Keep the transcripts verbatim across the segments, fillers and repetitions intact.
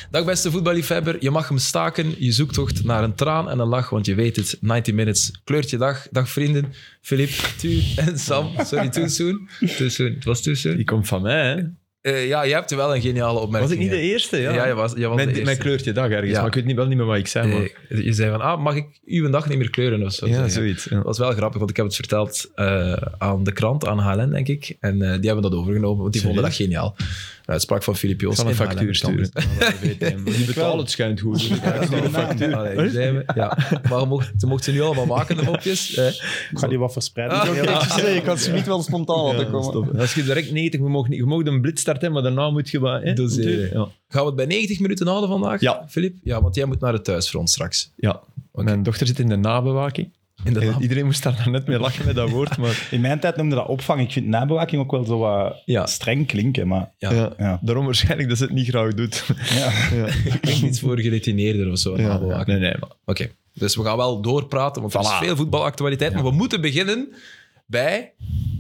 Dag beste voetballiefhebber. Je mag hem staken. Je zoektocht naar een traan en een lach, want je weet het. negentig minutes kleurt je dag. Dag vrienden. Filip, Tu en Sam. Sorry, too soon. Too soon. Het was too soon. Die komt van mij, hè? Uh, ja, je hebt wel een geniale opmerking. Was ik niet de eerste? Ja, ja je was, je was mijn, de eerste. Mijn kleurtje dag ergens, ja. Maar ik weet niet, wel niet meer wat ik zei. Maar... Uh, je zei van, ah, mag ik uw dag niet meer kleuren of zo? Ja, zeggen. zoiets. Ja. Dat was wel grappig, want ik heb het verteld uh, aan de krant, aan H L N, denk ik. En uh, die hebben dat overgenomen, want die vonden dat geniaal. Uitspraak van Filip Joos. Ik zal een factuur sturen. Die betalen het schijnt goed. Dus ik stuur een factuur. Allee, zijn we. Ja. Maar je mocht, je mocht ze nu allemaal maken, de mopjes. Eh. Ik ga die wat verspreiden. Ah, ja, ja. Zeggen, ik kan ze niet wel spontaan laten ja, komen. Als je direct negentig, je mag, je mag een blitz starten, maar daarna moet je wat... Doseren. Ja. Gaan we het bij negentig minuten houden vandaag, ja. Filip? Ja, want jij moet naar het thuisfront straks. Ja. Okay. Mijn dochter zit in de nabewaking. In de nabe- Iedereen moest daar net mee lachen met dat woord. Maar... In mijn tijd noemde dat opvang. Ik vind nabewaking ook wel zo wat ja. streng klinken. Maar... Ja. Ja. Ja. Daarom waarschijnlijk dat ze het niet graag doet. Ja. Ja. Ik denk iets voor geretineerder of zo. Ja. Nabewaking. Nee, nee. Maar... Oké, okay. Dus we gaan wel doorpraten, want er is veel voetbalactualiteit. Ja. Maar we moeten beginnen bij...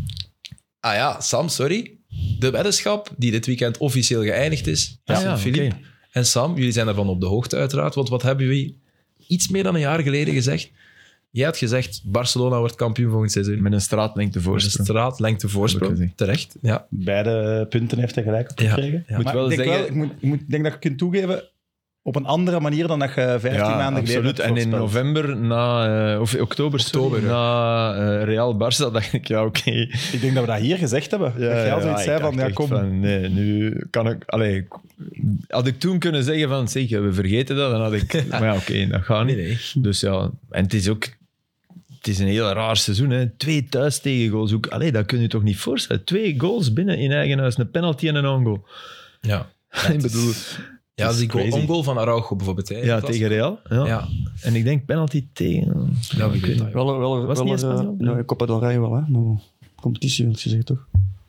Ah ja, Sam, sorry. De weddenschap die dit weekend officieel geëindigd is. Ja, ja, Filip okay. en Sam, jullie zijn ervan op de hoogte uiteraard. Want wat hebben jullie iets meer dan een jaar geleden gezegd? Jij had gezegd, Barcelona wordt kampioen volgend seizoen. Met een straatlengte voorsprong. Met een straatlengte voorsprong, terecht. Ja. Beide punten heeft hij gelijk opgekregen. Ja, ja. Moet wel ik denk, zeggen... wel, ik, moet, ik moet, denk dat je kunt toegeven, op een andere manier dan dat je vijftien ja, maanden geleden absoluut. En in november, na, uh, of oktober, oktober sorry, na uh, Real Barça, dacht ik, ja, oké. Okay. Ik denk dat we dat hier gezegd hebben. Ja, dat jij al zoiets ja, zei van, ja, kom. Van, nee, nu kan ik... Allee, had ik toen kunnen zeggen van, zeg, we vergeten dat, dan had ik... Maar ja, oké, okay, dat gaat niet. Nee, nee. Dus ja, en het is ook... Het is een heel raar seizoen, hè. Twee thuis tegengoals. Ook, allee, dat kun je toch niet voorstellen. Twee goals binnen in eigen huis. Een penalty en een on-goal. Ja. Ik bedoel... Ja, dat is die goal, on-goal van Araujo bijvoorbeeld. Hè. Ja, tegen Real. Ja. Ja. En ik denk penalty tegen... Ja, ik weet het. Wel, wel, was wel, niet Espanol? uh, nee, Copa del Rey wel, hè. Maar competitie wil je zeggen, toch?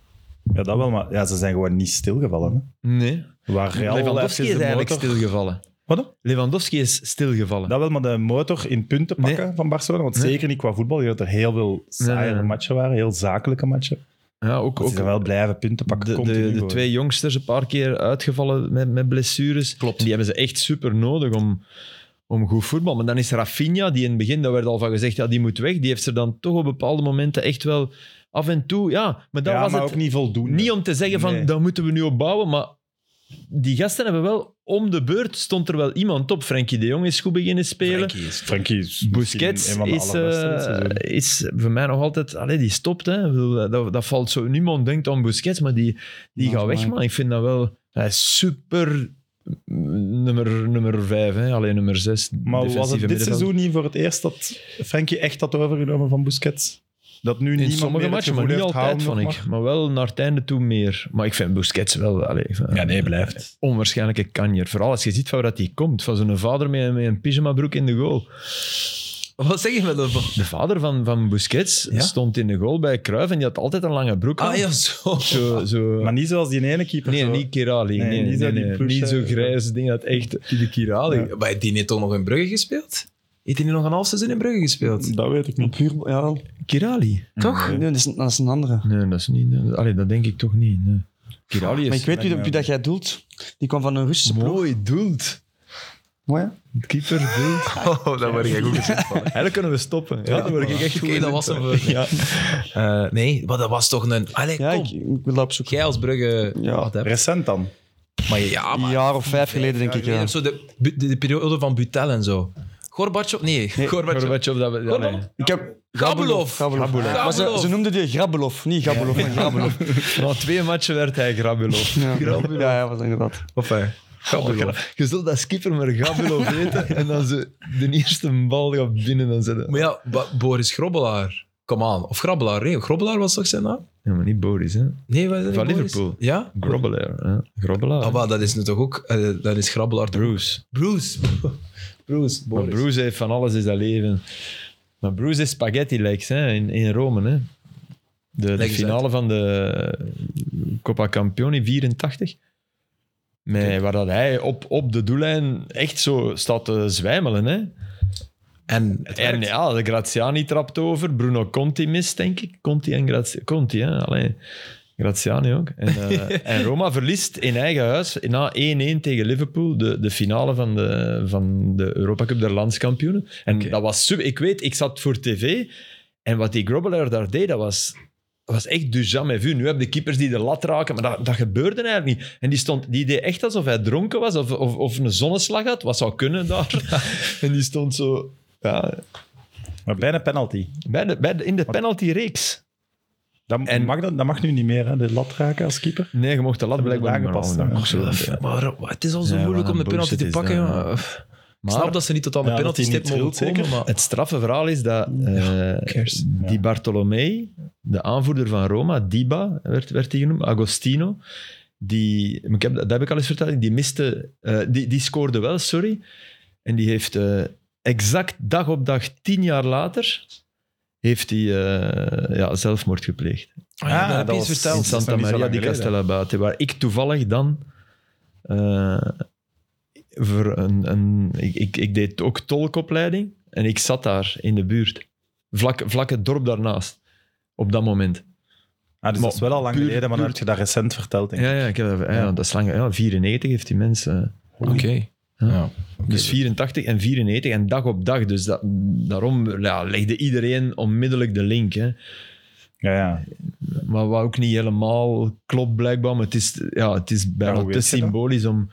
Ja, dat wel, maar ja, ze zijn gewoon niet stilgevallen. Hè. Nee. Waar Real Lewandowski is eigenlijk motor... stilgevallen. Wat? Lewandowski is stilgevallen. Dat wel, maar de motor in punten pakken nee. van Barcelona, want nee. zeker niet qua voetbal, dat er heel veel saaiere nee, nee. matchen waren, heel zakelijke matchen. Ja, ook, ook, ze wel blijven punten pakken. De, de, de twee jongsters een paar keer uitgevallen met, met blessures. Klopt. En die hebben ze echt super nodig om, om goed voetbal. Maar dan is Rafinha, die in het begin, daar werd al van gezegd, ja, die moet weg. Die heeft er dan toch op bepaalde momenten echt wel af en toe... Ja, maar dat ja, was maar het ook niet voldoende. Niet om te zeggen van, nee. daar moeten we nu op bouwen, maar die gasten hebben wel... Om de beurt stond er wel iemand op. Frenkie de Jong is goed beginnen spelen. Frenkie is, Frenkie is Busquets is, uh, is voor mij nog altijd... Allee, die stopt. Hè. Dat, dat valt zo... Niemand denkt aan Busquets, maar die, die gaat weg, man. Ik vind dat wel... Hij is super... Nummer, nummer vijf, hè. Alleen nummer zes. Maar was het dit seizoen niet voor het eerst dat Frenkie echt had overgenomen van Busquets? Dat nu in sommige matchen, maar niet altijd, vond ik. Maar. maar wel naar het einde toe meer. Maar ik vind Busquets wel... Allez, ja, nee, blijft. Onwaarschijnlijke kanjer. Vooral als je ziet van waar hij komt. Van zo'n vader met, met een pyjamabroek in de goal. Wat zeg je met dat? De vader van, van Busquets ja? stond in de goal bij Cruyff en die had altijd een lange broek aan. Ah ja, zo. zo, zo. Maar niet zoals die ene keeper. Nee, zo. niet Kirali. Nee, nee, nee, nee, nee, nee. Niet zo grijs ding. Dat echt... Die Kirali. Ja. Maar heeft die niet toch nog in Brugge gespeeld? Heeft hij nu nog een half seizoen in Brugge gespeeld? Dat weet ik niet. Puur, ja. Kirali? Toch? Nee, dat is, dat is een andere. Nee, dat is niet... Allee, dat denk ik toch niet. Nee. Kirali is... Maar ik weet wie, wie dat jij doelt. Die kwam van een Russische ploeg. Mooi, doelt. Mooi, hè? De keeper doelt. Oh, daar word ik goed gezet van. Eigenlijk kunnen we stoppen. Ja, daar word ik echt goed Oké, dat was hem. Ja. Uh, nee, maar dat was toch een... Allee, ja, kom. Ik, ik wil dat opzoeken. Jij als Brugge... Ja. Recent dan? Maar ja, maar... Een jaar of vijf geleden, denk ik, ja. Zo de, de, de periode van Butel en zo. Gorbachev? Nee, nee. Gorbachev. Gorbachev, dat we... Ja, nee. Ik heb... Gabulov. Gabulov. Gabulov. Maar ze, ze noemden die Grabulov, niet Gabulov, ja. maar Grabulov. Na twee matchen werd hij Grabulov. Ja, Grabulov. ja, ja was inderdaad. Of hij... Gabulov. Je zult dat skipper maar Gabulov weten en dan ze de eerste bal gaat binnen dan zetten. Maar ja, Ba- Boris Grobbelaar. Kom aan. Of Grabbelaar. Nee, Grobbelaar was toch zijn naam? Ja, maar niet Boris, hè? Nee, wat is dat? Van Boris? Liverpool. Ja? Grobbelaar. Ja. Grobbelaar. Ah, maar dat is nu toch ook... Uh, dat is Grabbelaar. Bruce. Bruce. Bruce. Maar Bruce heeft van alles in zijn leven. Maar Bruce is spaghetti-legs, hè, in, in Rome, hè. De, de finale uit. van de Coppa Campioni vierentachtig. Met, okay. Waar dat hij op, op de doellijn echt zo staat te zwijmelen, hè. En, en ja, de Graziani trapt over. Bruno Conti mist, denk ik. Conti en Graziani. Conti, hè. Allee. Graziani ook. En, uh, en Roma verliest in eigen huis na één-één tegen Liverpool de, de finale van de, van de Europa Cup der landskampioenen. En okay. dat was super. Ik weet, ik zat voor tv en wat die Grobbelaar daar deed, dat was, dat was echt du jamais vu. Nu heb je keepers die de lat raken, maar dat, dat gebeurde eigenlijk niet. En die, stond, die deed echt alsof hij dronken was of, of, of een zonneslag had. Wat zou kunnen daar? En die stond zo... Ja, maar bij de penalty. Bij de, bij de, in de penalty-reeks. Dat, en, mag dat, dat mag nu niet meer, hè? De lat raken als keeper? Nee, je mocht de lat blijkbaar aangepast. Ja. Maar het is al zo ja, moeilijk om de penalty te pakken. Ja. Ja. Ik snap dat ze niet tot aan de ja, penalty-stip mogen komen. Maar... Het straffe verhaal is dat uh, ja, die Bartolomei, de aanvoerder van Roma, Diba werd, werd die genoemd, Agostino, die, ik heb, dat heb ik al eens verteld, die miste, uh, die, die scoorde wel, sorry, en die heeft uh, exact dag op dag, tien jaar later... heeft hij uh, ja, zelfmoord gepleegd. Ah, ja, dat heb je eens verteld. In Santa Maria di Castellabate, waar ik toevallig dan... Uh, voor een, een, ik, ik, ik deed ook tolkopleiding en ik zat daar in de buurt. Vlak, vlak het dorp daarnaast. Op dat moment. Ah, dus maar dat is wel al lang puur, geleden, maar dan heb je dat recent verteld. Denk ik. Ja, ja, ik heb dat, ja. Ja, dat is lang... Ja, vierennegentig heeft die mens... Uh, Oké. Okay. Ja. Ja, okay. Dus vierentachtig en vierennegentig en dag op dag. Dus dat, daarom ja, legde iedereen onmiddellijk de link. Hè. Ja, ja. Maar wat ook niet helemaal klopt blijkbaar. Maar het is, ja, het is bijna ja, te symbolisch om...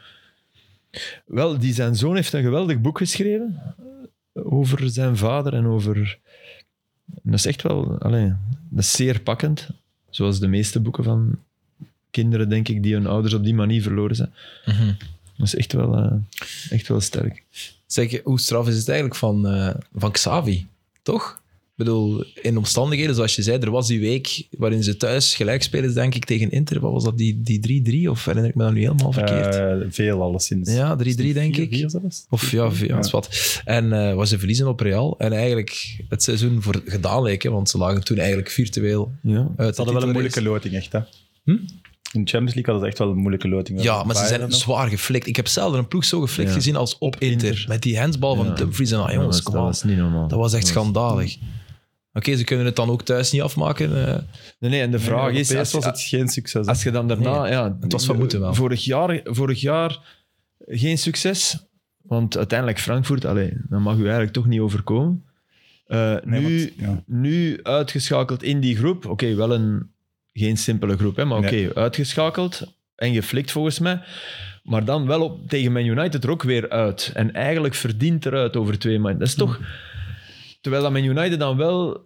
Wel, die zijn zoon heeft een geweldig boek geschreven over zijn vader en over... Dat is echt wel... Allez, dat is zeer pakkend. Zoals de meeste boeken van kinderen, denk ik, die hun ouders op die manier verloren zijn. Mm-hmm. Dat is echt wel, uh, echt wel sterk. Zeg, hoe straf is het eigenlijk van, uh, van Xavi, toch? Ik bedoel, in omstandigheden, zoals je zei, er was die week waarin ze thuis gelijk spelen, denk ik, tegen Inter. Wat was dat, die, die drie-drie? Of herinner ik me dat nu helemaal verkeerd? Uh, veel, alleszins. Ja, drie-drie, denk vier, ik. Vier zelfs? Of ja, vier, ja, dat is wat. En uh, was ze verliezen op Real. En eigenlijk het seizoen voor gedaan leek, hè, want ze lagen toen eigenlijk virtueel ja. uit. Ze hadden wel een moeilijke loting, echt, hè? Hm? In de Champions League hadden ze echt wel een moeilijke loting. Ja, maar ze zijn nog zwaar geflikt. Ik heb zelden een ploeg zo geflikt ja. gezien als op Inter. Inter. Met die handsbal van ja. Dumfries en ah, jongens, ja, dat, was, dat was niet normaal. Dat was echt dat schandalig. Oké, okay, ze kunnen het dan ook thuis niet afmaken. Uh, nee, nee, en de vraag nee, is... Als, was het geen succes. Als je dan daarna... Nee, ja, het was van moeten wel. Vorig jaar, vorig jaar geen succes. Want uiteindelijk Frankfurt, allez, dat mag u eigenlijk toch niet overkomen. Uh, nee, nu, want, ja. nu uitgeschakeld in die groep. Oké, okay, wel een... Geen simpele groep, hè, maar oké, okay, nee. uitgeschakeld en geflikt volgens mij. Maar dan wel op, tegen Man United er ook weer uit. En eigenlijk verdient eruit over twee maanden. Dat is toch... Terwijl dat Man United dan wel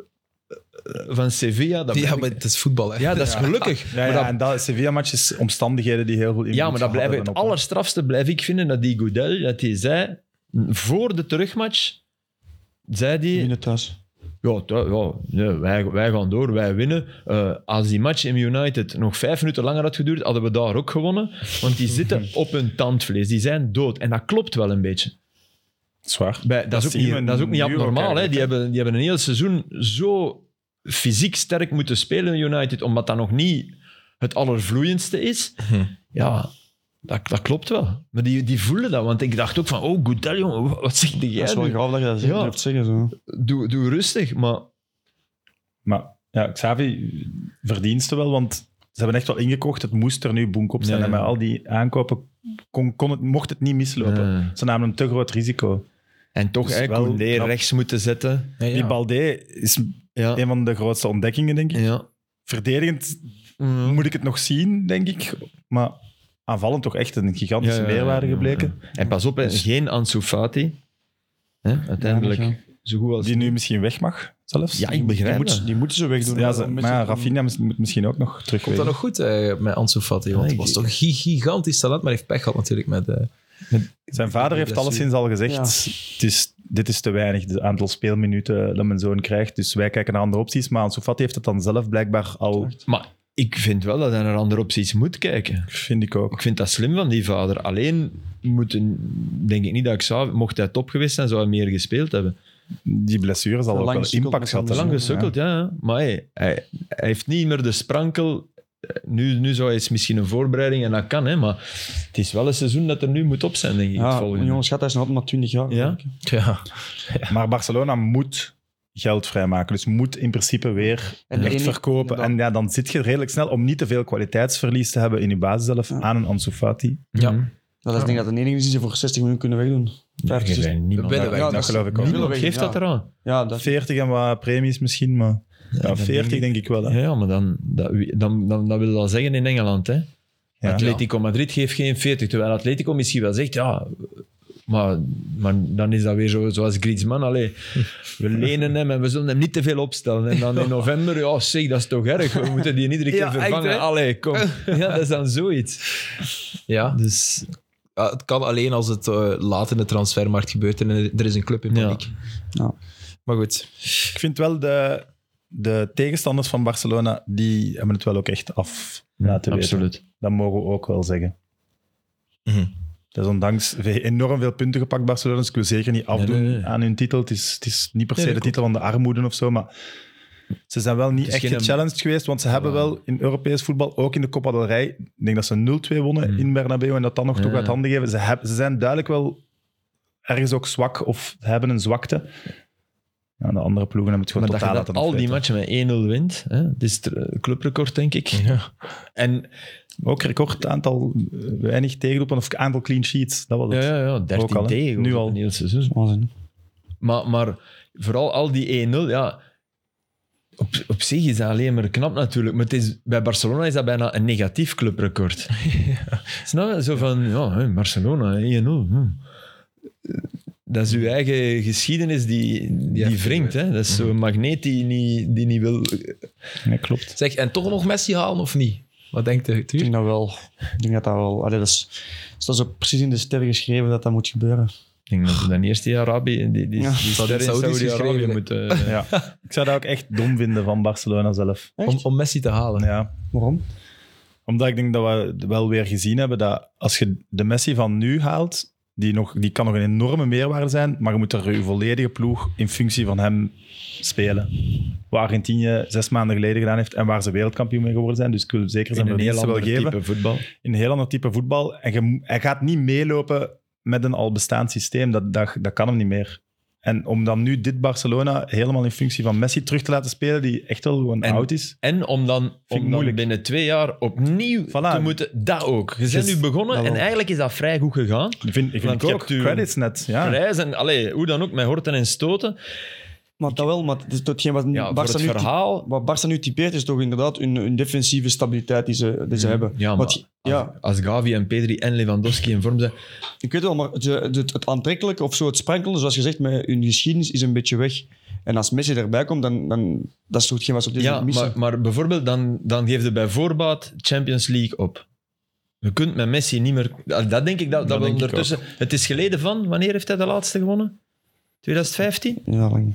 van Sevilla... Dat ja, maar het is voetbal, hè. Ja, dat is gelukkig. Ja, ja, maar dat, en dat Sevilla-match is omstandigheden die heel veel invloed ja, maar dat blijf, het op, allerstrafste blijf ik vinden dat die Goudel, dat hij zei, voor de terugmatch, zei hij... Winnen thuis. Ja, ja, ja wij, wij gaan door, wij winnen. Uh, als die match in United nog vijf minuten langer had geduurd, hadden we daar ook gewonnen. Want die zitten op hun tandvlees. Die zijn dood. En dat klopt wel een beetje. Zwaar. Bij, dat, dat, is ook niet, dat is ook niet abnormaal. Hè. Die, hebben, die hebben een heel seizoen zo fysiek sterk moeten spelen in United, omdat dat nog niet het allervloeiendste is. Ja... Dat, dat klopt wel. Maar die, die voelen dat. Want ik dacht ook van, oh, Goudel, jongen, wat zeg jij? Dat is wel graaf dat je dat ja. durft zeggen. Zo. Doe, doe rustig, maar... Maar ja, Xavi verdienste wel, want ze hebben echt wel ingekocht. Het moest er nu boek op zijn. Ja, ja. En met al die aankopen kon, kon het, mocht het niet mislopen. Ja. Ze namen een te groot risico. En toch, dus hè, Koundé rechts moeten zetten. Ja, ja. Die Balde is ja. een van de grootste ontdekkingen, denk ik. Ja. Verdedigend mm. moet ik het nog zien, denk ik. Maar... aanvallend toch echt een gigantische ja, ja, meerwaarde gebleken. Ja, ja. En pas op, dus... geen Ansu Fati. Hè, uiteindelijk ja, zo goed als... Die nu misschien weg mag, zelfs. Ja, ik begrijp die, moet, die moeten ze wegdoen. Ja, ze, maar ja, Rafinha moet misschien ook nog terug. Komt dat nog goed uh, met Ansu Fati? Want het was toch een gigantisch talent, maar hij heeft pech gehad natuurlijk met... Uh, met Zijn vader heeft alleszins al gezegd, ja. het is, dit is te weinig, het aantal speelminuten dat mijn zoon krijgt. Dus wij kijken naar andere opties. Maar Ansu Fati heeft het dan zelf blijkbaar al... Maar ik vind wel dat hij naar andere opties moet kijken. Vind ik ook. Ik vind dat slim van die vader. Alleen moet, denk ik niet dat ik zou... Mocht hij top geweest zijn, zou hij meer gespeeld hebben. Die blessure zal ook wel impact gehad hebben. Lang gesukkeld, ja. ja. Maar hey, hij, hij heeft niet meer de sprankel. Nu, nu zou hij eens misschien een voorbereiding en dat kan, hè, maar het is wel een seizoen dat er nu moet op zijn, denk ik. Ja, het volgende. Jongens, schat, hij is nog maar twintig jaar. Ja? Ja. Ja. Maar Barcelona moet geld vrijmaken. Dus moet in principe weer En echt één- verkopen. En ja, dan zit je redelijk snel om niet te veel kwaliteitsverlies te hebben in je basis zelf Ja. aan een Ansu Fati. Ja. Mhm. Dat is denk ik dat de enige is die ze voor zestig miljoen kunnen wegdoen. vijftig, Ja, zestig. niemand willen dat- wij, Ja, dat is- geloof ik ook. willen Niemand weg, geeft ja. dat eraan. Ja, dat veertig en wat premies misschien, maar ja, dat veertig denk denk ik. ik wel. Hè. Ja, ja, maar dan, dat, dan, dan, dat wil wel zeggen in Engeland. Hè. Ja. Atletico Madrid geeft geen veertig, terwijl Atletico misschien wel zegt, ja, maar, maar dan is dat weer zo, zoals Griezmann. Allee, we lenen hem en we zullen hem niet te veel opstellen. En dan in november, ja, zeg, dat is toch erg. We moeten die iedere keer Ja, echt, vervangen. hè? Allee, kom. Ja, dat is dan zoiets. Ja. Dus Ja, het kan alleen als het uh, laat in de transfermarkt gebeurt en er is een club in Ja. paniek. Ja. Maar goed. Ik vind wel de, de tegenstanders van Barcelona, die hebben het wel ook echt af laten weten. absoluut. Dat mogen we ook wel zeggen. Mhm. Dat is ondanks enorm veel punten gepakt, Barcelona. Dus ik wil zeker niet afdoen Nee, nee, nee. aan hun titel. Het is, het is niet per se Nee, de dat titel van de armoede of zo, maar ze zijn wel niet Het is echt geen- gechallenged geweest, want ze hebben wel in Europees voetbal, ook in de Copa del Rey, ik denk dat ze nul twee wonnen Mm. in Bernabeu en dat dan nog Ja. toch uit handen geven. Ze, hebben, ze zijn duidelijk wel ergens ook zwak of hebben een zwakte. Ja, de andere ploegen hebben het gewoon Maar dat je totaal dan laten al die opvreten. matchen met één nul wint, hè, dit is het eh, clubrecord, denk ik. Ja. En Ook record aantal eh, weinig tegendoepen of aantal clean sheets. Dat was ja, het. ja, ja Ook dertien al, hè. tegen Nu nu al. een heel seizoen. Waanzin. Maar, maar vooral al die één nul, ja, op, op zich is dat alleen maar knap natuurlijk. Maar het is, bij Barcelona is dat bijna een negatief clubrecord. Snap je? Zo van, ja, hè, Barcelona, één nul. Hm. Dat is uw eigen geschiedenis die, die, even wringt. Hè? Dat is zo'n magneet die niet, die niet wil... Ja, klopt. Zeg, en toch nog Messi halen of niet? Wat denkt u, Ik Tuur? denk dat wel. Ik denk dat dat wel... Allee, dat is, dat is ook precies in de sterren geschreven dat dat moet gebeuren. Ik denk dat we dan eerst die Arabië, die, die, Ja. die Dat ster in is Saoedisch Saudi-Arabië geschreven. moeten... eh, Ja. Ik zou dat ook echt dom vinden van Barcelona zelf. Om, om Messi te halen. Ja. Waarom? Omdat ik denk dat we wel weer gezien hebben dat als je de Messi van nu haalt, die, nog, die kan nog een enorme meerwaarde zijn, maar je moet er je volledige ploeg in functie van hem spelen. Wat Argentinië zes maanden geleden gedaan heeft en waar ze wereldkampioen mee geworden zijn. Dus ik wil zeker in zijn een heel verdiensten wel ander geven. type voetbal. In een heel ander type voetbal. En je, hij gaat niet meelopen met een al bestaand systeem. Dat, dat, dat kan hem niet meer. En om dan nu dit Barcelona helemaal in functie van Messi terug te laten spelen, die echt wel gewoon En- oud is. En om dan, ik om dan moeilijk. binnen twee jaar opnieuw Voilà. te moeten... Dat ook. Je bent Dus- nu begonnen dat en wel. eigenlijk is dat vrij goed gegaan. Ik vind, ik vind Want je ook hebt uw credits net. Ja. Prijs en, allee, hoe dan ook, met horten en stoten. Maar dat wel, maar het is toch hetgeen wat Ja, voor Barca het nu, verhaal... wat Barça nu typeert, is toch inderdaad hun, hun defensieve stabiliteit die ze, die ze hebben. Ja, maar Want, ja, als, als Gavi en Pedri en Lewandowski in vorm zijn... ik weet wel, maar het, het, het aantrekkelijke of zo, het sprankelende, zoals je zegt, met hun geschiedenis is een beetje weg. En als Messi erbij komt, dan, dan dat is toch hetgeen wat ze op deze Ja, missen. maar, maar bijvoorbeeld, dan, dan geef je bij voorbaat Champions League op. Je kunt met Messi niet meer... Dat denk ik dat, dat, Dat we denk ik ondertussen... Het is geleden van... Wanneer heeft hij de laatste gewonnen? twintig vijftien? Ja, lang.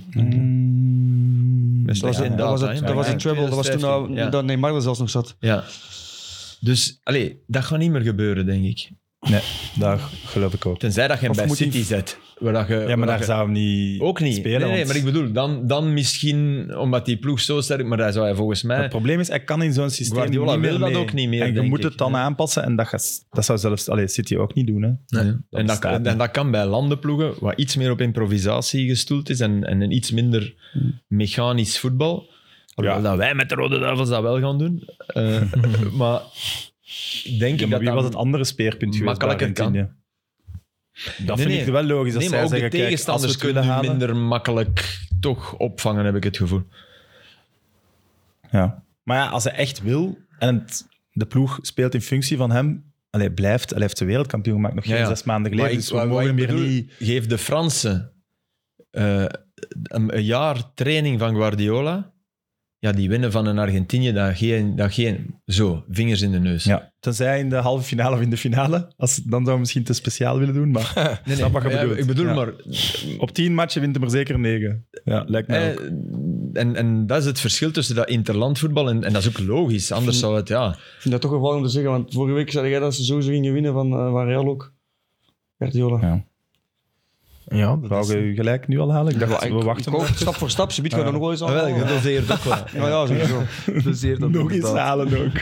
Dat is Dat was, geen dat data, was, hè, het, maar dat was ja, een treble. Dat was toen twintig vijftien, dat, ja. dat Neymar er zelfs nog zat. Ja. Dus, allee, dat gaat niet meer gebeuren, denk ik. Nee, daar geloof ik ook. Tenzij dat je hem Of bij moet hij- City zet. Waar dat je, Ja, waar maar dat daar je- zou hem niet Ook niet. spelen. nee, nee, want maar ik bedoel, dan, dan misschien, omdat die ploeg zo sterk... Maar daar zou hij volgens mij... het probleem is, hij kan in zo'n systeem Guardiola niet meer wil dat mee. ook niet meer, En je denk moet ik. het dan Ja. aanpassen en dat, gaat- dat zou zelfs allee, City ook niet doen. Hè. Nee. En, dat, bestaat niet. en dat kan bij landenploegen, wat iets meer op improvisatie gestoeld is en, en een iets minder mechanisch voetbal. Hoewel Ja. dat wij met de Rode Duivels dat wel gaan doen. Eh, maar ik denk Ja, ik maar dat wie dat was het andere speerpunt geweest bij makkelijker kan. Argentinië? Dat Nee, vind nee. ik wel logisch. Als Nee, zij maar ook zeggen, de kijk, tegenstanders als we het kunnen willen nu halen- minder makkelijk toch opvangen, heb ik het gevoel. Ja. Maar ja, als hij echt wil en het- de ploeg speelt in functie van hem, allee, blijft, hij heeft de wereldkampioen gemaakt nog geen Ja, ja. zes maanden Maar geleden. ik- Dus we wat- mogen wat hem ik hier bedoel, niet... Geef de Fransen eh, een, een jaar training van Guardiola. Ja, die winnen van een Argentinië, dat geen, dat geen... Zo, vingers in de neus. Ja, tenzij in de halve finale of in de finale. Als, dan zouden we misschien te speciaal willen doen, maar Nee, nee, snap wat je ja, bedoelt. ik bedoel Ja. maar... Op tien matchen wint hij er zeker negen. Ja, lijkt mij ook. Eh, en, en dat is het verschil tussen dat interlandvoetbal en, en dat is ook logisch. Anders zou het, ja... Ik vind dat toch gevaarlijk om te zeggen, want vorige week zei jij dat ze sowieso gingen winnen van, uh, van Real ook. Guardiola. Ja. Ja, dat Wou is... je gelijk nu al halen? Ik dacht, Ja, we ik, wachten ik nog. ook, stap voor stap. Ze biedt gewoon nog wel eens aan. Wel, ik doseer het ook wel. Ja, ja, sowieso. Doseert dat Nog eens inderdaad. halen ook.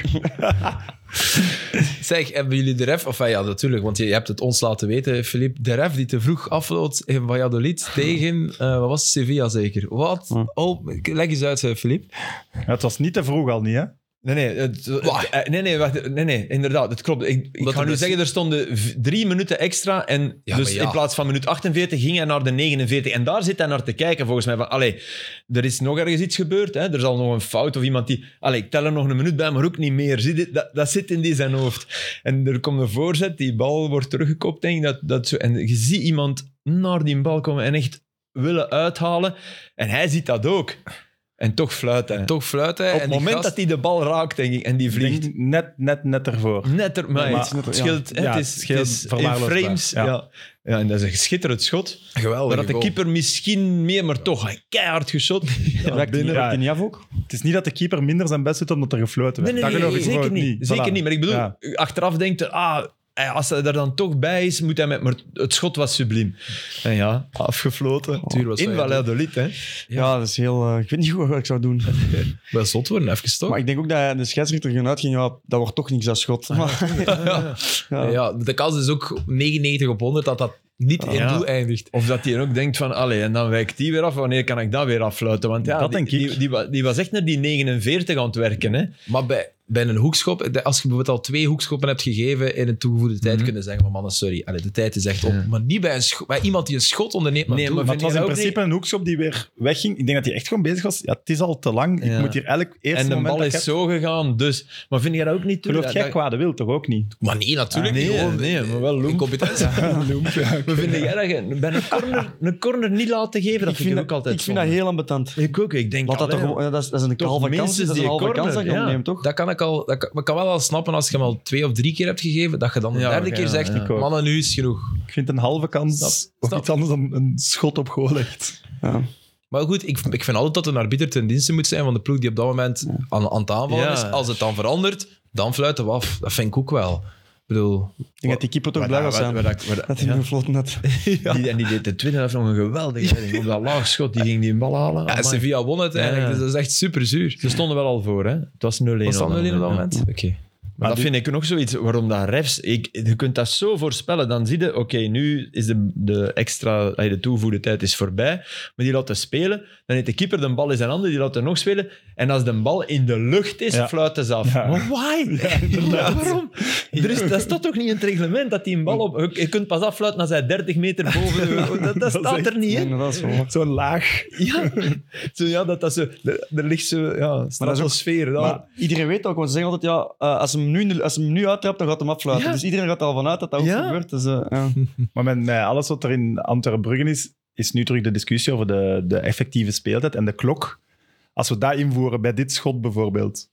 Zeg, hebben jullie de ref... Of ja, natuurlijk, want je, je hebt het ons laten weten, Filip. De ref die te vroeg afloopt in Valladolid tegen... Uh, wat was het? Sevilla zeker. Wat? Ja. Oh, leg eens uit, Filip. Ja, het was niet te vroeg al, niet, hè? Nee, nee, het, het, eh, nee, nee, wacht, nee, nee, inderdaad, het klopt. Ik, ik Omdat ga er nu dus- zeggen, er stonden v- drie minuten extra en Ja, dus maar ja. in plaats van minuut achtenveertig ging hij naar de negenenveertig. En daar zit hij naar te kijken, volgens mij. Van, allee, er is nog ergens iets gebeurd, hè? Er zal nog een fout of iemand die... Allee, ik tel er nog een minuut bij, maar ook niet meer. Zie je, dat, dat zit in die zijn hoofd. En er komt een voorzet, die bal wordt teruggekopt, denk ik. Dat, dat zo, en je ziet iemand naar die bal komen en echt willen uithalen. En hij ziet dat ook. En toch fluit hij. Toch fluit hij. Op en het die moment gast- dat hij de bal raakt, denk ik, en die Ik vliegt... denk net, net, net ervoor. Net er, maar, Maar- het, het scheelt, hè, Ja, het het is, scheelt het is in verwaarloosbaar. frames. Ja. Ja. Ja. en dat is een schitterend schot. Geweldig. Maar dat de keeper misschien meer, maar toch een keihard geschot. Ja, Raakt binnen. hij niet af ook? Het is niet dat de keeper minder zijn best doet omdat er gefloten Nee, werd. nee, dat nee, geloof ik zeker gewoon niet. Zeker Voilà. niet. Maar ik bedoel, Ja. achteraf denkt hij, ah, als hij er dan toch bij is, moet hij met... Maar het schot was subliem. En ja, afgefloten. Tuur was In wel- Valladolid, hè. Ja, dat is heel... uh, ik weet niet hoe wat ik zou doen. Wel zot worden, even toch? Maar ik denk ook dat de scheidsrechter gewoon uitging, ja, dat wordt toch niks als schot. Maar, ja. ja. Ja, de kans is ook negenennegentig op honderd dat dat niet in Ja. doel eindigt. Of dat hij ook denkt van, allee, en dan wijkt die weer af, wanneer kan ik dat weer affluiten? Want ja, Dat die, denk ik. Die, die, wa- die was echt naar die negenenveertig aan het werken, hè. Maar bij, bij een hoekschop, als je bijvoorbeeld al twee hoekschoppen hebt gegeven in een toegevoegde tijd, Mhm. kunnen zeggen van mannen, sorry, allee, de tijd is echt op. Ja. Maar niet bij, een scho- bij iemand die een schot onderneemt. Maar Nee, doel. maar Maar het was Vind in je dat ook principe een hoekschop die weer wegging. Ik denk dat hij echt gewoon bezig was. Ja, het is al te lang. Ja. Ik moet hier elk eerste En de moment... bal dat is ik heb- zo gegaan, dus... Maar vind je dat ook niet... Geloof dat- jij dat- kwade wil toch ook niet? Maar nee, natuurlijk Ah, nee, niet. Gewoon nee, maar wel loemp. incompetentie. Maar vind jij dat je bij een corner, een corner niet laten geven? Dat ik vind vind, ik ook altijd ik vind dat zonde. heel ambetant. Ik ook, ik denk... Laat dat, toch, allee, gewoon- dat, is, dat is een Toch halve kans. minstens Dat is een die halve corner, kans dat je ja. opneemt, toch? Dat kan ik al, dat kan, maar ik kan wel al snappen als je hem al twee of drie keer hebt gegeven, dat je dan de Ja, derde oké, keer ja, zegt, ja. Ik ook. mannen, nu is genoeg. Ik vind een halve kans Snap, of snap. iets anders dan een schot op goal echt. Ja. Maar goed, ik, ik vind altijd dat een arbiter ten dienste moet zijn van de ploeg die op dat moment aan, aan het aanvallen Ja. is. Als het dan verandert, dan fluiten we af. Dat vind ik ook wel. Ik bedoel... Ik denk dat die keeper toch Waar blij dat- was zijn. waar dat- waar dat- Dat hij ja. nu gefloten had. Die, en die deed de tweede helft nog een geweldige redding. Op dat laag schot, die ging die bal halen. Ja, Amai. Sevilla won het eigenlijk, Ja. dus dat is echt super zuur. Ze stonden wel al voor, hè. Het was nul één. Was dat op nul één op dat ja. moment? Oké. Maar dat vind ik nog zoiets, waarom dat refs... Ik, je kunt dat zo voorspellen, dan zie je, oké, nu is de, de extra, ay, de toegevoegde tijd is voorbij, maar die laten spelen, dan heeft de keeper de bal in zijn handen, die laten nog spelen, en als de bal in de lucht is, Ja. fluiten ze af. Ja. Maar why? Ja, waarom? Er is, dat staat toch niet in het reglement, dat die een bal op... Je, je kunt pas affluiten als hij dertig meter boven... De, dat, dat Dat is staat echt- er niet in. Inderdaad, zo. Zo'n laag. Ja, zo, ja dat, dat zo, er, er ligt zo... Ja, dat is ook- stratosfeer. daar. Maar iedereen weet ook, want ze zeggen altijd, ja, uh, als, hem nu, in de- als hem nu uittrapt, dan gaat hem afluiten. Ja. Dus iedereen gaat er al vanuit dat dat ook Ja. gebeurt. Dus, uh, ja. Maar met, met alles wat er in Antwerpen-Brugge is, is nu terug de discussie over de, de effectieve speeltijd en de klok. Als we dat invoeren bij dit schot bijvoorbeeld.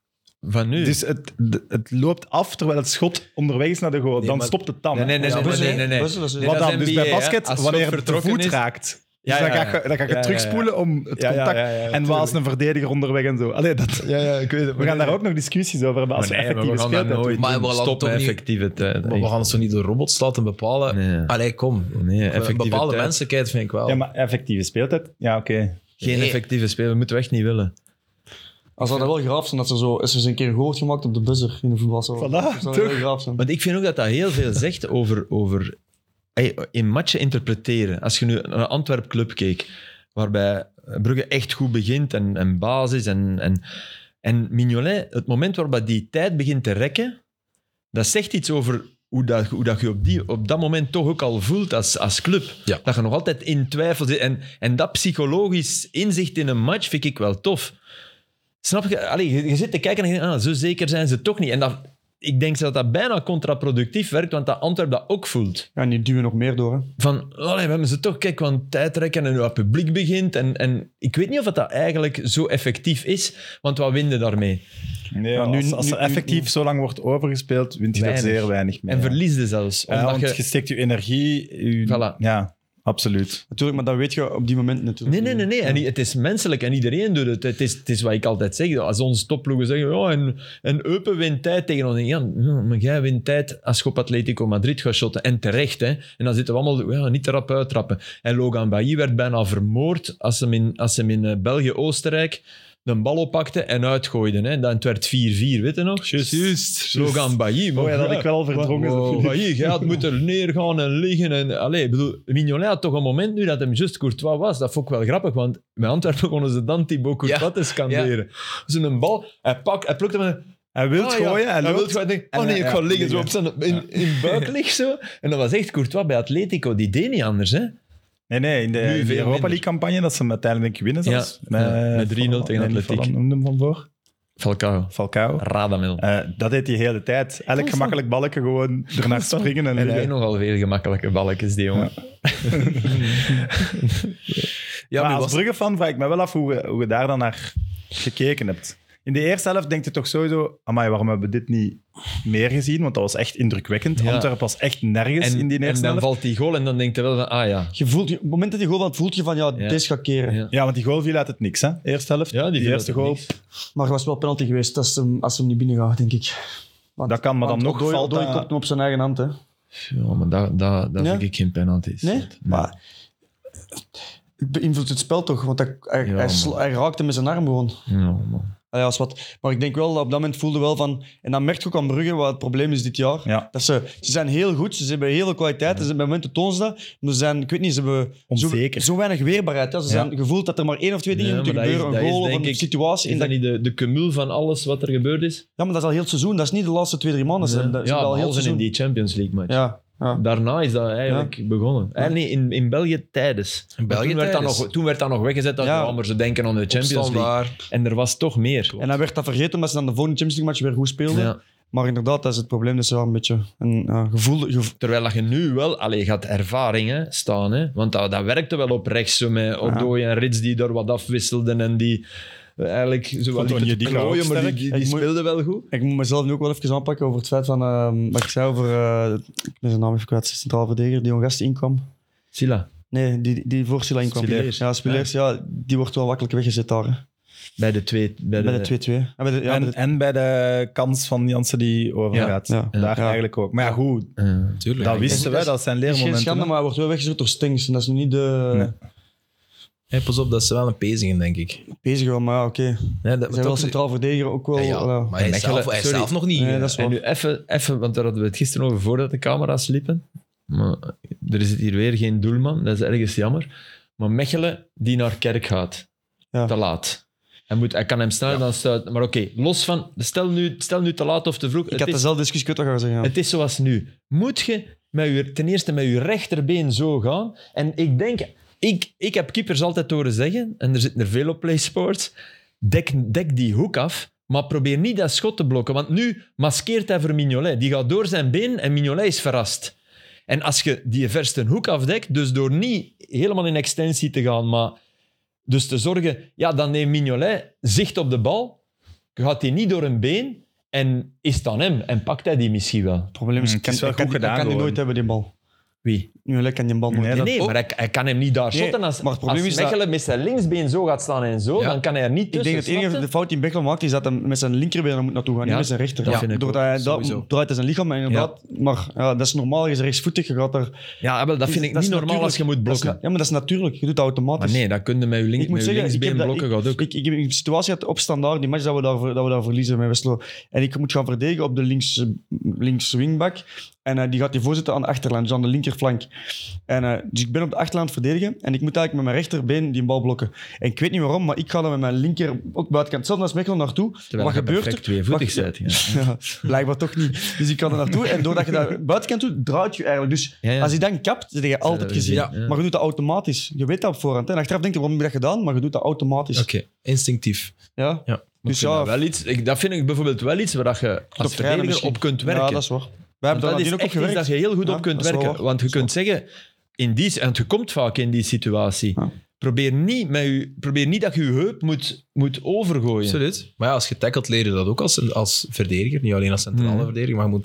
Van nu? Dus het, de- het loopt af terwijl het schot onderweg is naar de goal. Nee, dan maar- stopt het dan. Nee, nee, nee, hè. nee, Bussen, nee, nee, nee. bussen, dat is- Nee, Wat dat is dan? Dus N B A, bij hè. basket, Als wanneer schot het de vertrokken voet is. raakt. Ja, dus dan ja, ga je, dan ga je ja, ja, terugspoelen ja. om het Ja, ja, contact. ja, ja, en waar is een verdediger onderweg en zo. Allee, dat, Ja, ja, ik weet het. we gaan daar ook nog discussies over hebben als Maar we nee, maar effectieve we gaan dat speeltijd nooit doen. Maar we doen. laten Stop toch met niet- effectieve tijd. Maar we gaan het zo niet door robots laten bepalen. Nee. Allee, kom. Nee, Een effectieve bepaalde tijd. menselijkheid vind ik wel. Ja, maar effectieve speeltijd? Ja, oké. Geen Nee. effectieve speler, moeten we echt niet willen. Als dat wel graaf zijn, dat ze zo... Is er eens een keer een goal gemaakt op de buzzer in de voetbal. Zo. Voilà, dat zou toch? heel graaf zijn. Want ik vind ook dat dat heel veel zegt over, over hey, in matchen interpreteren. Als je nu naar een Antwerp-club keek, waarbij Brugge echt goed begint en, en basis en, en, en Mignolet, het moment waarbij die tijd begint te rekken, dat zegt iets over hoe dat, hoe dat je op, die, op dat moment toch ook al voelt als, als club. Ja. Dat je nog altijd in twijfel zit. En, en dat psychologisch inzicht in een match vind ik wel tof. Snap je? Allee, je, je zit te kijken en je denkt, ah, zo zeker zijn ze toch niet. En dat, ik denk dat dat bijna contraproductief werkt, want dat Antwerp dat ook voelt. Ja, en die duwen nog meer door. Hè. Van, allee, we hebben ze toch, kijk, want tijd rekken en het publiek begint. En, en ik weet niet of dat eigenlijk zo effectief is, want wat win je daarmee? Nee, Ja, nu- als, als nu- er effectief nu- zo lang wordt overgespeeld, wint je er Weinig. zeer weinig mee. En ja. verlies je zelfs. Ja, Omdat want je... je, steekt je energie... Je, Voilà. Ja, Absoluut. Natuurlijk, maar dat weet je op die moment natuurlijk. Nee, nee, nee. nee. En het is menselijk en iedereen doet het. Het is, het is wat ik altijd zeg. Als onze topploegen zeggen, ja, en, en Eupen wint tijd tegen ons. Ja, maar jij wint tijd als je op Atletico Madrid gaat shotten. En terecht, hè. En dan zitten we allemaal ja, niet erop uittrappen. En Logan Bailly werd bijna vermoord als hem in, als hem in uh, België-Oostenrijk de bal oppakte en uitgooide. Hè. Dan het werd vier vier, weet je nog? Juist. Juist. Logan Bailly. Oh ja, dat had ik wel al verdrongen. Wow, Bailly, jij had moeten neergaan en liggen. En, allee, ik bedoel, Mignolet had toch een moment nu dat hem just Courtois was. Dat vond ik wel grappig, want bij Antwerpen konden ze dan Thibaut Courtois Ja. te scanderen. Ja. Dus een bal, hij pakt, hij plukt hem en... Hij wil Ah, ja. gooien, hij hij wil loopt. gooien. Denkt, En oh nee, hij- ik ga ja, liggen. Zo liggen. op zijn in, in buik ligt zo. En dat was echt Courtois bij Atletico. Die deed niet anders, hè? Nee, nee, in de, Nu in de veel Europa minder. League-campagne, dat ze hem uiteindelijk winnen zelfs. Ja, ja, met drie nul tegen nee, Atletiek. Van, noemde hem van voor? Falcao. Falcao. Radamel. Uh, dat deed hij de hele tijd. Elk gemakkelijk balletje gewoon ernaar springen en En hij heeft liggen. nogal veel gemakkelijke balletjes, die jongen. Ja, maar nu als was- Brugge-fan vraag ik me wel af hoe je, hoe je daar dan naar gekeken hebt. In de eerste helft denk je toch sowieso, amai, waarom hebben we dit niet meer gezien? Want dat was echt indrukwekkend. Ja. Antwerpen was echt nergens En, in die en eerste dan helft. valt die goal en dan denkt hij wel van, ah ja. Je voelt, op het moment dat je goal valt, voelt je van, ja, Ja. deze gaat keren. Ja. Ja, want die goal viel uit het niks, hè? Eerste helft. Ja, die die viel eerste uit het goal. niks. Maar het was wel penalty geweest als ze hem, als ze hem niet binnen gaat, denk ik. Want, Dat kan, maar dan want nog Odoi- valt Odoi dat- kopt hem op zijn eigen hand, hè. Ja, maar dat, dat, dat Ja? vind ik geen penalties. Nee? Maar het beïnvloedt het spel toch? Want hij, hij, Ja, hij, sla- man. hij raakte met zijn arm gewoon. Ja, man. Ah ja, als wat. Maar ik denk wel, op dat moment voelde wel van... En dan merk je ook aan Brugge wat het probleem is dit jaar. Ja. Dat ze, ze zijn heel goed, ze hebben heel veel kwaliteit. Ze zijn, bij momenten tonen ze dat. Maar ze zijn, ik weet niet, ze hebben zo, Onzeker. zo weinig weerbaarheid. Ja. Ze zijn Ja. gevoeld dat er maar één of twee dingen Ja, moeten maar dat is- gebeuren. dat Een is, goal of denk een ik- situatie. Is En dat dat, niet de, de cumul van alles wat er gebeurd is? ja, maar dat is al heel het seizoen. Dat is niet de laatste twee, drie maanden. Dat is- dat is ja, al heel het behalve in seizoen. die Champions League match. Ja, ja. Daarna is dat eigenlijk begonnen. Eh, nee, in, in België tijdens. In België toen, werd dat tijdens. nog, toen werd dat nog weggezet dat Ja. ja. maar ze denken aan de Champions League. Standaard. En er was toch meer. En dan werd dat vergeten omdat ze dan de volgende Champions League match weer goed speelden. Ja. Maar inderdaad, dat is het probleem. Dat ze wel een beetje een ja, gevoel... gevo- Terwijl dat je nu wel, allee, gaat ervaring hè, staan. Hè? Want dat, dat werkte wel op rechts, zo met Odoi en Rits die daar wat afwisselden en die eh, eigenlijk zo wel Vond niet je te die klooien, ook maar die, sterk? die, die Ik moet- speelden wel goed. Ik moet mezelf nu ook wel even aanpakken over het feit van... ehm, wat ik zei over... eh, ik ben zijn naam even kwijt. Centraal verdediger, die jong gast inkwam. Silla, Nee, die, die voor Silla inkwam. Spileers. Ja, Spileers, ja. Die wordt wel makkelijk weggezet daar. Hè. bij de twee... Bij de, Bij de twee-twee. En bij de, ja, en, bij de- en bij de kans van Jansen die overgaat. Ja, ja. Daar Ja. eigenlijk ook. Maar ja, goed, Eh, Tuurlijk. dat Ja, wisten dat wij. is- Dat zijn het is geen leermomenten. schande, maar hij wordt wel weggezet door Stengs. En dat is nu niet de... Nee. Hey, pas op, dat is wel een pezingen, denk ik. Bezig wel, maar ja, oké. Ja, dat, Hij is wel toch- centraal verdediger ook wel... Ja, ja, ja. maar hij is, Mechelen- zelf, hij is sorry. zelf nog niet. Nee, eh, dat is En nu even, even, want daar hadden we het gisteren over voordat de camera's liepen. Maar er zit hier weer geen doelman, dat is ergens jammer. Maar Mechelen, die naar Kerk gaat, Ja. te laat. Hij, moet, hij kan hem sneller dan stuiten. Maar oké, los van, stel nu, stel nu te laat of te vroeg. Ik het, had is, dezelfde discussie kunnen gaan zeggen. Ja. het is zoals nu. Moet je met je, ten eerste met je rechterbeen zo gaan? En ik denk, ik, ik heb keepers altijd horen zeggen, en er zitten er veel op PlaySports, dek, dek die hoek af, maar probeer niet dat schot te blokken. Want nu maskeert hij voor Mignolet. Die gaat door zijn been en Mignolet is verrast. En als je die verste hoek afdekt, dus door niet helemaal in extensie te gaan, maar dus te zorgen, ja, dan neemt Mignolet zicht op de bal, gaat hij niet door een been en is het aan hem en pakt hij die misschien wel. Het probleem is, Mm, ik het kan, is wel ik kan, goed die- ik gedaan kan die gewoon. nooit hebben, die bal. Wie? Nu kan die bal nooit Nee, Nee, dat- nee, maar hij, hij kan hem niet daar Nee, shotten. Als, maar het probleem als is dat- Mechelen met zijn linksbeen zo gaat staan en zo, Ja. dan kan hij er niet Ik tussen. denk dat het enige snap je? de fout die Bechelen maakt, is dat hij met zijn linkerbeen er moet naartoe gaan, Ja, niet met zijn rechter. dat vind ik Doordat ook, hij dat sowieso. draait hij zijn lichaam, en inderdaad. Maar ja, dat is normaal, je is rechtsvoetig, je gaat er... Ja, wel, dat vind ik dat is niet normaal als je moet natuurlijk- dat is blokken. na- ja, maar dat is natuurlijk. Je doet dat automatisch. Maar nee, dat kun je met je, link, Ik moet met je zeggen, ik linksbeen heb dat- blokken gaat ook. Ik, ik heb een situatie gehad op standaard, die match dat we daar, ver- dat we daar verliezen met Westerlo. En ik moet gaan verdedigen op de links, links wingback. En uh, die gaat die voorzitten aan de achterlijn, dus aan de linkerflank. En, uh, dus ik ben op de achterlijn aan het verdedigen en ik moet eigenlijk met mijn rechterbeen die bal blokken. En ik weet niet waarom, maar ik ga dan met mijn linker ook buitenkant. Hetzelfde als Mechelen naartoe. Terwijl wat je gebeurt perfect er? tweevoetig Wat- bent, ja. Ja, blijkbaar toch niet. Dus ik ga er naartoe en doordat je dat buitenkant doet, draait je eigenlijk. Dus Ja, ja. als je dan kapt, dan heb je altijd dat gezien. gezien, ja. Maar je doet dat automatisch. Je weet dat op voorhand. Hè. En achteraf denk je, waarom heb je dat gedaan? Maar je doet dat automatisch. Oké, instinctief. Ja? Ja. Ik Dus vind ja, dat, wel iets, ik, dat vind ik bijvoorbeeld wel iets waar je als op trainen verdediger misschien. op kunt werken. Ja, dat is waar. Wij Want hebben dat daar is nadien ook op echt iets gewerkt. dat je heel goed Ja, op kunt dat is wel werken. waar. Want je Dat is kunt zeggen, in die, en je komt vaak in die situatie, Ja. probeer, niet met je, probeer niet dat je je heup moet, moet overgooien. Absoluut. Maar ja, als je tackelt, leer je dat ook als, als verdediger. Niet alleen als centrale Mhm. verdediger, maar je moet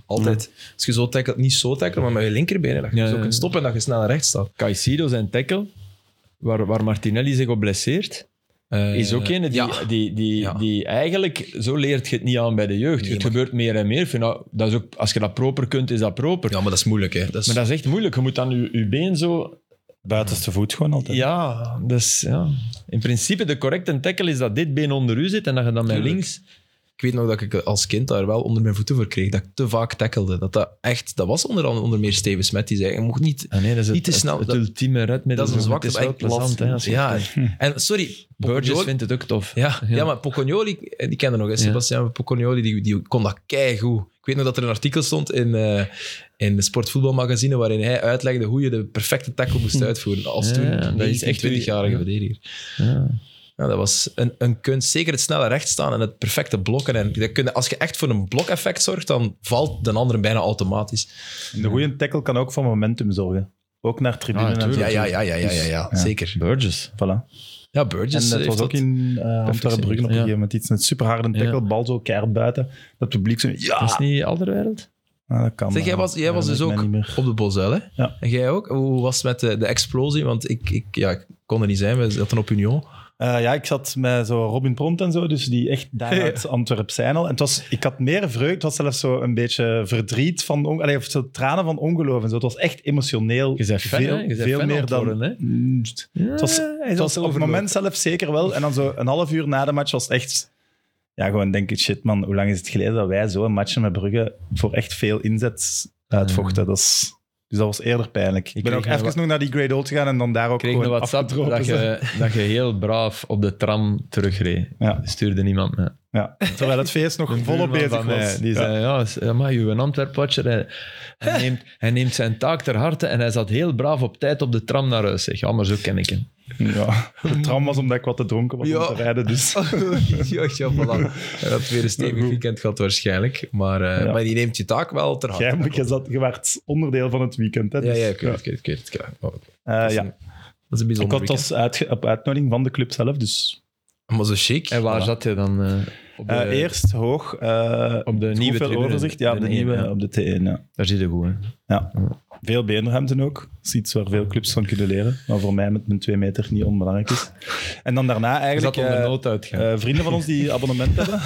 Altijd. Als je zo tackelt, niet zo tackelt, maar met je linkerbeen. Dat je Ja, zo ja, kunt ja. stoppen en dat je snel rechts staat. Caicedo zijn tackle, waar, waar Martinelli zich op blesseert, Uh, is ook een die, ja. die, die, Ja. die eigenlijk... Zo leert je het niet aan bij de jeugd. Nee, het maar- gebeurt meer en meer. Ik vind dat, dat is ook, als je dat proper kunt, is dat proper. Ja, maar dat is moeilijk, hè. Dat is... Maar dat is echt moeilijk. Je moet dan je, je been zo... Buitenste voet gewoon altijd. Ja, dus ja. In principe, de correcte tackle is dat dit been onder u zit en dat je dan met Tuurlijk. links... Ik weet nog dat ik als kind daar wel onder mijn voeten voor kreeg. Dat ik te vaak tackelde. Dat, dat, echt, dat was onder, andere- onder meer Steven Smet. Die zei, je mocht niet... Ah, nee, dat is Niet het, te snel. het, het Dat- ultieme redmiddel. Dat is een zwakte. Het is wel Ik- plezant, hè. als je- Ja, en sorry... Burgess Pocognoli- vindt het ook tof. Ja, ja. maar Pocognoli, eh, die kende nog, hè, Sebastian Pocognoli, die, die kon dat keigoed. Ik weet nog dat er een artikel stond in, uh, in de Sportvoetbalmagazine waarin hij uitlegde hoe je de perfecte tackle moest uitvoeren. Als Ja, toen dat is echt twintigjarige ja. verdediger. Ja. Ja, dat was een, een kunst. Zeker het snelle rechtstaan en het perfecte blokken. En dat kun je, als je echt voor een blokeffect zorgt, dan valt de andere bijna automatisch. De goede tackle kan ook voor momentum zorgen. Ook naar tribune Ah, en zo. tuurlijk. Ja, ja, ja, ja, ja, ja, ja, Ja. zeker. Burgess. Voilà. Ja, Burgess En het heeft was ook dat- in uh, Antwerpen Bruggen op een Ja. gegeven moment iets. Een superharde tackle, Ja. bal zo keihard buiten. Dat publiek zo... Ja! Dat is niet Alderweireld? Ah, dat kan. Zeg, jij was, jij Ja, was dat dus weet ook ik mij niet meer. op de Bosuil, hè? Ja. En jij ook? Hoe was het met de, de explosie? Want ik, ik, ja, ik kon er niet zijn, we zaten op Union. Uh, ja, ik zat met zo Robin Pront en zo, dus die echt daar uit Antwerpen zijn al. En het was, ik had meer vreugd, het was zelfs zo een beetje verdriet van, on- allee, of zo tranen van ongeloof en zo. Het was echt emotioneel. Je bent fan, veel, hè? Je bent veel fan meer aan dan... het worden, hè? Mm, het was, het was op het moment zelf zeker wel. En dan zo een half uur na de match was het echt... Ja, gewoon denk ik, shit man, hoe lang is het geleden dat wij zo'n matchen met Brugge voor echt veel inzet uitvochten. Dat is... Dus dat was eerder pijnlijk. Ik, Ik ben ook kreeg even een wa- nog naar die Grade Old gegaan en dan daar ook Ik kreeg gewoon een WhatsApp afgetropen dat zijn. je, dat je heel braaf op de tram terugreed. Ja. Stuurde niemand mee. Ja. Terwijl het feest nog Een volop buurman bezig van mij, was. die Ja. zei, ja, s- ja, maar je een Antwerp-watcher. Hij, hij, neemt, hij neemt zijn taak ter harte en hij zat heel braaf op tijd op de tram naar huis. Zeg. Ja, maar zo ken ik hem. Ja, de tram was omdat ik wat te dronken was Ja. om te rijden. Dus. ja, ja, voilà. Hij had weer een stevig weekend gehad waarschijnlijk. Maar, uh, Ja. maar die neemt je taak wel ter harte. Jij, je, zat, je werd onderdeel van het weekend. Hè, Ja, dus, ja, ik weet het, ik weet het, ik weet het, ik weet het. Ja. Uh, Dat is ja. een- Dat is een Ik bijzonder had weekend. als uitge- op uitnodiging van de club zelf. Dus Maar zo chic. En waar Voilà. zat je dan? uh, op de, uh, eerst hoog. Uh, op de nieuwe hoeveel tribune. overzicht? Ja, De de nieuwe, nieuwe ja. op de T één. Ja. Daar zit je goed, hè? Ja. Veel beenruimte ook. Dat is iets waar veel clubs van kunnen leren. Maar voor mij met mijn twee meter niet onbelangrijk is. En dan daarna Je eigenlijk... zat onder uh, nood uitgaan. Uh, vrienden van ons die abonnement hebben.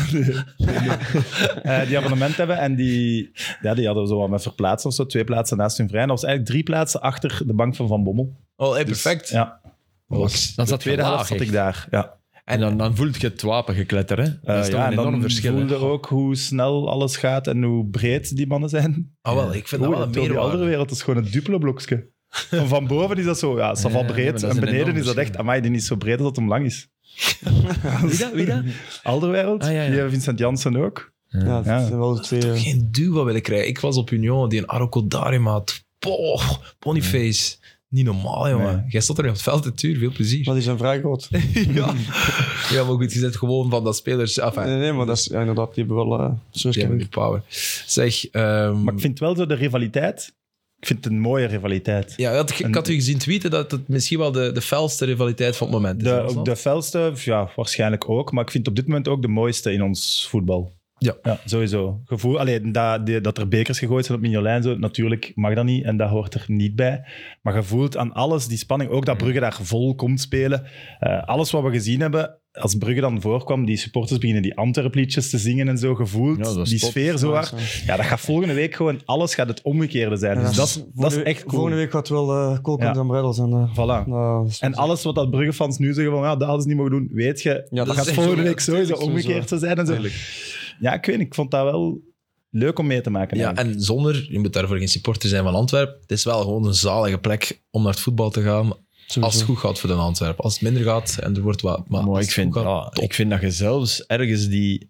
uh, die abonnement hebben en die, ja, die hadden zo wat met verplaatsen of zo. Twee plaatsen naast hun vrij. En dat was eigenlijk drie plaatsen achter de bank van Van Bommel. Oh, hey, Dus, perfect. ja, Dat was- Dan de zat je tweede helft laag, zat ik echt. daar. Ja. En dan, dan voelt je het wapengekletter, hè? Dat Uh, is toch ja, een en enorm dan verschil. hè? voelde ook hoe snel alles gaat en hoe breed die mannen zijn. Ah, wel, ik vind dat Oeh, wel een de andere meerwaarde. wereld is gewoon een dubbele blokje. Van, van boven is dat zo, ja, ça va Ja, breed. maar dat is En een beneden enorm is dat echt, verschil. amai, die is zo breed dat het hem lang is. Wie dat? Wie dat? Alderweireld, Ah, ja, ja. die hebben Vincent Janssen ook. Ja, dat Ja. zijn wel de twee... eh, Geen duw wat willen krijgen. Ik was op Union, die een Arauco Darim had. Poh, Boniface. Niet normaal, jongen. Nee. Jij stond er op het veld, natuurlijk. Veel plezier. Maar die zijn vrij groot. ja. ja, maar goed, je zet gewoon van dat spelers... Enfin, Nee, nee, maar dat is ja, inderdaad, die hebben wel uh, die hebben die power. Zeg, ehm, Maar ik vind wel zo de rivaliteit, ik vind het een mooie rivaliteit. ja, ik had, ik had u gezien tweeten dat het misschien wel de, de felste rivaliteit van het moment is. De, Was dat? ook de felste, ja, waarschijnlijk ook. Maar ik vind op dit moment ook de mooiste in ons voetbal. Ja. Ja, sowieso. Gevoel, allee, dat, die- dat er bekers gegooid zijn op Mignolet en zo, natuurlijk mag dat niet en dat hoort er niet bij. Maar je voelt aan alles die spanning, ook dat Brugge daar vol komt spelen. Uh, alles wat we gezien hebben, als Brugge dan voorkwam, die supporters beginnen die Antwerp-liedjes te zingen en zo, gevoeld, Ja, dat is die top. sfeer zo hard. Ja, dat gaat volgende week gewoon, alles gaat het omgekeerde zijn. Dus dat, is- dat is echt cool. Volgende week gaat wel uh, Kolkens Ja. en Breddels. En, uh, Voilà. nou, dat is En alles wat dat Brugge-fans nu zeggen van ja, dat hadden ze niet mogen doen, weet je, Ja, dat, dat gaat is volgende echt week zo, sowieso sowieso. omgekeerd zo zijn. En zo. Ja, ik weet niet, ik vond dat wel leuk om mee te maken. Ja, eigenlijk. en zonder, je moet daarvoor geen supporter zijn van Antwerpen, het is wel gewoon een zalige plek om naar het voetbal te gaan. Als het goed gaat voor de Antwerpen. Als het minder gaat en er wordt wat... Maar Maar als ik het vind, goed gaat, ja, top. ik vind dat je zelfs ergens die,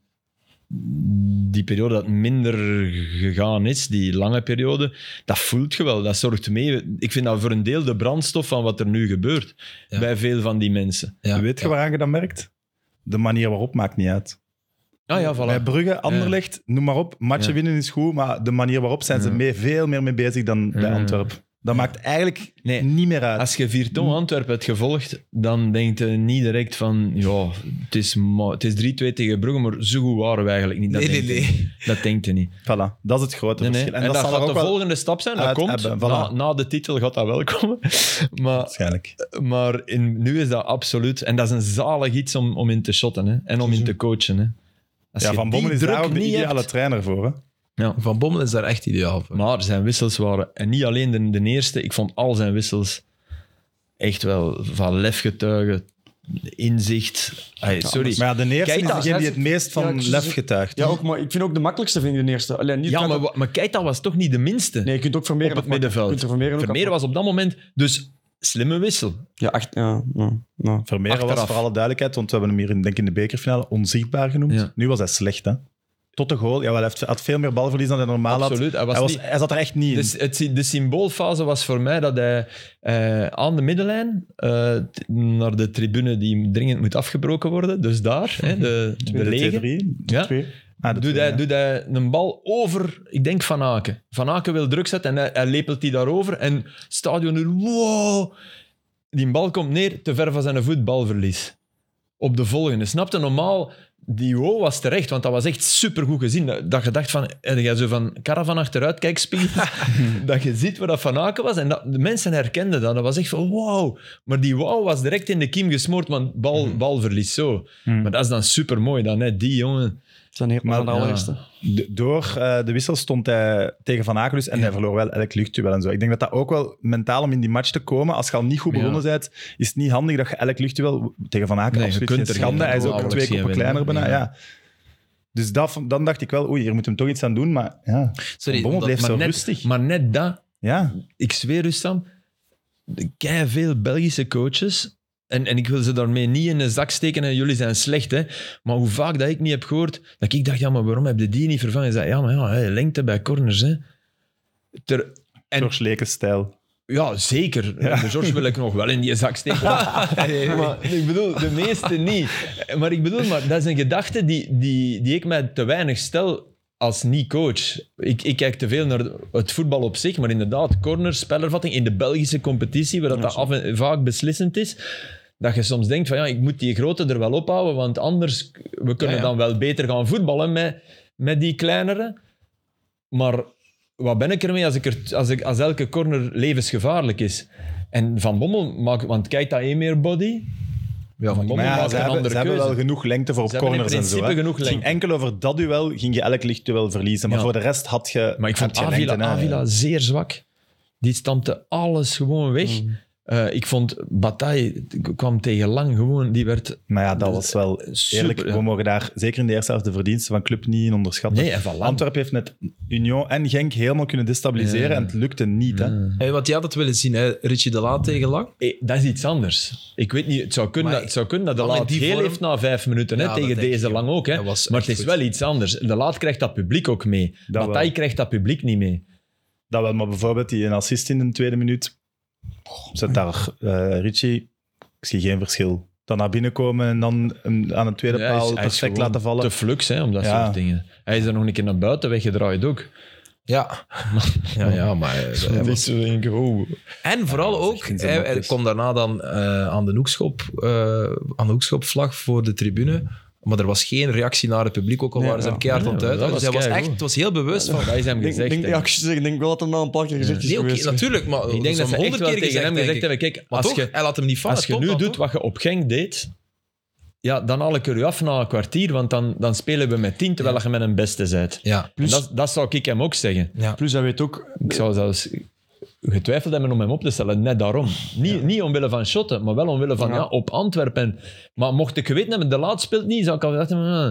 die periode dat minder gegaan is, die lange periode, dat voelt je wel. Dat zorgt mee. Ik vind dat voor een deel de brandstof van wat er nu gebeurt Ja. bij veel van die mensen. Ja, Weet je ja. waaraan je dat merkt? De manier waarop maakt niet uit. Ah ja, Bij voilà. Brugge, Anderlecht, noem maar op. Matchen Ja. winnen is goed, maar de manier waarop zijn ze Ja. mee, veel meer mee bezig dan bij Ja. Antwerpen. Dat maakt eigenlijk Nee. niet meer uit. Als je Virton Antwerpen hebt gevolgd, dan denk je niet direct van, ja, het is, ma- het is drie twee tegen Brugge, maar zo goed waren we eigenlijk niet. Dat Nee, denkt nee, je nee. niet. Dat denkt je niet. Voilà, dat is het grote Nee, nee. verschil. En, dat, zal gaat er de ook wel volgende stap zijn, dat uit komt. hebben, Na, voilà. na de titel gaat dat wel komen. Maar, waarschijnlijk. maar in, nu is dat absoluut... En dat is een zalig iets om, om in te shotten hè, en om in te coachen. Hè. Als Ja, je Van die Bommel is druk daar ook de niet ideale hebt- trainer voor. Hè? Ja. Van Bommel is daar echt ideaal voor. Maar zijn wissels waren... En niet alleen de, de eerste, ik vond al zijn wissels echt wel van lef getuigen, inzicht. Ay, sorry. Maar ja, de eerste Kijk, is dat- degene die het meest van Ja, ik- lef getuigt. Ja, ook, maar ik vind ook de makkelijkste vind ik de eerste. Alleen niet Ja, het maar, gaat- wa- maar Keita was toch niet de minste Nee, je kunt ook Vermeeren op het afpakken. Je middenveld. kunt er Vermeeren ook Vermeeren was op dat moment dus slimme wissel. Ja, echt. Ja, ja, ja. Vermeeren was Achteraf. voor alle duidelijkheid, want we hebben hem hier in, denk ik, in de bekerfinale onzichtbaar genoemd. Ja. Nu was hij slecht, hè. Tot de goal. Ja, wel, hij heeft- had veel meer balverlies dan hij normaal Absoluut. Hij had. was Hij, was, niet- hij zat er echt niet in. Dus het, sy- de symboolfase was voor mij dat hij eh, aan de middenlijn eh, t- naar de tribune die dringend moet afgebroken worden, dus daar, hè, de, de de lege, twee drie. ja, Twee. Ah, de doet, twee, hij, ja. doet hij een bal over, ik denk Van Aken. Van Aken wil druk zetten en hij, hij lepelt die daarover en het stadion nu, wow, die bal komt neer, te ver van zijn voet, balverlies. Op de volgende. Snapte normaal, die wow was terecht, want dat was echt supergoed gezien. Dat, dat je dacht van, heb jij zo van caravan achteruit kijkspiegels, dat je ziet waar dat Van Aken was. En dat, de mensen herkenden dat. Dat was echt van, wow. Maar die wow was direct in de kiem gesmoord, want bal, balverlies zo. Hmm. Maar dat is dan supermooi dan, hè. Die jongen. Het zijn heel Maar, van de ja. allereerste. De- door uh, de wissel stond hij tegen Van Aken dus, en Ja. hij verloor wel elk luchtduel en zo. Ik denk dat dat ook wel mentaal om in die match te komen, als je al niet goed begonnen Ja. bent, is het niet handig dat je elk luchtduel tegen Van Aken Nee, je absoluut kunt geen er schande. geen Hij is ook nauwelijks twee geen koppen kleiner winnen. bijna. Ja. Ja. Dus dat, dan dacht ik wel, oei, hier moet hem toch iets aan doen. Maar ja, Sorry, Van Bommel dat- bleef Maar zo net, rustig. maar net dat, Ja. ik zweer u Sam, kei veel Belgische coaches, en, en ik wil ze daarmee niet in een zak steken en jullie zijn slecht, hè, maar hoe vaak dat ik niet heb gehoord, dat ik dacht, ja, maar waarom heb je die niet vervangen? Zei, ja, maar ja, hè, lengte bij corners, hè. Ter, en, George Lekens-stijl. ja, zeker. De George wil ik nog wel in die zak steken. Maar ik bedoel, de meeste niet. Maar ik bedoel, maar dat is een gedachte die, die, die ik mij te weinig stel als niet-coach. Ik, ik kijk te veel naar het voetbal op zich, maar inderdaad, corners, spelervatting in de Belgische competitie, waar dat, dat af en, vaak beslissend is, dat je soms denkt van ja, ik moet die grote er wel ophouden, want anders we kunnen Ja, ja. dan wel beter gaan voetballen met, met die kleinere. Maar wat ben ik ermee als, ik er, als, ik, als elke corner levensgevaarlijk is? En Van Bommel maakt, want kijk dat één meer body. Ja, Van Maar Bommel ja, maakt ze een hebben, andere ze hebben keuze. wel genoeg lengte voor op Ze hebben in corners en zo. principe hè. genoeg Het ging lengte. enkel over dat duel, ging je elk lichtduel verliezen. Maar Ja. voor de rest had je Maar ik vond had je Avila, lengte, hè. Avila zeer zwak. Die stampte alles gewoon weg. Mm. Eh, ik vond Bataille kwam tegen Lang gewoon, die werd... Maar ja, dat was wel Super, eerlijk. ja. We mogen daar zeker in de eerste helft de verdiensten van club niet in onderschatten. Nee, en van Lang. Antwerpen heeft net Union en Genk helemaal kunnen destabiliseren Ja. en het lukte niet. Hè. Ja. Hey, wat jij had het willen zien, hè? Richie de Laat tegen Lang. Eh, dat is iets anders. Ik weet niet, het zou kunnen, Maar dat, het zou kunnen dat de dan met Laat die geel vorm- heeft na vijf minuten, hè, Ja, tegen dat denk deze ik, Lang ook. Hè. Dat was Maar het echt is goed. wel iets anders. De Laat krijgt dat publiek ook mee. Dat Bataille wel. krijgt dat publiek niet mee. Dat wel, maar bijvoorbeeld die een assist in de tweede minuut. Zet daar uh, Richie, ik zie geen verschil. Dan naar binnen komen en dan hem aan de tweede Ja, hij is- paal hij is perfect gewoon laten vallen. te flux, hè, om dat Ja. soort dingen. Hij is er nog een keer naar buiten weggedraaid ook. Ja, ja, ja maar... eh, hij Dat was- is zo denk ik, oh. En vooral dat is ook, echt geen zin hij, op, hij dus. kwam daarna dan eh, aan, de hoekschop, eh, aan de hoekschopvlag voor de tribune. Maar er was geen reactie naar het publiek, ook al Nee, waren ze ja. hem keihard Nee, aan het dat uitdagen. was Dus hij was, keigoed. echt, het was heel bewust van... Dat is hem Ik denk, gezegd. denk, hè. ja, ik zou zeggen, ik denk wel dat hem dat een paar keer gezegd is Nee, oké, geweest. natuurlijk, maar Ik denk dat ze echt honderd wel keer tegen hem gezegd, gezegd denk hebben, ik. kijk, Maar als toch, je, hij laat hem niet vallen. als je top nu dan doet toch? wat je op Genk deed, ja, dan haal ik er u af na een kwartier, want dan, dan spelen we met tien, terwijl je met een beste bent. Ja, En dat, dat zou ik hem ook zeggen. ja. Plus, hij weet ook... Ik zou zelfs getwijfeld hebben om hem op te stellen, net daarom. Niet, niet omwille van shotten, maar wel omwille van Ja. ja. op Antwerpen. Maar mocht ik geweten hebben, de laat speelt niet, zou ik al gedacht hebben, ah.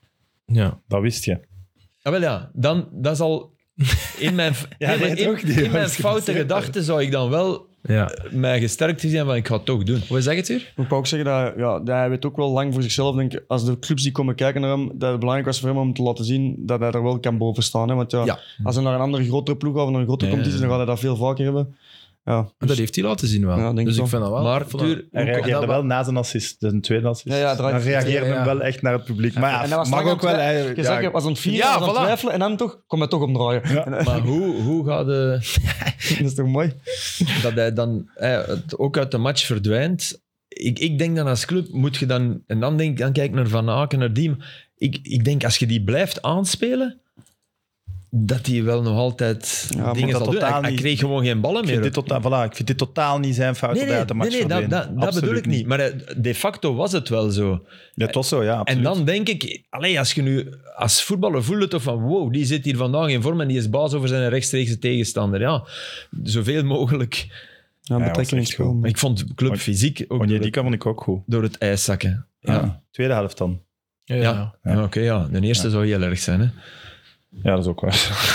ja. Dat wist je. Ah, wel ja, dan, dat is al... In mijn, Ja, in, nee, in, toch, die in mijn was foute gezegd. gedachten zou ik dan wel ja. mij gesterkt zijn van ik ga het toch doen. Hoe zeg je het weer? Ik wou ook zeggen dat, ja, dat hij weet ook wel lang voor zichzelf. Denk, ik, als de clubs die komen kijken naar hem, dat het belangrijk was voor hem om te laten zien dat hij er wel kan boven staan. Hè? Want ja, Ja. als hij naar een andere grotere ploeg gaat of naar een grotere Ja. competitie, dan gaat hij dat veel vaker hebben. Ja, En dat heeft hij laten zien wel. Ja, denk dus ik ik vind dat wel... Maar ik vond dat- tuur, Hij hoe- reageerde dat- wel na zijn assist, dus een tweede assist. Ja, ja, draait- Dan reageerde ja, ja. hem wel echt naar het publiek. Maar ja, en hij was mag lang ook aan wel... het Hij, twi- Je ja, zag, hij was aan het vieren, Ja, was aan het voilà. twijfelen en dan toch, kom hij toch omdraaien. Ja. En, Maar hoe, hoe gaat de, dat is toch mooi? dat hij dan eh, het ook uit de match verdwijnt? Ik, ik denk dan als club moet je dan... En dan, denk, dan kijk ik naar Van Aken, naar die... Ik, ik denk als je die blijft aanspelen, dat hij wel nog altijd Ja, maar dingen dat zal doen. Hij, totaal hij niet- kreeg gewoon geen ballen ik, meer. vind dit totaal, voilà, ik vind dit totaal niet zijn fout nee, dat hij nee, uit de nee, match nee dat, verdween. dat, dat bedoel Absoluut ik niet. Maar eh, de facto was het wel zo. Ja, het was zo, ja, absoluut. En dan denk ik, allee, als je nu als voetballer voelt het toch van wow, die zit hier vandaag in vorm en die is baas over zijn rechtstreekse tegenstander. Ja, zoveel mogelijk. Ja, was betekenis echt goed. gewoon. Maar ik vond club fysiek ook door Onyedika het, vond ik ook goed. door het ijs zakken. Ja, Ja. ja. Tweede helft dan. Ja, ja. ja. Ja. oké, ja. De eerste zou heel erg zijn. Hè. Ja, dat is ook waar.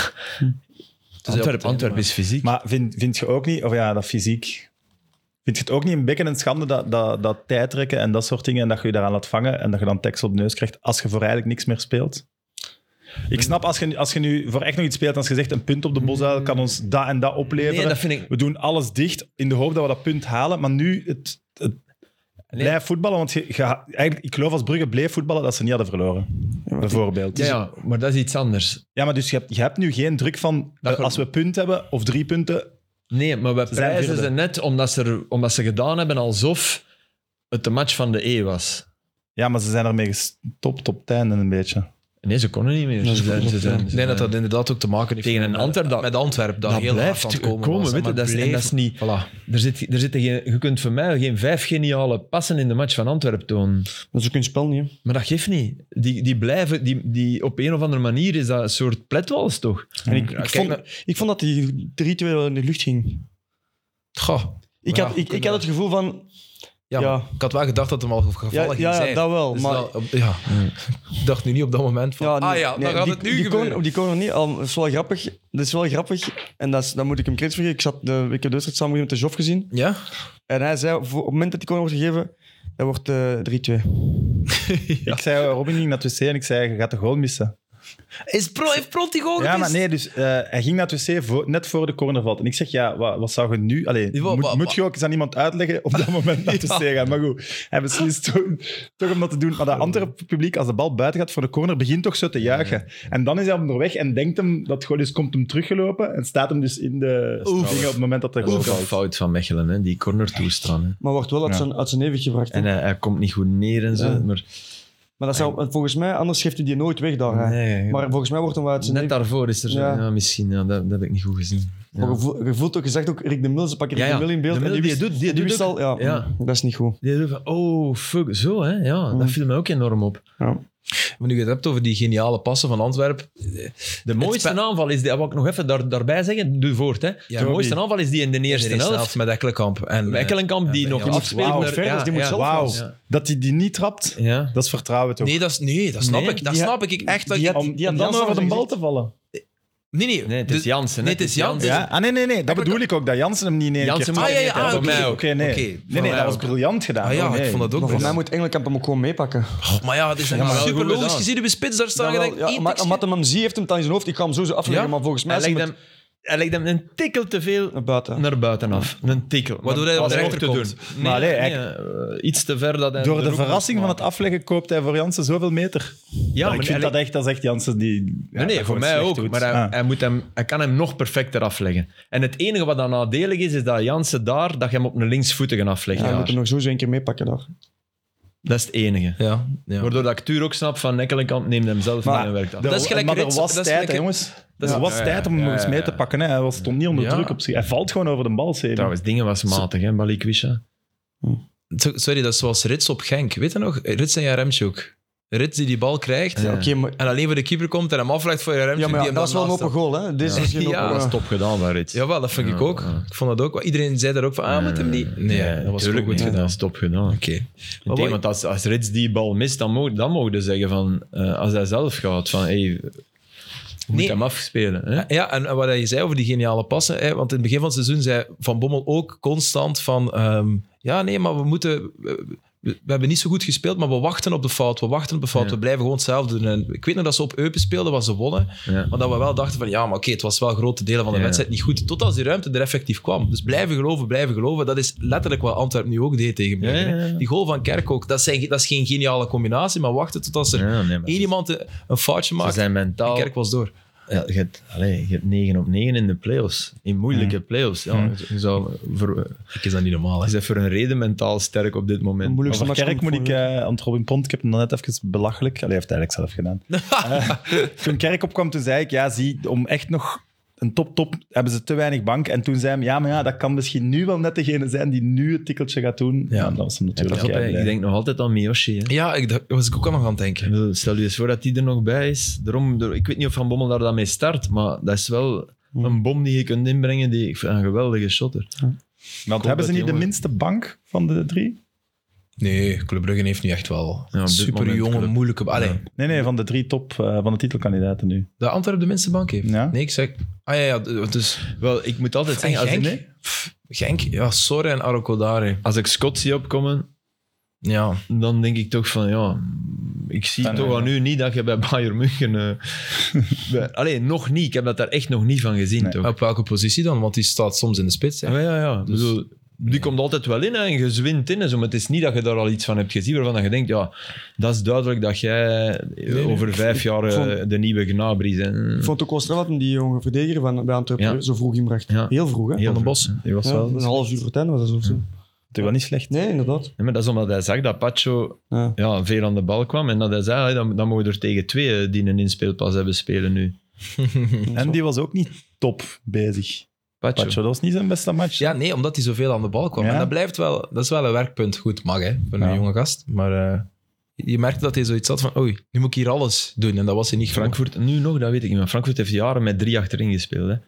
op het Antwerp, einde, Antwerp maar- is fysiek. Maar vind, vind je ook niet, of ja, dat fysiek... Vind je het ook niet een beetje een schande dat, dat, dat tijdrekken en dat soort dingen en dat je je daaraan laat vangen en dat je dan tekst op de neus krijgt als je voor eigenlijk niks meer speelt? Ik snap, als je, als je nu voor echt nog iets speelt, als je zegt een punt op de bosuil kan ons dat en dat opleveren. Nee, dat vind ik... We doen alles dicht in de hoop dat we dat punt halen, maar nu het, het Nee. blijf voetballen, want je, je, eigenlijk, ik geloof als Brugge bleef voetballen dat ze niet hadden verloren. Bijvoorbeeld. Ja, ja, maar dat is iets anders. Ja, maar dus je hebt, je hebt nu geen druk van Dat eh, ge- als we punt hebben of drie punten. Nee, maar we Ze zijn prijzen vierde. ze net omdat ze, er, omdat ze gedaan hebben alsof het de match van de E was. Ja, maar ze zijn ermee gestopt op het einde een beetje. Nee, ze konden niet meer. Ja, Ze ze zijn, konden ze niet. zijn, Ik denk dat dat inderdaad ook te maken heeft Tegen met- een Antwerp dat- met Antwerp, dat, dat heel blijft hard aan het komen, komen, was, weet je, maar dat is- en bleef- dat is niet- Voilà. Er zit, er zitten geen, je kunt voor mij geen vijf geniale passen in de match van Antwerpen tonen. Dat is ook een spel niet, hè. Maar dat geeft niet. Die, die blijven, die, die, op een of andere manier is dat een soort pletwals, toch? En ik, Ja, ik, kijk vond, naar- ik vond dat die drie twee in de lucht ging. Goh. Ik, Ja, had, ik, ik kunnen- had het gevoel van... Ja, Ja. maar ik had wel gedacht dat hem al gevallen Ja, ging ja, ja, zijn. dat wel, Dus maar- dat- ja. Ik dacht nu niet op dat moment van, ah nee, ja, dan nee, gaat die, het nu die gebeuren. Kon, op die corner niet. Al, dat is wel grappig. Dat is wel grappig. En dat is, dan moet ik hem credits vergeven. Ik zat de, ik heb de wedstrijd samen met de Joff gezien. Ja? En hij zei, voor, op het moment dat die corner wordt gegeven, dat wordt eh, drie twee. Ik zei, Robin ging naar het wc en ik zei, je gaat de goal missen. Is Pro, heeft Pront die goal Ja, gemist? maar nee, dus eh, hij ging naar het wc voor, net voor de corner valt. En ik zeg, ja, wat, wat zou je nu... Allee, Ja, wat- moet, wat- moet je ook eens aan iemand uitleggen op dat moment naar het wc gaan. Maar goed, hij beslist toch, toch om dat te doen. Maar dat Antwerp publiek, als de bal buiten gaat voor de corner, begint toch zo te juichen. En dan is hij onderweg en denkt hem dat het goal is, komt hem teruggelopen en staat hem dus in de Oef. dingen op het moment dat de Dat goal is ook een valt. fout van Mechelen, hè? Die corner toestaan. Maar wordt wel uit Ja. zijn, uit zijn evenwicht gebracht. hè. En hij, hij komt niet goed neer en zo. Ja. Maar, Maar dat zou, volgens mij, anders geeft hij die nooit weg daar. hè. nee, Maar volgens mij wordt hem wel uit zijn net evenwicht. daarvoor is er zo... Ja. Ja, misschien. Ja, dat, dat heb ik niet goed gezien. Ja. Maar je voelt, je voelt ook, je zegt ook Rick de Mil, ze pakken Rick Ja, ja. de Mil in beeld. De en Mil, die wist- doet- die doet wist ook- al, ja, ja. dat is niet goed. Die doet van, oh, fuck, zo hè. Ja, Mm. dat viel mij ook enorm op. Ja. Maar nu je het hebt over die geniale passen van Antwerpen. De mooiste spe- aanval is die, dat wil ik nog even daar, daarbij zeggen, doe voort. Hè. de Toby. mooiste aanval is die in de eerste, in de helft. met Ekkelenkamp. En, eh, Ekkelenkamp die en nog Van Jas. afspeelt. Wauw, naar- ver, dus die moet zelf Wauw, Ja. dat hij die niet trapt, Ja. dat is vertrouwen toch? Nee, dat, is, nee, dat snap Nee, ik. Dat die snap ik echt. Dat die ik- had- Om, die om had dan Jansen over de gezegd. bal te vallen. nee, nee. Nee, het is de- Jansen. hè. Nee, het is Jansen. Ja? Ah, nee, nee, nee. Dat bedoel ik ook, dat Jansen hem niet in één Jansen keer moet- Ah, ja, ja, Ah, ah, voor oké. mij ook. Oké, nee. Oké, nee, voor nee, mij dat was ook. briljant gedaan. Ah ja, hoor, nee. ik vond dat ook Maar voor best. mij moet Engelenkamp hem ook gewoon meepakken. Oh, maar ja, het is Ja, maar wel super goed logisch gedaan. gezien. De spits daar staan. Ja, je wel, denkt, ja, één maar- tikje. omdat hem hem zie, heeft hem het aan zijn hoofd. Ik ga hem zo zo afleggen, Ja? maar volgens mij Hij is legt, hem hem, hij legt hem een tikkel te veel naar buiten. naar buiten af. Een tikkel. Waardoor hij op Pas de op rechter te komt. doen. Maar allee, hij- nee, eh, iets te ver dat hij... Door de hoek verrassing moet van het afleggen koopt hij voor Jansen zoveel meter. Ja, Ja, maar ik vind hij- dat echt, dat is echt Jansen die... ja, Nee, nee, dat voor gewoon mij slecht ook. doet. Maar hij, Ah. hij, moet hem, hij kan hem nog perfecter afleggen. En het enige wat dan nadelig is, is dat Jansen daar, dat je hem op een linksvoetige aflegt. Ja, hij daar. moet hem nog sowieso een keer meepakken daar. Dat is het enige. Ja, ja. Waardoor dat ik Tuur ook snap van Ekkelenkamp neemt hem zelf Maar niet en werkt af. Er- Dat is gelijk maar er Rits- was dat is tijd, gelijk- hè, jongens. dat Er is- was ja, ja, tijd om hem ja, nog eens ja, mee ja. te pakken. Hè. Hij was, stond niet onder Ja. druk op zich. Hij valt gewoon over de bal, Seven. Trouwens, dingen was matig, hè, Balikwisha. So- Sorry, dat is zoals Rits op Genk. Weet je nog? Rits en Jaremchuk. Rits die die bal krijgt Ja. Oké, maar, en alleen voor de keeper komt en hem aflegt voor Jaremchuk. ja, maar die ja, hem dat is wel dan een open naast goal. Hè? Deze Ja. is geen Ja. open Dat is goal. top gedaan bij Rits. staat. Jawel, dat vind ik Ja, ook. ja. Ik vond dat ook. Iedereen zei daar ook van, ah, moet hem niet. Nee, dat was tuurlijk goed niet. gedaan. Dat is top gedaan. Oké. Ik Maar denk, wat- want als, als Rits die bal mist, dan mogen dan mogen ze zeggen van, eh, als hij zelf gaat, van hey, je moet Nee. hem afspelen. Hè? Ja, en wat je zei over die geniale passen, hè, want in het begin van het seizoen zei Van Bommel ook constant van, ehm, ja, nee, maar we moeten, we, we, we hebben niet zo goed gespeeld, maar we wachten op de fout. We wachten op de fout. Ja. We blijven gewoon hetzelfde doen. En ik weet nog dat ze op Eupen speelden, wat ze wonnen. Ja. Maar dat we wel dachten van, ja, maar oké, okay, het was wel grote delen van de Ja. wedstrijd niet goed. Tot als die ruimte er effectief kwam. Dus blijven geloven, blijven geloven. Dat is letterlijk wat Antwerpen nu ook deed tegen Brugge. Ja, ja, ja. Die goal van Kerkhoek, dat, zijn, dat is geen geniale combinatie, maar wachten tot als er Ja, nee, maar één ze- iemand een, een foutje Ze maakt zijn en mentaal... Kerk was door. Ja, je hebt, allee, je hebt negen op negen in de play-offs. In moeilijke play-offs. Ja, Ja. je, zou voor, Ik is dat niet normaal, hè. je bent voor een reden mentaal sterk op dit moment. Moeilijkste Over match Kerk moet komt ik, voor- uh, aan Robin Pont, ik heb hem dan net even belachelijk. Allee, hij heeft het eigenlijk zelf gedaan. Eh, toen Kerk opkwam, toen zei ik, ja, zie, om echt nog een top-top hebben ze te weinig bank. En toen zei hij, ja, maar ja, dat kan misschien nu wel net degene zijn die nu het tikkeltje gaat doen. Ja. Ja, dat was hem Ja, natuurlijk. pas op, hè. keiblij. Ik denk nog altijd aan Miyoshi. Hè. Ja, ik, daar was ik ook al nog aan het denken. Ik bedoel, stel je eens voor dat die er nog bij is. Daarom, door- ik weet niet of Van Bommel daar dan mee start, maar dat is wel een bom die je kunt inbrengen. Die, ik vind een geweldige shotter. Want hoop hebben ze dat niet die de jongen- minste bank van de drie? Nee, Club Brugge heeft nu echt wel Ja, op dit super moment jonge, Club. moeilijke... Allee, Ja. Nee, nee, van de drie top uh, van de titelkandidaten nu. de Antwerpen de minste bank heeft. Ja. Nee, ik zeg... Ah ja, ja, dus... Wel, ik moet altijd En zeggen, als Genk? ik, Pff, Genk? Ja, Sorre en Arakodare. als ik Scott zie opkomen, Ja. dan denk ik toch van, ja, ik zie Van, toch ja. aan nu niet dat je bij Bayern München... eh, bij- Allee, nog niet. Ik heb dat daar echt nog niet van gezien, Nee. toch? Op welke positie dan? Want die staat soms in de spits. Hè. Ja, ja, ja. Ik bedoel, die komt altijd wel in hè, en je zwint in. En zo, maar het is niet dat je daar al iets van hebt gezien waarvan je denkt, ja, dat is duidelijk dat jij nee. over vijf jaar eh, vond- de nieuwe Gnabry bent. Ik vond het ook wel straf dat hem die jonge verdediger van, bij Antwerpen Ja. zo vroeg inbracht. Ja. Heel vroeg, hè? Heel Van den vroeg, Bos. hè. Die was Ja, wel, een half uur voor het einde was dat zo. zo. die was niet slecht. Nee, inderdaad. Nee, maar dat is omdat hij zag dat Pacho Ja. ja, veel aan de bal kwam. En dat hij zei, dan, dan mogen we er tegen twee eh, die een inspeelpas hebben spelen nu. En die was ook niet top bezig. Pacho. Pacho, dat was niet zijn beste match. Ja, nee, omdat hij zoveel aan de bal kwam. Ja. En dat blijft wel... Dat is wel een werkpunt. Goed, mag hè, voor een Ja. jonge gast. Maar uh, je merkte dat hij zoiets had van... Oei, nu moet ik hier alles doen. En dat was hij niet genoeg. Frankfurt, nu nog, dat weet ik niet. Maar Frankfurt heeft jaren met drie achterin gespeeld. Hè.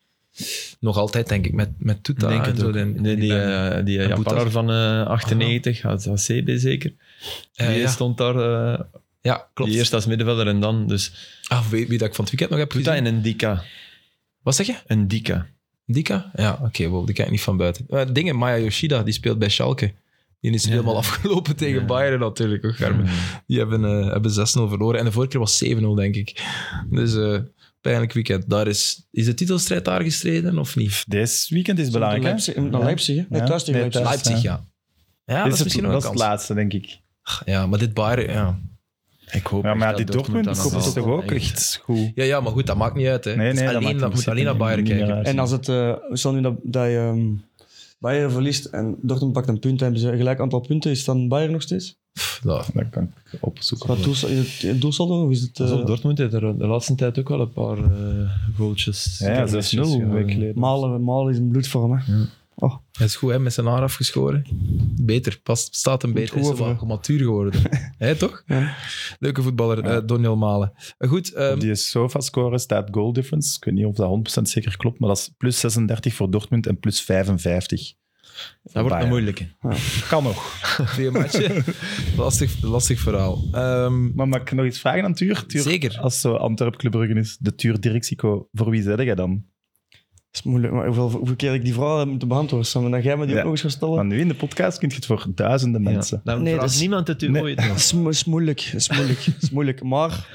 Nog altijd, denk ik, met, met Tuta. Ik denk en het zo. ook. Den- Die, die, Ben- eh, die en Japaner Boetas. van eh, achtennegentig, had had C B zeker. Eh, die ja. stond daar uh, Ja, klopt. eerst als middenvelder en dan. Dus Ah, wie, wie dat ik van het weekend nog heb Tuta gezien. en een Dika. Wat zeg je? Een Dika. Dika? Ja, oké, okay, wow, die kijk ik niet van buiten. Uh, dingen, Maya Yoshida, die speelt bij Schalke. Die is Ja. helemaal afgelopen tegen Ja. Bayern natuurlijk. Ook, Gerben. Die hebben, uh, hebben zes nul verloren. En de vorige keer was zeven nul, denk ik. Dus uh, pijnlijk weekend. Daar is, is de titelstrijd daar gestreden, of niet? Deze weekend is belangrijk, hè? Leipzig, naar Ja. Leipzig, hè? Nee, Ja. thuis tegen Nee, Leipzig. thuis. Leipzig, ja. ja. Ja, Dit dat is misschien nog dat een is het kans. laatste, denk ik. Ja, maar dit Bayern, ja. Ik hoop Ja, echt maar ja, dat die Dortmund dan is nog toch wel- ook echt goed. Ja, ja, maar goed, dat maakt niet uit. Hè. Nee, Het is nee, dat alleen, maakt dat in moet alleen naar principe Bayern niet meer kijken. uit. En als het... Uh, stel nu dat, dat je um, Bayern verliest en Dortmund pakt een punt, hebben ze gelijk aantal punten, is dan Bayern nog steeds? Pff, nou, Dat kan ik opzoeken. Wat doelsal, is het het doelsaldo of is het... Pas op, Uh, Dortmund heeft er de laatste tijd ook wel een paar uh, goaltjes. Ja, ja, zes nul een week geleden. Malen, Malen is een bloedvorm, hè? Oh, hij is goed, hè, met zijn haar afgeschoren. Beter, past, staat hem beter. Hij is goed over, wel matuur geworden. Hè, toch? ja. Leuke voetballer, Ja. uh, Doniel Malen. Uh, goed, um, Op die SOFA-score staat goal difference. Ik weet niet of dat honderd procent zeker klopt, maar dat is plus zesendertig voor Dortmund en plus vijfenvijftig. Dat wordt een moeilijke. Kan nog. twee matchen. lastig, lastig verhaal. Um, Maar mag ik nog iets vragen aan Tuur? Tuur, Zeker. Als zo Antwerp Club Brugge is, de Tuur Directico, voor wie zeg jij dan? Dat is moeilijk, maar hoeveel, hoeveel keer ik die vraag heb moeten beantwoorden, Sam, en dat jij me die Ja. ook nog eens gaat stellen? Maar nu in de podcast kun je het voor duizenden mensen. Dan Nee, vraagt dat is- niemand het u Nee. ooit. Dat is, mo- is moeilijk, dat is moeilijk, dat is moeilijk. Maar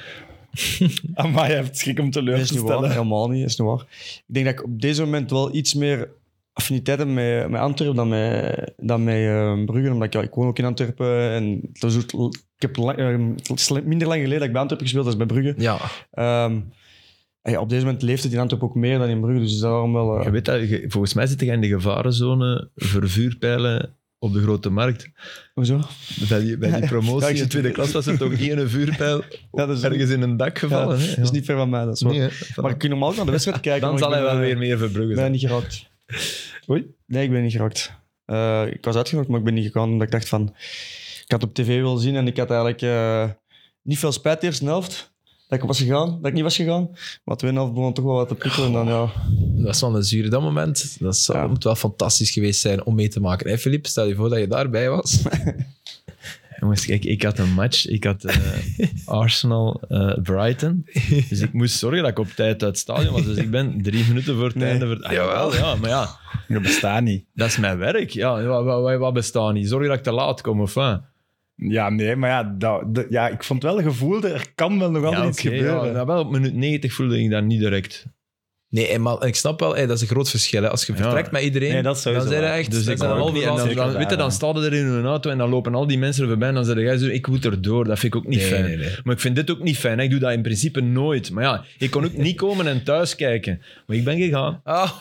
Maar je hebt schrik om te dat is niet waar, stellen. helemaal niet, dat is niet waar. Ik denk dat ik op deze moment wel iets meer affiniteit heb met, met Antwerpen dan met, dan met uh, Brugge, omdat ik, ja, ik woon ook in Antwerpen en het was ook- ik heb lang, uh, het is minder lang geleden dat ik bij Antwerpen gespeeld als bij Brugge. ja, Ehm, en ja, op deze moment leeft het in Antwerpen ook meer dan in Brugge, dus daarom wel... uh, Je weet dat, je- volgens mij zit je in de gevarenzone voor vuurpijlen op de grote markt. hoezo? Bij die, bij die Ja, promotie ik in de zit- tweede klas was er toch één vuurpijl Ja, dat is, ergens in een dak gevallen. ja, hè? dat is niet ver van mij, dat is waar. Nee, hè. Maar ik kan normaal naar de wedstrijd kijken. Dan maar zal ik hij ben, wel eh, weer meer verbruggen Ik ben zijn. niet geraakt. Oei. Nee, ik ben niet geraakt. Uh, ik was uitgenodigd, maar ik ben niet gegaan. Omdat ik dacht van... Ik had op tv willen zien en ik had eigenlijk uh, niet veel spijt de eerste helft. Dat ik was gegaan, dat ik niet was gegaan. Maar de tweede helft begon toch wel wat te prikkelen. En dan, ja... dat is wel een zure. Dat moment, dat zou, Ja. moet wel fantastisch geweest zijn om mee te maken. Hé, Filip, stel je voor dat je daarbij was. Jongens, kijk, ik had een match. Ik had uh, Arsenal-Brighton. Uh, dus ik moest zorgen dat ik op tijd uit het stadion was. Dus ik ben drie minuten voor het Nee. einde... Ver... Ah, jawel, ja, maar ja. Dat bestaat niet. Dat is mijn werk. Ja, wat, wat, wat bestaat niet? Zorg dat ik te laat kom, of wat? Ja, nee, maar ja, dat, dat- ja, ik vond wel het gevoel, er kan wel nog altijd Ja, iets oké, gebeuren. ja, nou, wel op minuut negentig voelde ik dat niet direct. Nee, en maar ik snap wel, hey, dat is een groot verschil. Hè. Als je Ja. vertrekt met iedereen, Nee, dat is sowieso dan zijn er waar. echt... Dus dan ik zijn er ook al niet. En dan, zeker dan, daar, weet je, dan ja. staan er in hun auto en dan lopen al die mensen er voorbij en dan zeg jij zo, ik moet erdoor. Dat vind ik ook niet Nee, fijn. nee, nee. Maar ik vind dit ook niet fijn. Hè. Ik doe dat in principe nooit. Maar ja, ik kon ook niet komen en thuis kijken. Maar ik ben gegaan. Ah,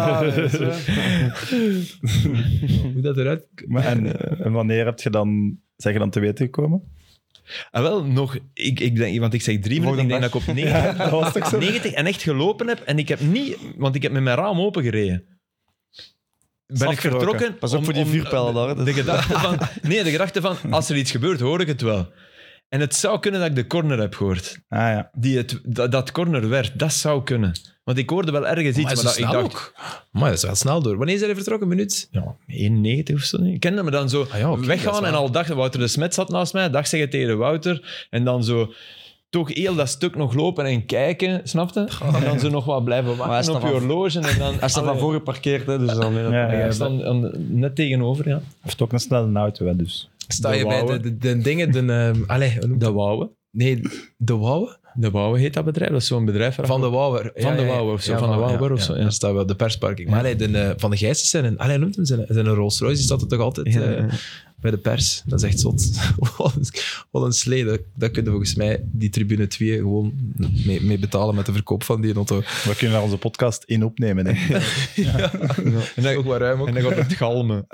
hoe dat eruit... Maar en, en wanneer heb je dan, zeg je dan te weten gekomen? En wel, nog, ik, ik denk, want ik zeg drie minuten, ik denk dat ik op negentig, Dat was toch zo? negentig en echt gelopen heb. En ik heb niet, want ik heb met mijn raam open gereden. Ben ik afgeroken. vertrokken. Pas op voor die vuurpijlen daar, hè. Dat- De gedachte van, nee, de gedachte van, als er iets gebeurt, hoor ik het wel. En het zou kunnen dat ik de corner heb gehoord. Ah ja. Die het, dat, dat corner werd, dat zou kunnen. Want ik hoorde wel ergens iets, Maar maar, is dat, zo ik snel dacht... ook. Maar dat is wel snel door. Wanneer zijn je vertrokken? Een minuut? Ja, eenennegentig of zo. Ik kende me dan zo Ah ja, oké, dat is weggaan waar. en al dacht, Wouter de Smet zat naast mij, dag zeggen tegen Wouter. En dan zo toch heel dat stuk nog lopen en kijken, snapte? En dan zo nog wat blijven hij wachten staat op je van- horloge. En dan, Hij staat van Allee, voor geparkeerd, hè, dus dan... Ja, ja, ja, ik sta aan- net tegenover, ja. heeft ook een snelle auto, hè, dus. Sta De je bij Wouwe. de, de, de dingen... De, um, allez, hoe noemt De dat? Wouwe. Nee, de Wouwe? De Wouwe heet dat bedrijf. Dat is zo'n bedrijf. waar- Van de Wouwer. Van de Wouwe of zo, van de Wouwer of zo, ja. Daar staat wel de persparking. Maar allee, de, uh, Van de Gijsens zijn een... Allee, noemt hem zijn, zijn een Rolls Royce. Die staat er toch altijd Ja, uh, ja. bij de pers. Dat is echt zot. Wat een- Wat een slee. Dat, dat kun je volgens mij die tribune twee gewoon mee, mee betalen met de verkoop van die auto. We kunnen daar onze podcast in opnemen, denk ik. En dat ook wel ruim ook. En dan gaat het galmen.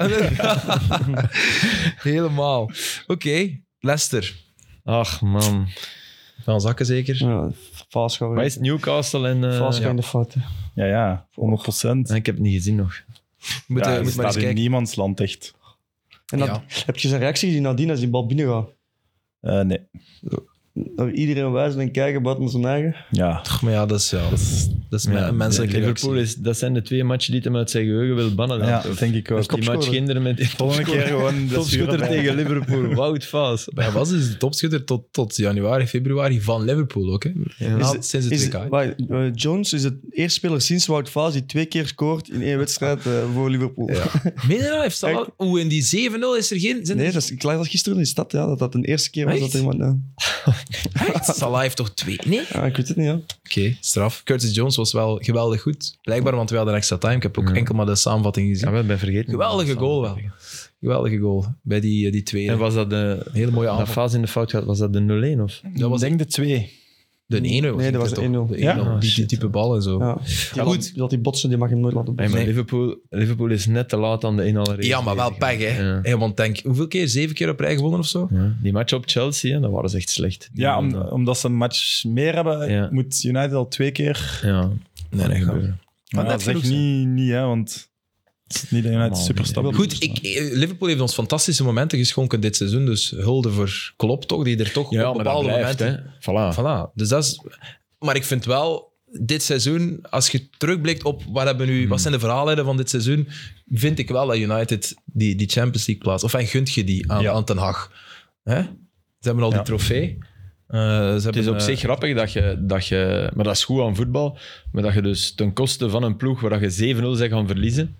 Helemaal. Oké, okay. Leicester. Ach, man. Van zakken zeker? Ja, Vaasschouw. Wat is het? Newcastle en... Uh, Vaasschouw ja. in de fout, hè. Ja, ja, honderd procent. Ik heb het niet gezien nog. Moet, Ja, uh, je moet maar eens staat in kijken. niemands land, echt. En dat, Ja. heb je zijn reactie gezien nadien als die bal binnen gaat? Uh, nee. Naar iedereen wijzen en kijken buiten zijn eigen. Ja. Ach, maar ja, dat is, ja, dat is, dat is Ja, een menselijke Liverpool reactie. is, dat zijn de twee matchen die hij uit zijn geheugen wil bannen. dan Ja, toch? denk ik ook. Dus die match kinderen met Volgende keer gewoon de topschutter zuur tegen Liverpool. Wout Vaas. Hij was dus de topschutter tot, tot januari, februari van Liverpool ook. Hè. Ja. Na- Is het- sinds het Is, W K. wacht, eh, Jones is de eerste speler sinds Wout Vaas die twee keer scoort in één wedstrijd eh, voor Liverpool. Ja. Meen je dat? Heeft Salah... Oeh, in die zeven nul is er geen... Zijn Nee, er... dat is, ik las dat gisteren in de stad, ja, dat dat de eerste keer was Echt? dat iemand... Ja. Echt? Salah heeft toch twee? Nee? Oké, Ja, ik weet het niet, ja. straf. Curtis Jones was wel geweldig goed. Blijkbaar, want we hadden extra time. Ik heb ook Ja. enkel maar de samenvatting gezien. Ja, we hebben vergeten. Geweldige goal wel. Geweldige goal. Bij die, eh, die tweede. En was dat de... Hele mooie Dat aanval. Vaas in de fout gaat, was dat de nul één of? Dat was denk de twee. de ene. Nee, dat was de toch? één nul. De Ja? één nul. Ah, die, die shit. type bal en zo. ja. Die, goed. Dat, dat die botsen, die mag je hem nooit laten Hey, botsen. maar Nee. Liverpool, Liverpool is net te laat aan de inhaalrace. Ja, maar wel bezig, pech, hè. Ja. Hey, want denk, hoeveel keer? Zeven keer op rij gewonnen of zo? Ja. Die match op Chelsea, hè, dat waren ze echt slecht. Die Ja, om, hadden- omdat ze een match meer hebben, Ja. moet United al twee keer. Ja, Nee, nee, gebeuren. Kan Maar net zeg genoeg niet, niet, hè, want het is niet dat United Allemaal super niet, stabiel Goed, is. ik, eh, Liverpool heeft ons fantastische momenten geschonken dit seizoen. Dus hulde voor Klopp toch, die er toch Ja, op maar dat bepaalde blijft, momenten... hè. Voilà. Voilà. Dus dat is... Maar ik vind wel, dit seizoen, als je terugblikt op wat, hebben nu, wat zijn de verhaallijnen van dit seizoen, vind ik wel dat United die, die Champions League plaats, of en gunt je die aan, Ja. aan Ten Hag. Hè? Ze hebben al Ja. die trofee. Uh, ze Het is hebben, op eh, zich grappig dat je, dat je... Maar dat is goed aan voetbal. Maar dat je dus ten koste van een ploeg waar je zeven nul bent gaan verliezen...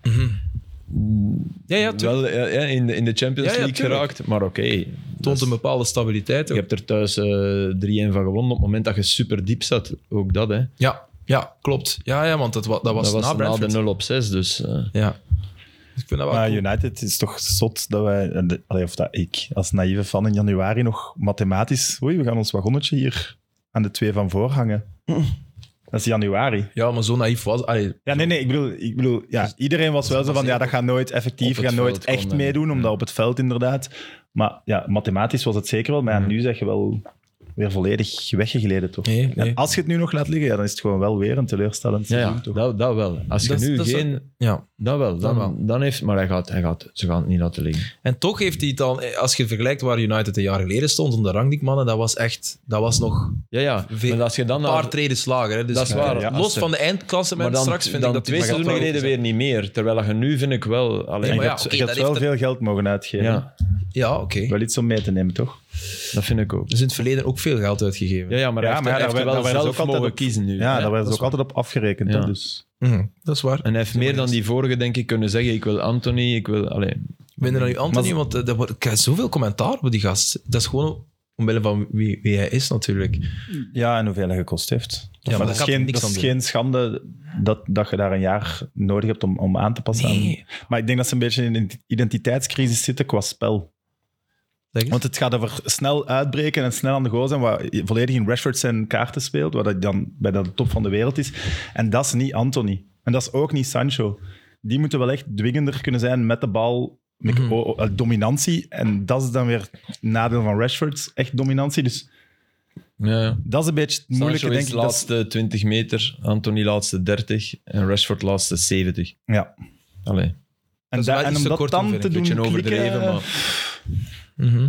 Ja, ja, tuurlijk. wel ja, ja, in, de, in de Champions Ja, ja, League tuurlijk. geraakt. Maar oké. dat toont is- een bepaalde stabiliteit. Je ook. hebt er thuis eh drie-een van gewonnen op het moment dat je super diep zat. Ook dat, hè. Ja, ja, klopt. Ja, ja, want dat, wa- dat was, dat was na na, Brentford. de nul op zes, dus... eh, Ja. Dus ik vind dat wel Maar cool. United is toch zot dat wij, en de- allee, of dat ik als naïeve fan in januari nog mathematisch, oei, we gaan ons wagonnetje hier aan de twee van voor hangen. Dat is januari. Ja, maar zo naïef was... Allee, Ja, nee, nee, ik bedoel, ik bedoel ja, iedereen was wel zo van, ja, dat gaat nooit effectief, Op het gaat nooit veld echt konden. meedoen, omdat Ja. op het veld inderdaad. Maar ja, mathematisch was het zeker wel, maar ja, Ja. nu zeg je wel weer volledig weggegleden, toch? nee, nee. En als je het nu nog laat liggen, ja, dan is het gewoon wel weer een teleurstellend ja, seizoen, ja toch? dat, dat wel. Als je Dat is- nu dat is geen... wel- Ja. Dat wel. Dan, Dat wel. dan heeft... Maar hij gaat, hij gaat, ze gaan het niet laten liggen. En toch heeft hij het al... Als je vergelijkt waar United een jaar geleden stond, onder Rangnick-mannen, dat was echt... Dat was nog Ja, ja. Ve- Maar als je dan... een naar- paar treden slager. Hè. Dus Dat is waar. Ja, los als ze- van de eindklassement maar dan, straks vind dan ik dat twee die- seizoenen geleden weer niet meer. Terwijl je nu, vind ik wel... Allee, Nee, En maar je ja, hebt, oké, je hebt dat wel heeft er- veel geld mogen uitgeven. ja. Ja, oké. Okay. Wel iets om mee te nemen, toch? Dat vind ik ook. Dus in het verleden ook veel geld uitgegeven. Ja, ja maar hij Ja, heeft, maar hij ja, heeft daar er wel werden ze zelf ook altijd mogen op- kiezen nu. Ja, hè. daar werden dat ze ook is altijd op afgerekend. Ja. Hè, dus. Mm, dat is waar. En hij heeft meer dan die vorige, denk ik, kunnen zeggen. Ik wil Anthony, ik wil... Allee, Minder dan nu Anthony, Maar- want uh, er wordt, ik krijg zoveel commentaar op die gast. Dat is gewoon omwille van wie, wie hij is, natuurlijk. Ja, en hoeveel hij gekost heeft. Ja, maar maar daar dat kan is, geen, niks dat is aan doen. geen schande dat, dat je daar een jaar nodig hebt om, om aan te passen. Nee. Aan. Maar ik denk dat ze een beetje in een identiteitscrisis zitten qua spel. Zeg eens. Want het gaat over snel uitbreken en snel aan de go zijn, waar volledig in Rashford zijn kaarten speelt, waar dat dan bij de top van de wereld is. En dat is niet Anthony. En dat is ook niet Sancho. Die moeten wel echt dwingender kunnen zijn met de bal, met Mhm. o- o- dominantie. En dat is dan weer het nadeel van Rashford, echt dominantie. Dus ja, ja. dat is een beetje het moeilijke, Sancho denk is ik. de Dat is- laatste twintig meter, Anthony laatste dertig en Rashford laatste zeventig. ja. Allee, En, is da- wel en iets om te dat kort, dan vind ik. te een doen beetje overdreven, klikken, maar... Mhm.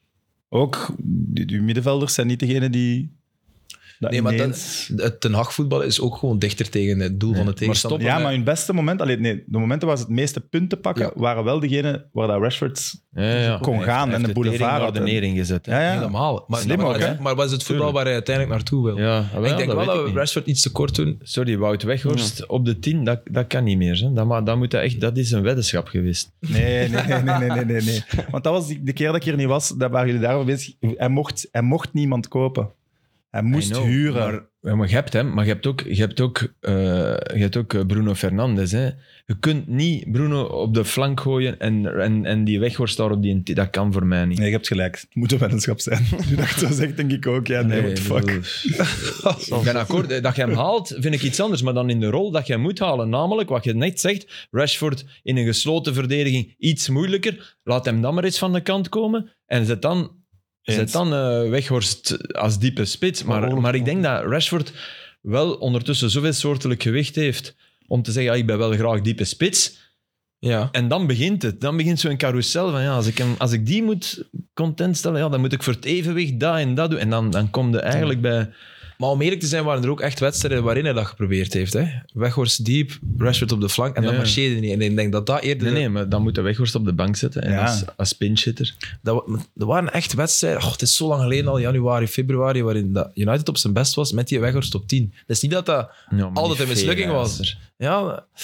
Ook, die, die middenvelders zijn niet degene die... Dat Nee, maar ineens- dat, het Ten Hag voetbal is ook gewoon dichter tegen het doel van de tegenstander. Ja, maar hun beste moment... Allee, nee, de momenten waar ze het meeste punten pakken, Ja. waren wel degene waar dat Rashford... Ja, ja. kon Hij gaan heeft en de boulevard tering naar had, de hè. neer ingezet. hè. Ja, ja. Helemaal. Maar, Slim maar, ook, hè? maar wat is het voetbal Tuurlijk. waar hij uiteindelijk naartoe wil? Ja, En ik denk wel dat we we Rashford iets te kort doen. Sorry, Wout Weghorst op de tien, dat, dat kan niet meer. Hè. Dat, ma- dat, moet hij echt, dat is een weddenschap geweest. Nee, nee, nee, nee, nee, nee, nee. Want dat was die- de keer dat ik hier niet was, dat waren jullie daarover bezig. Hij mocht, hij mocht niemand kopen. Hij moest I know, huren. Maar, ja, maar je hebt hem, maar je hebt ook, je hebt ook, eh, je hebt ook eh, Bruno Fernandes. Hè. Je kunt niet Bruno op de flank gooien en, en, en die Weghorst daar op die... Dat kan voor mij niet. Nee, je hebt gelijk. Het moet een weddenschap zijn. Nu dat je het zo zegt, denk ik ook. Ja, nee, what the fuck. bedoel, ik ben akkoord. Dat je hem haalt, vind ik iets anders. Maar dan in de rol dat je moet halen. Namelijk, wat je net zegt, Rashford in een gesloten verdediging iets moeilijker. Laat hem dan maar eens van de kant komen. En zet dan, zet dan uh, Weghorst als diepe spits. Maar, maar ik denk dat Rashford wel ondertussen zoveel soortelijk gewicht heeft om te zeggen, ja, ik ben wel graag diepe spits. Ja. En dan begint het. Dan begint zo'n carousel van, ja, als ik, hem, als ik die moet content stellen, ja, dan moet ik voor het evenwicht dat en dat doen. En dan, dan kom je eigenlijk bij... Maar om eerlijk te zijn, waren er ook echt wedstrijden waarin hij dat geprobeerd heeft. Hè? Weghorst diep, Rashford op de flank en Ja, dat ja. marcheerde niet. En ik denk dat dat eerder... Nee, nee, maar dan moet de Weghorst op de bank zetten en Ja. als, als pinchhitter. Dat, wa- er waren echt wedstrijden, oh, het is zo lang geleden al, januari, februari, waarin dat United op zijn best was met die Weghorst op tien. Het is niet dat dat Ja, maar altijd niet een mislukking veel, was. luister. Ja,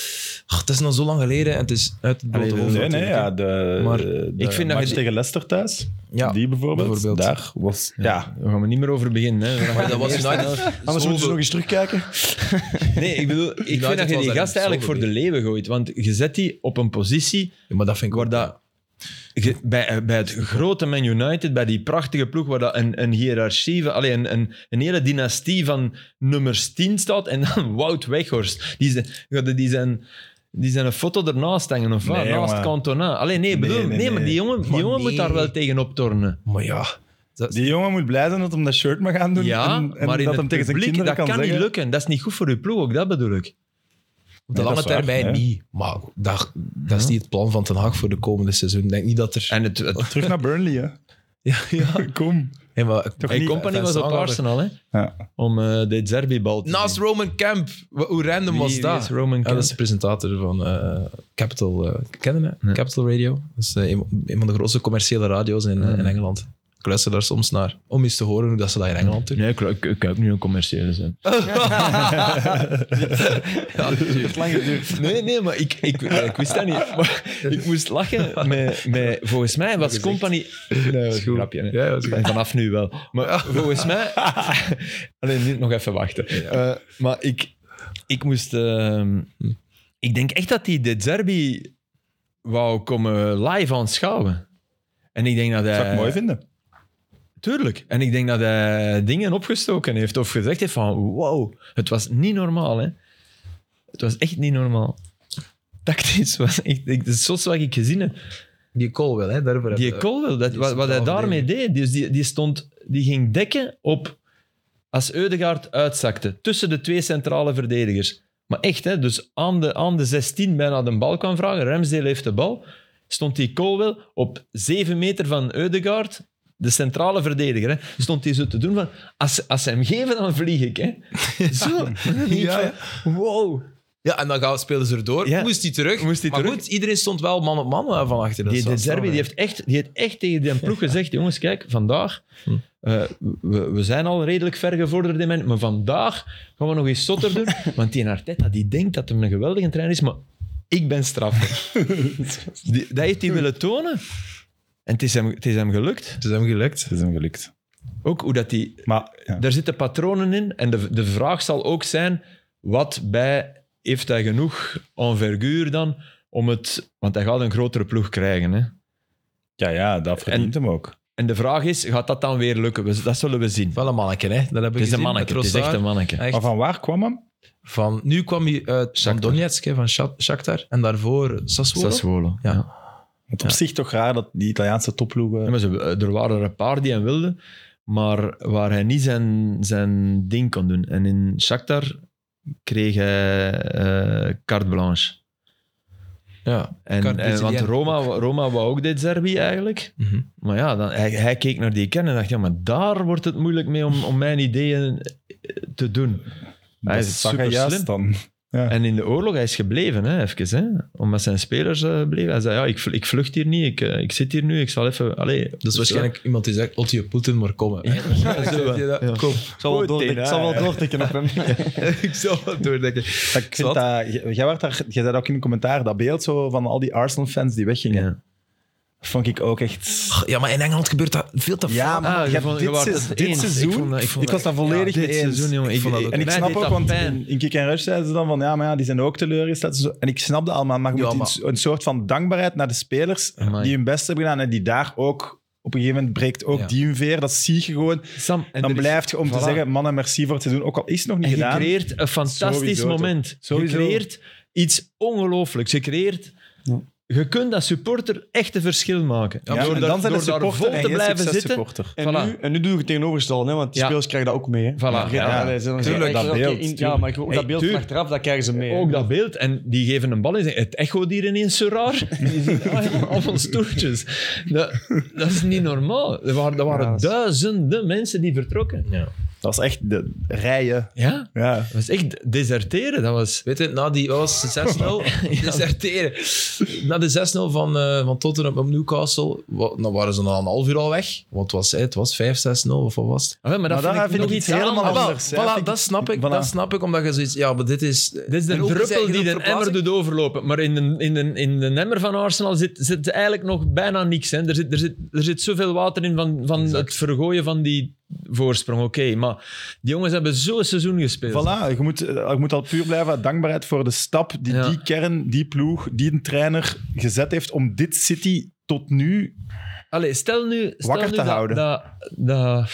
oh, het is nog zo lang geleden en het is uit het blote Allee, hoofd Nee, nee, natuurlijk, ja. De, Maar de ik vind dat match je- tegen Leicester thuis, Ja, die bijvoorbeeld, bijvoorbeeld. daar was... Ja, Daar gaan we niet meer over beginnen. Hè. hè. Maar dat was United... Anders moeten ze zoveel- nog eens terugkijken. Nee, ik bedoel, ik vind was dat je die daar gast eigenlijk voor zoveel de leeuwen gooit. Want je zet die op een positie Ja, maar dat vind ik waar ook... dat... je- bij, bij het grote Man United, bij die prachtige ploeg, waar dat een, een hiërarchie, van- allee, een, een, een hele dynastie van nummers tien staat, en dan Wout Weghorst. Die zijn, ja, die zijn, die zijn een foto ernaast hangen, of wat? Nee, Naast jongen. Cantona. Allee, nee, bedoel, Nee, nee, nee, maar die nee. jongen, die Maar jongen moet nee. daar wel tegen optornen. Maar ja... Dat, die jongen moet blij zijn dat hij dat shirt mag gaan doen. Ja, en, en maar in dat het hem tegen zijn publiek, kinderen dat kan kan zeggen. niet lukken. Dat is niet goed voor je ploeg, ook dat bedoel ik. op de Nee, lange dat is waar, termijn hè. niet. Maar dat, dat is niet het plan van Ten Hag voor de komende seizoen. Ik denk niet dat er... En het, het, Terug naar Burnley, hè. Ja, ja. Kom. Hey, maar, Toch hey, niet, Company was op Vincent Arsenal, hè? Ja. Om uh, de Zerbi-bal te Naast zien. Roman Camp. Wa- Hoe random Wie- was wie dat? is Roman Ja, Camp? dat is de presentator van eh, Capital. eh kennen we? Nee. Capital Radio. Dat is eh, een, een van de grootste commerciële radio's in, eh, in Engeland. Ik luister daar soms naar. Om eens te horen hoe dat ze dat in Engeland doen. Nee, ik, ik, ik heb nu een commerciële zijn. Ja, heeft lang geduurd. Nee, nee, maar ik, ik, ik wist dat niet. Maar ik moest lachen met, met... Volgens mij was Company... Nee, dat was een goed. grapje. Hè. Ja, dat is goed. En vanaf nu wel. Maar volgens mij... Alleen nu nog even wachten. Eh, maar ik, ik moest... ehm, ik denk echt dat die de Zerbi wou komen live aanschouwen. En ik denk dat hij... Dat zou ik mooi vinden. Tuurlijk. En ik denk dat hij dingen opgestoken heeft of gezegd heeft van wow, het was niet normaal, hè. Het was echt niet normaal. Tactisch was echt... Ik, het is zo wat ik gezien heb. Die Colwell, hè? Daarvoor Die hebben we- Colwell, dat, die wat, wat hij centraal daarmee deed, dus die, die, stond, die ging dekken op als Ødegaard uitzakte, tussen de twee centrale verdedigers. Maar echt, hè, dus aan de, aan de zestien bijna de bal kan vragen, Ramsdale heeft de bal, stond die Colwell op zeven meter van Ødegaard, de centrale verdediger, hè, stond hij zo te doen van, als, als ze hem geven, dan vlieg ik. Hè. Zo. Ja, ja. Wow. Ja, en dan gaan, speelden ze erdoor. Ja. Moest hij terug. Moest hij maar terug. goed, iedereen stond wel man op man uh, van achter. Die, de Zerbi die heeft, echt, die heeft echt tegen die ploeg gezegd, jongens, kijk, vandaag, Hm. uh, we, we zijn al redelijk ver gevorderd in mijn, maar vandaag gaan we nog eens zotter doen. Want die Arteta, die denkt dat hij een geweldige trainer is, maar ik ben straffer. die, dat heeft hij willen tonen. En het is hem, het is hem gelukt. Het is hem gelukt. Het is hem gelukt. Ook hoe dat die... Maar ja. Daar zitten patronen in. En de, de vraag zal ook zijn, wat bij... Heeft hij genoeg enverguur dan om het... Want hij gaat een grotere ploeg krijgen, hè. ja, ja, dat verdient En- hem ook. En de vraag is, gaat dat dan weer lukken? We- Dat zullen we zien. Wel een manneke, hè? Dat hebben we Het is een gezien manneke. met Het is echt een Trossard. manneke. Echt. Maar van waar kwam hem? Van, nu kwam hij uit van Shakhtar. Donetsk, hè, van Shak- Shakhtar. En daarvoor Sassuolo. Sassuolo. Ja. Ja. Het op zich toch raar dat die Italiaanse topploegen... Ja, maar ze, er waren er een paar die hem wilden, maar waar hij niet zijn, zijn ding kon doen. En in Shakhtar kreeg hij uh, carte blanche. Ja. En, Carte en, want Brazilienne. Roma, Roma wou ook dit Zerbi eigenlijk. Mhm. Maar ja, dan, hij, hij keek naar die kern en dacht, ja, maar daar wordt het moeilijk mee om, om mijn ideeën te doen. Hij dat is zag hij super juist slim. dan. Ja. En in de oorlog, hij is gebleven, hè, even, hè, omdat zijn spelers uh, bleven. Hij zei, ja, ik, vl- ik vlucht hier niet, ik, uh, ik zit hier nu, ik zal even... Allee, Dat is waarschijnlijk iemand die zegt, Otje Poetin maar komen. Ja, Ja, zo wel. ja. Ja. Kom. Ik zal wel, Goed, doordenken, Tena, ik zal wel ja. doortikken op hem. Ik zal het doordenken. Maar ik vind Zat. dat, jij, jij werd daar, jij zei ook in een commentaar, dat beeld zo van al die Arsenal-fans die weggingen. Ja. Vond ik ook echt... Ja, maar in Engeland gebeurt dat veel te Ja, vaak. maar Ah, je je hebt vond- je dit, waart se- het dit eens. Ik seizoen... vond dat- ik Ik, vond was dat- daar volledig ja, mee dit eens. seizoen, jongen, Ik vond dat ook- En ik mij snap deed ook, dat want pijn. in, in Kick en Rush zeiden ze dan van, ja, maar ja, die zijn ook teleurgesteld. Zo. En ik snap dat allemaal, maar je Ja, moet maar- een, een soort van dankbaarheid naar de spelers Amai. die hun best hebben gedaan en die daar ook... Op een gegeven moment breekt ook Ja. die hun veer. Dat zie je gewoon. Sam, en Dan er is- blijft je om te voilà. zeggen, mannen, merci voor het seizoen. Ook al is het nog niet En je gedaan. creëert een fantastisch Sowieso, toch? moment. Sowieso. Je creëert iets ongelooflijks. Je creëert... Ja. Je kunt als supporter echt een verschil maken. Ja, door en daar, dan zijn de door daar supporter vol en te geen blijven zitten. successupporter. En, Voilà. nu, en nu doe ik het tegenovergestelde, hè, want die Ja. spelers krijgen dat ook mee. Hè. Voilà. Vergeet Ja, dat, allee, ze dan tuurlijk, zeggen, dat oké, beeld, in- Ja, tuurlijk. maar ook Hey, dat beeld van tuurlijk. achteraf, dat krijgen ze mee. hè. Ook dat beeld. En die geven een bal en zeggen, het echoot hier ineens zo raar. En je ziet ah, allemaal stoertjes. Dat, dat is niet normaal. Er waren, er waren Ja, dat is- duizenden mensen die vertrokken. Ja. Dat was echt de rijen. Ja, Ja. dat was echt deserteren. Dat was... Weet je, na die wat was het, zes nul, deserteren. Na de zes nul van, uh, van Tottenham op Newcastle, wat, dan waren ze na een half uur al weg. Want het was, het was vijf zes nul of wat was het? Ah, wel, maar dat Maar vind daar ik vind nog ik iets iets helemaal anders. anders. Voilà, Ja, voilà, vind ik- dat snap ik. voilà. Dat snap ik, omdat je zoiets... Ja, maar dit is... Dit is de en ook druppel zeggen die op de emmer verbazing. doet overlopen. Maar in de, in de, in de emmer van Arsenal zit, zit eigenlijk nog bijna niks. Hè. Er, zit, er, zit, er zit zoveel water in van, van het vergooien van die voorsprong. Oké, maar die jongens hebben zo'n seizoen gespeeld. Voilà, je moet, je moet al puur blijven uit dankbaarheid voor de stap die Ja. die kern, die ploeg, die een trainer gezet heeft om dit City tot nu... Allee, stel nu, stel Wakker nu te dat, houden. Dat, dat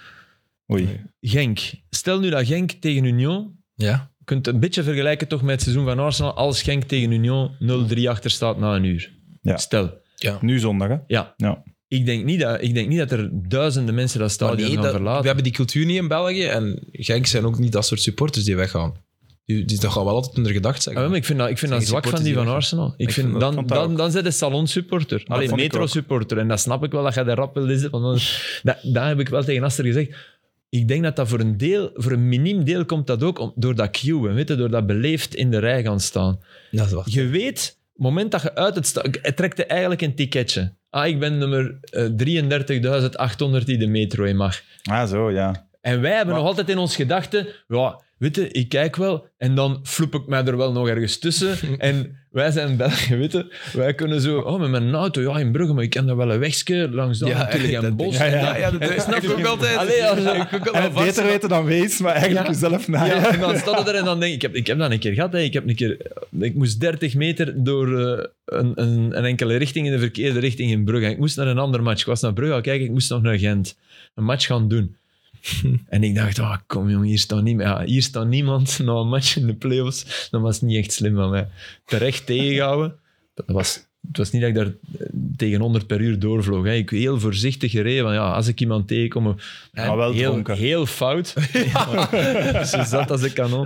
Oei. Genk. Stel nu dat Genk tegen Union... Ja. Je kunt het een beetje vergelijken toch met het seizoen van Arsenal als Genk tegen Union nul drie achter staat na een uur. Ja. Stel. Ja. Nu zondag, hè? Ja. Ja. Ik denk, niet dat, ik denk niet dat er duizenden mensen dat Maar stadion nee, gaan dat- verlaten. we hebben die cultuur niet in België. En Genk zijn ook niet dat soort supporters die weggaan. Die, die dat gaan wel altijd onder gedacht Ah, zeggen. wel, maar ik vind dat, ik vind Zijn dat zwak van supporters die die van weggaan. Arsenal. Ik Ik vind, vind dan, vond dat dan, ook. dan zit de salonsupporter. Alleen vond ik metro-supporter. En dat snap ik wel, dat je de rap wil lezen. Want dan, dat, dat heb ik wel tegen Aster gezegd. Ik denk dat dat voor een deel, voor een miniem deel komt dat ook om, door dat queuen, weet je, door dat beleefd in de rij gaan staan. Dat is wat. Je weet, het moment dat je uit het stadion... Het trekt je eigenlijk een ticketje. Ah, ik ben nummer uh, drieëndertigduizend achthonderd die de metro in mag. Ah, zo, ja. En wij hebben Maar- nog altijd in ons gedachten, ja, weet je, ik kijk wel en dan floep ik mij er wel nog ergens tussen. En wij zijn Belgen, weet je, wij kunnen zo, oh, met mijn auto, ja, in Brugge, maar ik ken dat wel een wegske langs daar Ja, natuurlijk dat een bos. ja, ja. Ja, ja, dat snap ik ook altijd. Allee, ja, zo- Ik ook al En het vast- beter weten dan wees, maar eigenlijk Ja. jezelf na. Ja, en dan staat het er en dan denk ik, ik heb, ik heb dat een keer gehad. Hè. Ik, heb een keer, ik moest dertig meter door uh, een, een, een enkele richting in de verkeerde richting in Brugge. En ik moest naar een ander match. Ik was naar Brugge aan kijken, ik moest nog naar Gent. Een match gaan doen. En ik dacht, oh, kom jongen, hier staat, niet, ja, hier staat niemand na een match in de playoffs. Dat was niet echt slim van mij. Terecht tegenhouden. Dat was, het was niet dat ik daar eh, tegen honderd per uur doorvloog. Hè. Ik heel voorzichtig gereden. Van, ja, als ik iemand tegenkom... Maar En wel heel, dronken. heel fout. Ja, zo zat als een kanon.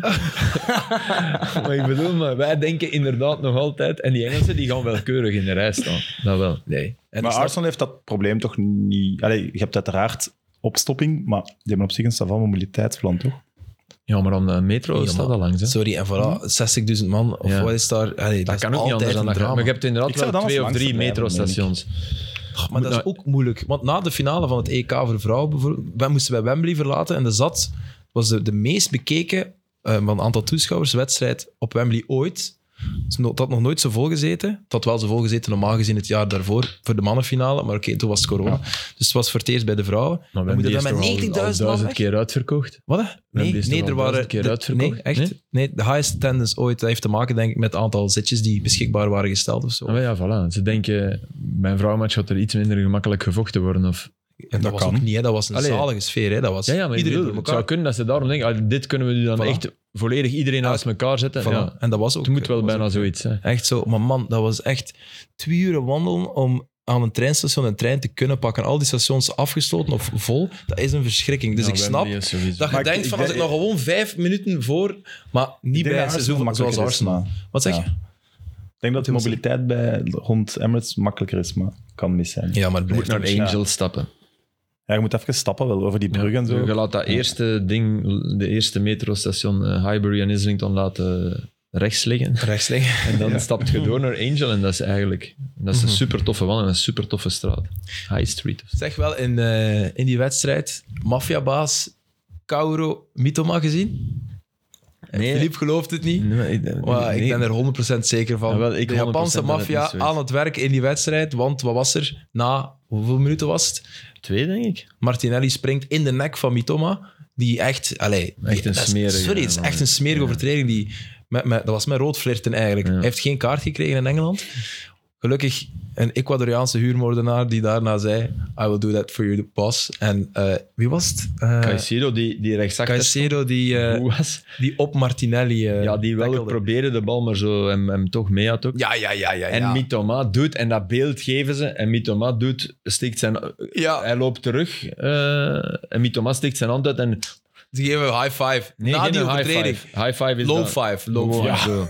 Maar ik bedoel, maar wij denken inderdaad nog altijd... En die Engelsen die gaan wel keurig in de rij staan. Dat wel. Nee. En Maar ik snap- Arsenal heeft dat probleem toch niet... Allee, je hebt uiteraard opstopping, maar die hebben op zich een savant mobiliteitsplan, toch? Ja, maar aan de metro Ja, staat maar- dat langs. Hè? Sorry, en voilà, zestigduizend man, of Ja. wat is daar? Allee, Dat is kan ook niet altijd anders dan een dat. drama. Maar je hebt inderdaad Ik zou wel dan twee als of drie langste blijven, metrostations. Oh, maar dat is nou- ook moeilijk. Want na de finale van het E K voor vrouwen bijvoorbeeld, wij moesten bij Wembley verlaten en de zat was de, de meest bekeken uh, van het aantal toeschouwers wedstrijd op Wembley ooit. Het had nog nooit zo vol gezeten. Het had wel zo vol gezeten normaal gezien het jaar daarvoor voor de mannenfinale, maar oké, toen was het corona. Dus het was voor het eerst bij de vrouwen. Maar Dan moet je Wembley dan is met toch al- al negentigduizend man duizend weg? keer uitverkocht. Wat? hè? Nee, Wembley is nee, toch er al waren... duizend keer de- uitverkocht? Nee, echt. Nee? Nee, de highest attendance ooit. Dat heeft te maken, denk ik, met het aantal zitjes die beschikbaar waren gesteld of zo. Ah, maar ja, voilà. Ze denken, bij een vrouwenmatch gaat er iets minder gemakkelijk gevochten worden. Of... En dat, Dat was kan. ook niet, hè. Dat was een Allee. zalige sfeer. Hè. Dat was Ja, ja, maar ik iedereen bedoel, door het elkaar. zou kunnen dat ze daarom denken, ah, dit kunnen we nu dan Voilà. echt volledig iedereen naast elkaar zetten. Voilà. Ja, En dat was ook... het moet wel was bijna ook- zoiets zijn. Echt zo. Maar man, dat was echt twee uur wandelen om aan een treinstation een trein te kunnen pakken. Al die stations afgesloten of vol, dat is een verschrikking. Dus Ja, ik snap Wembley is sowieso. dat je Maar ik- denkt ik van, als ik denk- nog gewoon vijf minuten voor, maar niet bij een seizoen zoals Arsenal. Wat zeg je? Ja. Ik denk dat de mobiliteit bij, rond Emirates makkelijker is, maar kan mis zijn. Ja, maar het Je moet blijft naar ook- Angel stappen. Ja, je moet even stappen wel, over die brug en zo. Je laat dat eerste ding, de eerste metrostation uh, Highbury en Islington laten rechts liggen. rechts liggen. En dan stapt je door naar Angel en dat is eigenlijk dat is een super toffe wandeling, een super toffe straat. High Street. Zeg wel, in, eh, in die wedstrijd, maffiabaas Kauro Mitoma gezien? Nee. Philippe gelooft het niet. Nee, ik, Maar ik nee. ben er honderd procent zeker van. Ja, wel, ik de Japanse honderd procent dat het maffia niet zo is. aan het werk in die wedstrijd. Want wat was er? Na hoeveel minuten was het? Twee, denk ik. Martinelli springt in de nek van Mitoma. Die echt... Allee, die- Echt een dat is- smerige, Sorry, het is man. echt een smerige Ja. overtreding. Die, met, met, dat was met rood flirten eigenlijk. Ja. Hij heeft geen kaart gekregen in Engeland. Gelukkig een Ecuadoriaanse huurmoordenaar die daarna zei I will do that for you, boss. En eh, wie was het? Uh, Caicedo, die, die rechtsachter Caicedo, die, eh, Hoe was? die op Martinelli eh, Ja, die wel tackelde. probeerde de bal, maar zo hem, hem toch mee had ook. Ja, ja, ja, ja. En ja. Mitoma doet, en dat beeld geven ze, en Mitoma doet, steekt zijn, Ja. hij loopt terug, eh, en Mitoma steekt zijn hand uit en... Ze geven een high five. Nee, Na geen die high overtreding. five. High five is Low dat. five. Low Gewoon five. zo.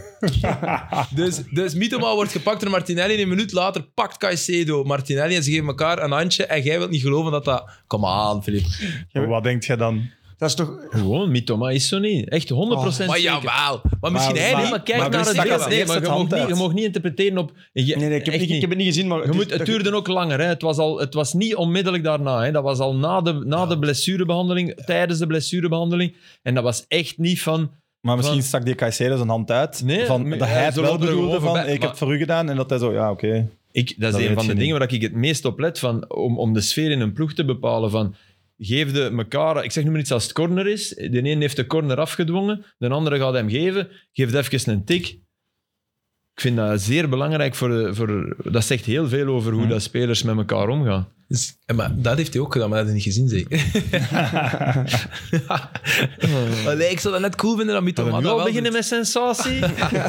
Dus, dus Mitoma wordt gepakt door Martinelli en een minuut later pakt Caicedo Martinelli en ze geven elkaar een handje en jij wilt niet geloven dat dat... Kom aan, Filip. Maar wat denk jij dan? Dat is toch... Gewoon, Mitoma is zo niet. Echt honderd procent Maar zeker. jawel. Maar misschien Maar- hij maar- niet. Maar kijk Maar naar we het staken beeld. als Nee, eerste maar je het mag, niet, hand je uit. mag niet interpreteren op... Je, Nee, nee, ik heb, echt niet, ik heb het niet gezien, maar... Je moet, is- het dat- duurde ook langer. Hè. Het, was al, het was niet onmiddellijk daarna. Hè. Dat was al na de, na de blessurebehandeling, tijdens de blessurebehandeling. En dat was echt niet van... Maar misschien Van- stak die Caicedo zijn hand uit. Nee, van, maar- dat hij ja, het ze wel lopen er bedoelde gewoon van, voorbij, ik heb maar- het voor u gedaan. En dat hij zo, ja, oké. Ik, dat is Dat een weet van je de niet. dingen waar ik het meest op let, van, om, om de sfeer in een ploeg te bepalen. Van, geef de elkaar, ik zeg nu maar iets als het corner is. De een heeft de corner afgedwongen, de andere gaat hem geven. Geef even een tik. Ik vind dat zeer belangrijk. Voor, de, voor, dat zegt heel veel over hoe Hm. dat spelers met elkaar omgaan. Dus, en maar dat heeft hij ook gedaan, maar dat heb je niet gezien, zeker. Allee, ik zou dat net cool vinden dat Gaan Mitoma we nu dat al wel beginnen doet. met sensatie?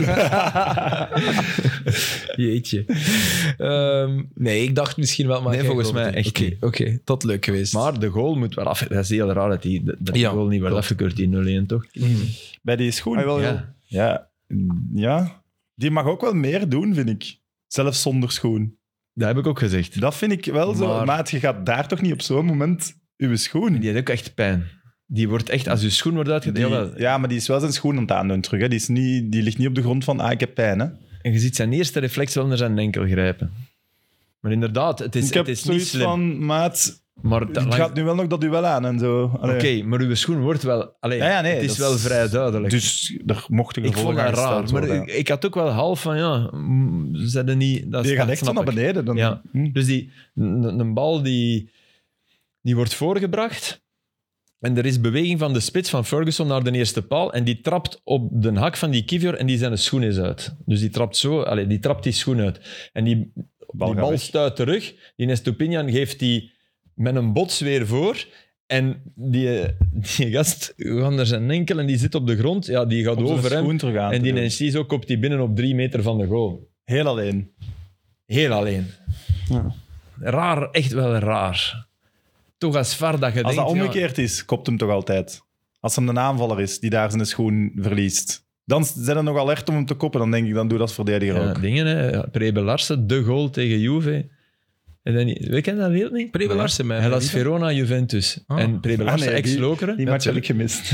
Jeetje. Ehm, nee, ik dacht misschien wel... Maar Nee, jij volgens gelooft mij het echt niet. Oké, oké, tot leuk geweest. Maar de goal moet wel af. Dat is heel raar dat die, dat die Ja, goal niet wordt klopt. afgekeurd, die nul-een, toch? Bij die schoen. Ah, wel, Ja. Ja. ja, die mag ook wel meer doen, vind ik. Zelfs zonder schoen. Dat heb ik ook gezegd. Dat vind ik wel zo. Maar- Maat, je gaat daar toch niet op zo'n moment uw schoen... Die heeft ook echt pijn. Die wordt echt, als je schoen wordt uitgedaan... Die- Jawel. ja, maar die is wel zijn schoen aan het aandoen terug. Hè. Die, is niet, die ligt niet op de grond van, ah, ik heb pijn. Hè. En je ziet zijn eerste reflex wel naar zijn enkel grijpen. Maar inderdaad, het is, ik heb het is niet zoiets slim. van, maat, Maar het dat lang- gaat nu wel nog dat duel aan en zo. Oké, Allee. maar uw schoen wordt wel... Allee, Ja, ja, nee, het is dat wel is- vrij duidelijk. Dus er mochten ik vond gevolgen dat aan raar. gesteld Maar worden, ik, ja. ik had ook wel half van, ja... mm, Ze hadden niet... Dat, Die gaat dat echt zo snap naar ik. beneden. Dan, Ja. Hm. Dus die, een, een bal die, die wordt voorgebracht en er is beweging van de spits van Ferguson naar de eerste paal en die trapt op de hak van die Kivior en die zijn schoen is uit. Dus die trapt zo, allez, die trapt die schoen uit. En die Bal die gaat bal weg. stuit terug. Die Estupinian geeft die met een bots weer voor en die, die gast gaat naar zijn enkel en die zit op de grond. Ja, die gaat Om zijn over hem. schoen terug aan En te die doen. Enciso kopt die binnen op drie meter van de goal. Heel alleen. Heel alleen. Ja. Raar, echt wel raar. Toch als V A R dat je Als dat denkt... ja, omgekeerd is, kopt hem toch altijd. Als hem een aanvaller is die daar zijn schoen verliest. Dan zijn er nog alert om hem te koppen. Dan denk ik, dan doe dat als verdediger ja, ook. dingen, hè. Prebe Larsen, de goal tegen Juve. En dan, weet je dat wereld niet? Prebe Larsen, mij. Hellas Verona, Juventus. Ah. En Prebe Ah, Larsen, nee, die- ex-Lokeren. Die match heb ik gemist.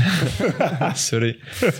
Sorry.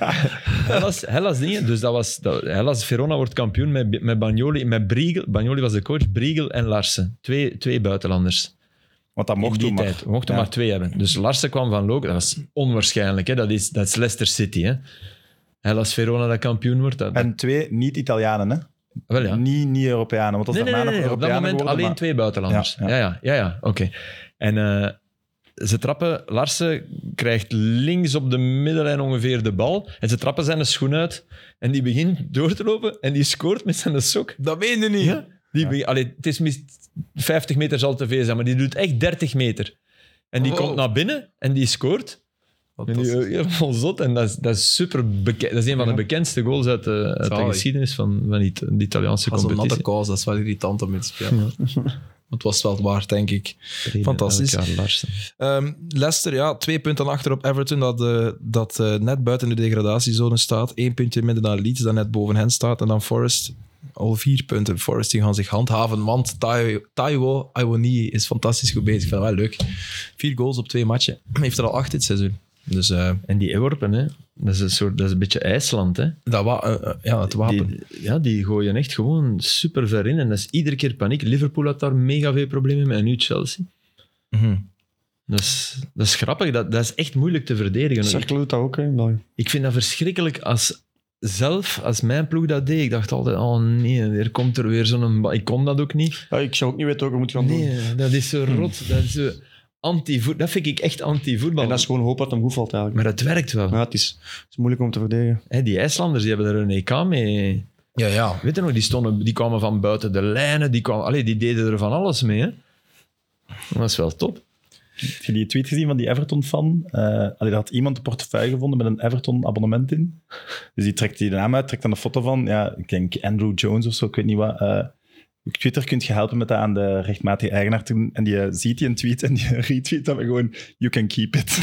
Hellas, Hellas dingen. Dus dat was... Dat, Hellas Verona wordt kampioen met, met Bagnoli, met Briegel. Bagnoli was de coach. Briegel en Larsen. Twee, twee buitenlanders. Want dat In mocht die toen maar. tijd. We mochten Ja. maar twee hebben. Dus Larsen kwam van Lokeren. Dat was onwaarschijnlijk. Hè? Dat, is, dat is Leicester City. Hè? Hellas Verona dat kampioen wordt. Dat, En twee niet-Italianen, hè? wel, ja. Niet, niet Europeanen. Want als Nee, nee, daarna nee, nee. nog Op dat Europeanen moment geworden, alleen maar- twee buitenlanders. Ja, Ja, ja, ja, ja, ja, oké. En eh, ze trappen, Larsen krijgt links op de middenlijn ongeveer de bal. En ze trappen zijn schoen uit. En die begint door te lopen. En die scoort met zijn sok. Dat meen je niet. Ja. Die begint- allee, het is mis, vijftig meter zal te veel zijn, maar die doet echt dertig meter. En die Wow. komt naar binnen en die scoort. Wat En die, dat is- eh, helemaal zot. En dat is, dat is super bekend. Dat is een van de bekendste goals uit de, uit de Zalig. geschiedenis van, van die, de Italiaanse Dat is een natte competitie. kous, dat is wel irritant om mee te spelen. Het was wel waard, denk ik. Fantastisch. Elkaar Larsen. Um, Leicester, ja, twee punten achter op Everton, dat, uh, dat uh, net buiten de degradatiezone staat. Eén puntje minder dan Leeds, dat net boven hen staat. En dan Forest, al vier punten. Forest die gaan zich handhaven, want Taiwo, Taiwo Awoniyi is fantastisch goed bezig. Ik vind dat wel leuk. Vier goals op twee matchen. Heeft er al acht dit seizoen. Dus uh, En die Eworpen, hè? Dat is een soort, dat is een beetje IJsland, hè? dat wa- uh, uh, ja, het wapen. Die, ja, die gooien echt gewoon super ver in. En dat is iedere keer paniek. Liverpool had daar mega veel problemen mee. En nu Chelsea. Mhm. Dat is, dat is grappig. Dat, dat is echt moeilijk te verdedigen. Ik, Cercle doet dat ook, hè, in België. ik vind dat verschrikkelijk als... Zelf, als mijn ploeg dat deed, ik dacht altijd, oh nee, er komt er weer zo'n... ba- Ik kon dat ook niet. Ja, ik zou ook niet weten wat ik moet gaan doen. Nee, dat is zo rot. Dat is zo anti-voet. Dat vind ik echt anti-voetbal. En dat is gewoon hoop dat het hem goed valt, eigenlijk. Maar het werkt wel. Maar ja, het, is, het is moeilijk om te verdedigen. Hè, die IJslanders die hebben er een E K mee... Ja, ja. Weet je nog, die, stonden, die kwamen van buiten de lijnen, die, kwamen, allee, die deden er van alles mee. Hè? Dat is wel top. Heb je die tweet gezien van die Everton-fan? Uh, allee, daar had iemand een portefeuille gevonden met een Everton-abonnement in. Dus die trekt die naam uit, trekt dan een foto van, ja, ik denk Andrew Jones of zo, ik weet niet wat. Uh, op Twitter kun je helpen met dat aan de rechtmatige eigenaar te doen. En die uh, ziet die een tweet en die retweet dat gewoon, you can keep it.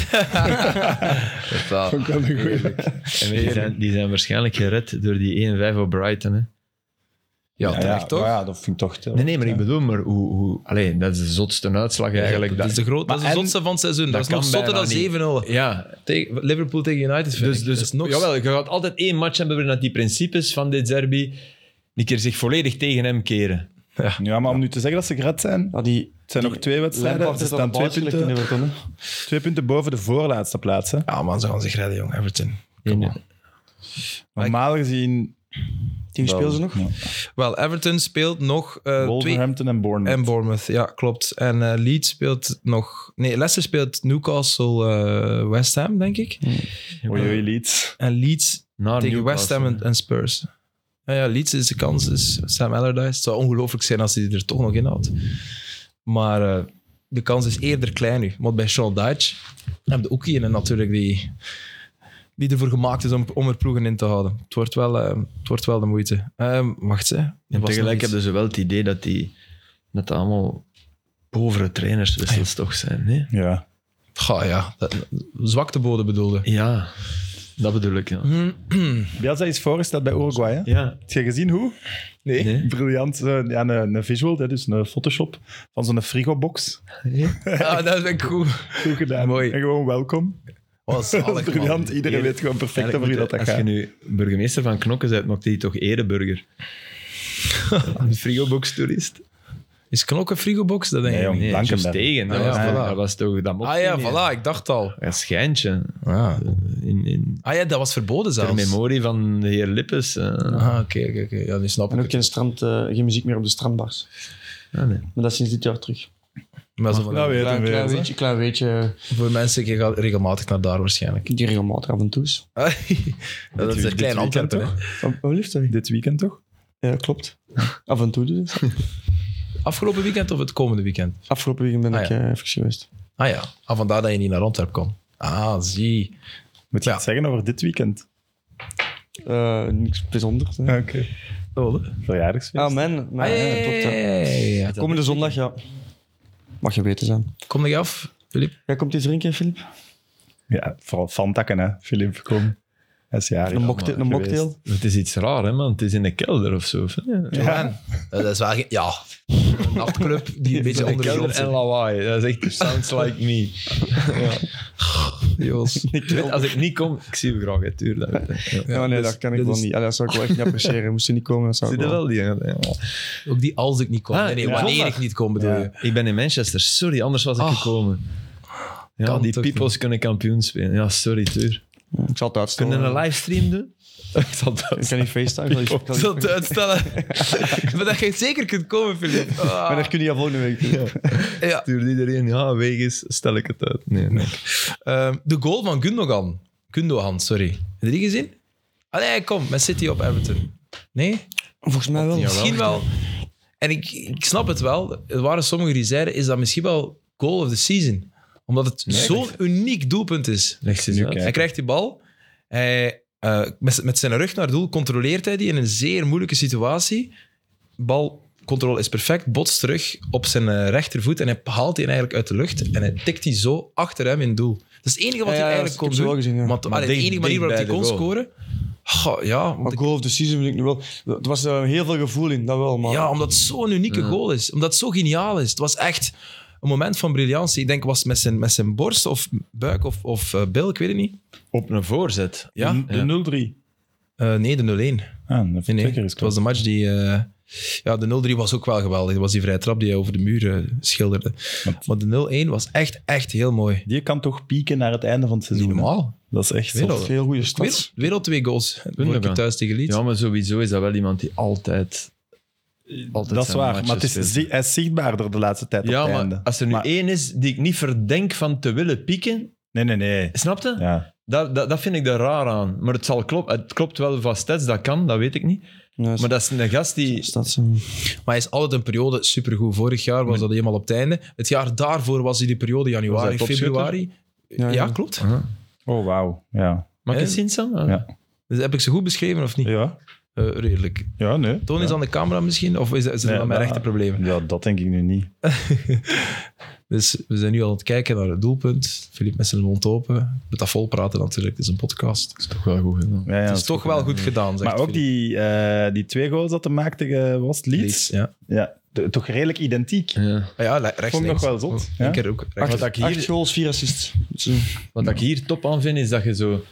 Totaal. Vond ik wel een goeie. En die, zijn, die zijn waarschijnlijk gered door die één vijf op Brighton. Hè? Ja, terecht, toch? maar ja, dat vind ik toch... te- Nee, nee, maar ik ja. bedoel, maar hoe, hoe, allee, dat is de zotste uitslag eigenlijk. dat is de, groot, dat is de Maar en- zotste van het seizoen. Dat, dat is nog kan zotter dan bijna niet. zeven nul. Ja, Tegen Liverpool tegen United. vind dus, ik. dus Dat is nog jawel, je gaat altijd één match hebben waarin dat die principes van dit derby die keer zich volledig tegen hem keren. Ja, maar om nu te zeggen dat ze gered zijn, Ja, die, het zijn nog twee wedstrijden. Lampard Ze is staan dan twee twee punten in punten, Everton. Hè. twee punten boven de voorlaatste plaats. Hè. Ja, man, ze gaan zich redden, jong. Everton. Come on. Normaal gezien... Die spelen ze nog? Ja. Wel, Everton speelt nog uh, twee... Wolverhampton en Bournemouth. En Bournemouth, ja, klopt. En uh, Leeds speelt nog... Nee, Leicester speelt Newcastle uh, West Ham, denk ik. Oei, oei, Leeds. En Leeds Naar tegen Newcastle. West Ham en, en Spurs. Ja, ja, Leeds is de kans, is Sam Allardyce. Het zou ongelooflijk zijn als hij er toch nog in houdt. Maar uh, de kans is eerder klein nu. Want bij Sean Dyche heb je ook een natuurlijk die, die ervoor gemaakt is om, om er ploegen in te houden. Het wordt wel, uh, het wordt wel de moeite. Uh, wacht, hè. Er En was tegelijk nog iets. hebben ze wel het idee dat die dat dat allemaal povere trainerswissels toch zijn. Nee? Ja. Ga, ja. Dat, zwakteboden bedoelde. Ja, dat bedoel ik. Ja. Bielsa is voorgesteld bij Uruguay. Hè? Ja. Heb je gezien hoe? Nee. Nee. Briljant. eh, Ja, een, een visual, hè, dus een Photoshop van zo'n frigobox. Ja, dat vind ik goed. Goed gedaan. Mooi. En gewoon welkom. Oh, Dat zalig, is briljant. man. Iedereen weet gewoon perfect over wie dat, dat Als gaat. je nu burgemeester van Knokke bent, maakt hij toch ereburger? Een frigobox-toerist? Is Knokke frigobox? Dat denk Nee, ik jong. niet. Nee, Blankenberg. juist tegen. Dat, Ah, was ja, toch, voilà. dat was toch... Dat mocht Ah ja, niet, hè. voilà, ik dacht al. Een schijntje. Ja. In, in, Ah ja, dat was verboden ter zelfs. memorie van de heer Lippes. eh. Ah, oké, oké, oké. Ja, nu snap ik En ook het. geen, strand, uh, geen muziek meer op de strandbars. Ah, nee. Maar dat is sinds dit jaar terug. Maar zo van, Nou, weet Klein, hem klein weer. weetje, klein weetje, voor mensen die gaan regelmatig naar daar waarschijnlijk. die regelmatig af en toe is. Ja, dat is Dit een klein weekend Antwerpen. hè. toch? Wat lief, sorry. Dit weekend toch? Ja, klopt. Af en toe dus. Afgelopen weekend of het komende weekend? Afgelopen weekend ben Ah, ik ja. uh, even geweest. Ah ja, ah, vandaar dat je niet naar Antwerpen kon. Ah, zie. Moet je Ja. iets zeggen over dit weekend? Uh, niks bijzonders. Hè. Oké. Okay. Oh, Verjaardagsfeest. Ah, man. man ah, ja, klopt, ja. Komende zondag, ja. Mag je weten zijn. Kom je af, Filip? Jij komt iets drinken, Filip? Ja, vooral Fantakken, hè, Filip. Kom. Hij is jarig. Een mocktail. Een mocktail. Het is iets raar, hè, man. Het is in de kelder of zo. of- Ja. Johan. Dat is wel... ge- Ja. een nachtclub die een beetje onder de grond en zit. lawaai. Dat is echt sounds like me. Ja. Jos. Ik weet, als ik niet kom, ik zie je graag, hè, tuurlijk. Ja. Ja, nee, dus- dat kan ik dat wel is- niet. Allee, dat zou ik wel echt niet appreciëren. Moest je niet komen, dat zou Zie ik je wel... wel? Die, ja. Ook die als ik niet kom. Ah, nee, nee, ja. wanneer Zondag. ik niet kom bedoel Ja. je. Ik ben in Manchester, sorry, anders was ik Oh. gekomen. Ja, Kan die toch peoples kunnen kampioen spelen. Ja, sorry, tuur. Ja, ik zal het uitstellen. Kunnen we een livestream doen? Ik zal het Ik kan uitstellen. niet FaceTime. Ik zal- ik zal- Ik zal het uitstellen. Maar dat je zeker kunt komen, Filip. Ah. Maar dat kun je ja volgende week doen. Ja. Stuurt iedereen, ja, Vegas, stel ik het uit. Nee, nee. Ehm, de goal van Gundogan. Gundogan, sorry. Heb je die gezien? Allee, kom, met City op Everton. Nee? Volgens mij wel. Misschien wel. En ik, ik snap het wel. Er waren sommigen die zeiden, is dat misschien wel goal of the season? Omdat het Nee, zo'n echt. uniek doelpunt is. Leg ze Nu eens uit. kijk. Hij krijgt die bal. Hij, eh, met, met zijn rug naar doel controleert hij die in een zeer moeilijke situatie. Balcontrole is perfect. Botst terug op zijn eh, rechtervoet en hij haalt die eigenlijk uit de lucht. En hij tikt die zo achter hem in doel. Dat is het enige wat Ja, hij ja, eigenlijk ik kon heb ze wel doen. gezien, ja. Maar, Maar allee, de dicht- enige manier dicht waarop hij bij kon de goal. scoren... Goh, ja, want Maar ik- goal of the season vind ik nu wel... Er was uh, heel veel gevoel in, dat wel. Maar ja, omdat het zo'n unieke Ja. goal is. Omdat het zo geniaal is. Het was echt een moment van briljantie. Ik denk, was het met zijn, met zijn borst of buik of, of uh, bil, ik weet het niet. Op een voorzet. Ja? De, de nul drie. Uh, nee, de nul één. Ah, dat Nee, twee nee. keer is Het was de match die... Uh, ja, de nul drie was ook wel geweldig. Dat was die vrije trap die hij over de muur uh, schilderde. Want- Maar de nul één was echt, echt heel mooi. Die kan toch pieken naar het einde van het Niet seizoen. hè? normaal. Dat is echt Wereld. zot. heel goede Weer, stats. weer al twee goals. Vorige keer thuis tegen Leeds. Ja, maar sowieso is dat wel iemand die altijd... altijd Dat is zijn waar, matches maar het is, speelt. zi- hij is zichtbaarder de laatste tijd Ja, op het maar einde. als er nu Maar- één is die ik niet verdenk van te willen pieken, Nee, nee, nee. snap je? Ja. Dat, dat, dat vind ik er raar aan. Maar het, zal klop, het klopt wel van stats, dat kan, dat weet ik niet. Ja, Maar dat is een gast die... stats. uh, Maar hij is altijd een periode supergoed. Vorig jaar was dat helemaal op het einde. Het jaar daarvoor was hij die periode Was januari, hij topschutter? februari. Ja, Ja, ja. klopt. Aha. Oh, wauw. Ja. Mag ik Eh? het zien, Sam? Ah. Ja. Dus heb ik ze goed beschreven of niet? Ja, Eh, redelijk. ja nee. Toon ja. eens aan de camera misschien? Of is dat, is dat Nee, aan mijn dat- rechterproblemen? Ja, dat denk ik nu niet. Dus we zijn nu aan het kijken naar het doelpunt. Filip met zijn mond open. Met dat vol praten natuurlijk. Het is een podcast. Dat is toch wel goed gedaan. Ja, ja, Het dat is toch wel goed gedaan, zegt Maar ook Filip. die, eh, die twee goals dat hij maakte tegen was het Leeds. Leeds, ja. Ja, de- toch redelijk identiek. Ja. Ah ja, le- rechts, Vond ik nog links. wel zot, Oh, ja. één keer ook. rechts. Wat ik Acht hier, goals, vier assists. Dus, uh, wat ik hier top aan vind, is dat je zo...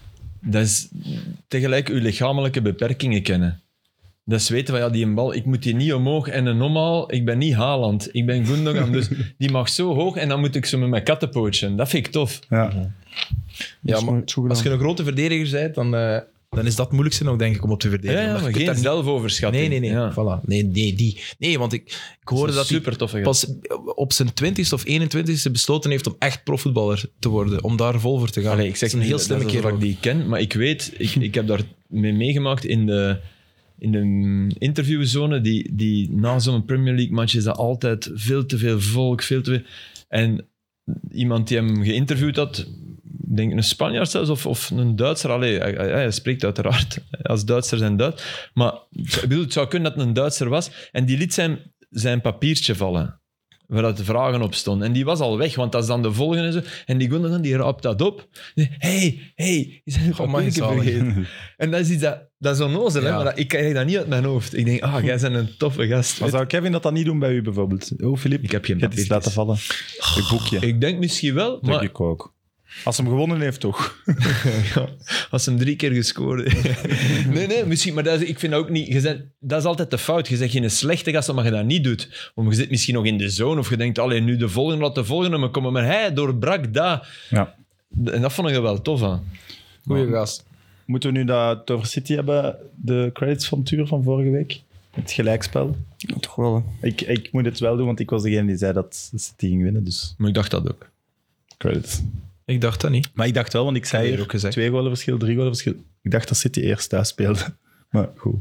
Dat is tegelijk je lichamelijke beperkingen kennen. Dat is weten van, ja, die een bal, ik moet die niet omhoog en een omhaal. Ik ben niet Haaland, ik ben Gundogan, dus die mag zo hoog en dan moet ik zo met mijn katten poachen. Dat vind ik tof. Ja. Ja, dat is maar goed gedaan. als je een grote verdediger bent, dan, eh, dan is dat het moeilijkste nog, denk ik, om op te Ja, verdedigen. ja, Omdat maar je kunt geen daar niet- zelfoverschatting. Nee, nee, nee. Ja. Voilà. Nee, nee, die. Nee, want ik, ik hoorde dat hij super toffe gast. pas op zijn twintigste of eenentwintigste besloten heeft om echt profvoetballer te worden. Om daar vol voor te gaan. Allee, ik zeg dat is een heel niet slimme dat is kerel. alsof ik die ken, maar ik weet, ik, ik heb daar mee meegemaakt in de, in de interviewzone. Die, die, na zo'n Premier League match is dat altijd veel te veel volk, veel te veel. En iemand die hem geïnterviewd had, ik denk een Spanjaard zelfs, of, of een Duitser. Allee, hij, hij- hij spreekt uiteraard als Duitser zijn Duits. Maar ik bedoel, het zou kunnen dat het een Duitser was. En die liet zijn, zijn papiertje vallen, waar dat de vragen op stonden. En die was al weg, want dat is dan de volgende. En, zo. En die Gundogan, die raapt dat op. hey, hey, je bent een Oh, man, papiertje zalig. vergeten. En dat is iets dat... Dat is onnozel, hè, Ja. maar dat, ik krijg dat niet uit mijn hoofd. Ik denk, ah, jij bent een toffe gast. Maar zou Kevin dat dan niet doen bij u bijvoorbeeld? Oh, Filip, Ik heb geen je hebt iets laten papiertjes. vallen. Je boekje. Ik denk misschien wel, Denk maar ik ook. Als hem gewonnen heeft, toch? ja, als hem drie keer gescoord heeft. Nee, nee, misschien, maar dat is, ik vind dat ook niet... Je bent, dat is altijd de fout. Je zegt geen slechte gast, maar je dat niet doet. Want je zit misschien nog in de zone, of je denkt, allee, nu de volgende, laat de volgende maar komen. Maar hij doorbrak dat. Ja. En dat vond ik er wel tof aan. Goeie gast. Moeten we nu dat het over City hebben, de credits van Tuur van vorige week? Het gelijkspel. ja, toch wel, hè. Ik, ik moet het wel doen, want ik was degene die zei dat City ging winnen. Dus Maar ik dacht dat ook. credits. Ik dacht dat niet. Maar ik dacht wel, want ik zei Heb je hier ook gezegd. twee golen verschil, drie golen verschil. Ik dacht dat City eerst thuis speelde. Maar goed.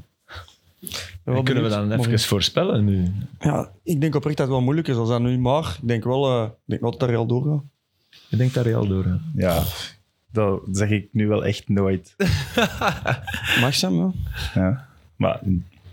Ja, wel Kunnen we benieuwd. dan Maar- even voorspellen nu? Ja, ik denk oprecht dat het wel moeilijk is als dat nu, maar ik denk wel, eh, ik denk wel dat dat Real doorgaat. Ik denk dat Real door. Ja, dat zeg ik nu wel echt nooit. Mag Sam, ja. Ja. Maar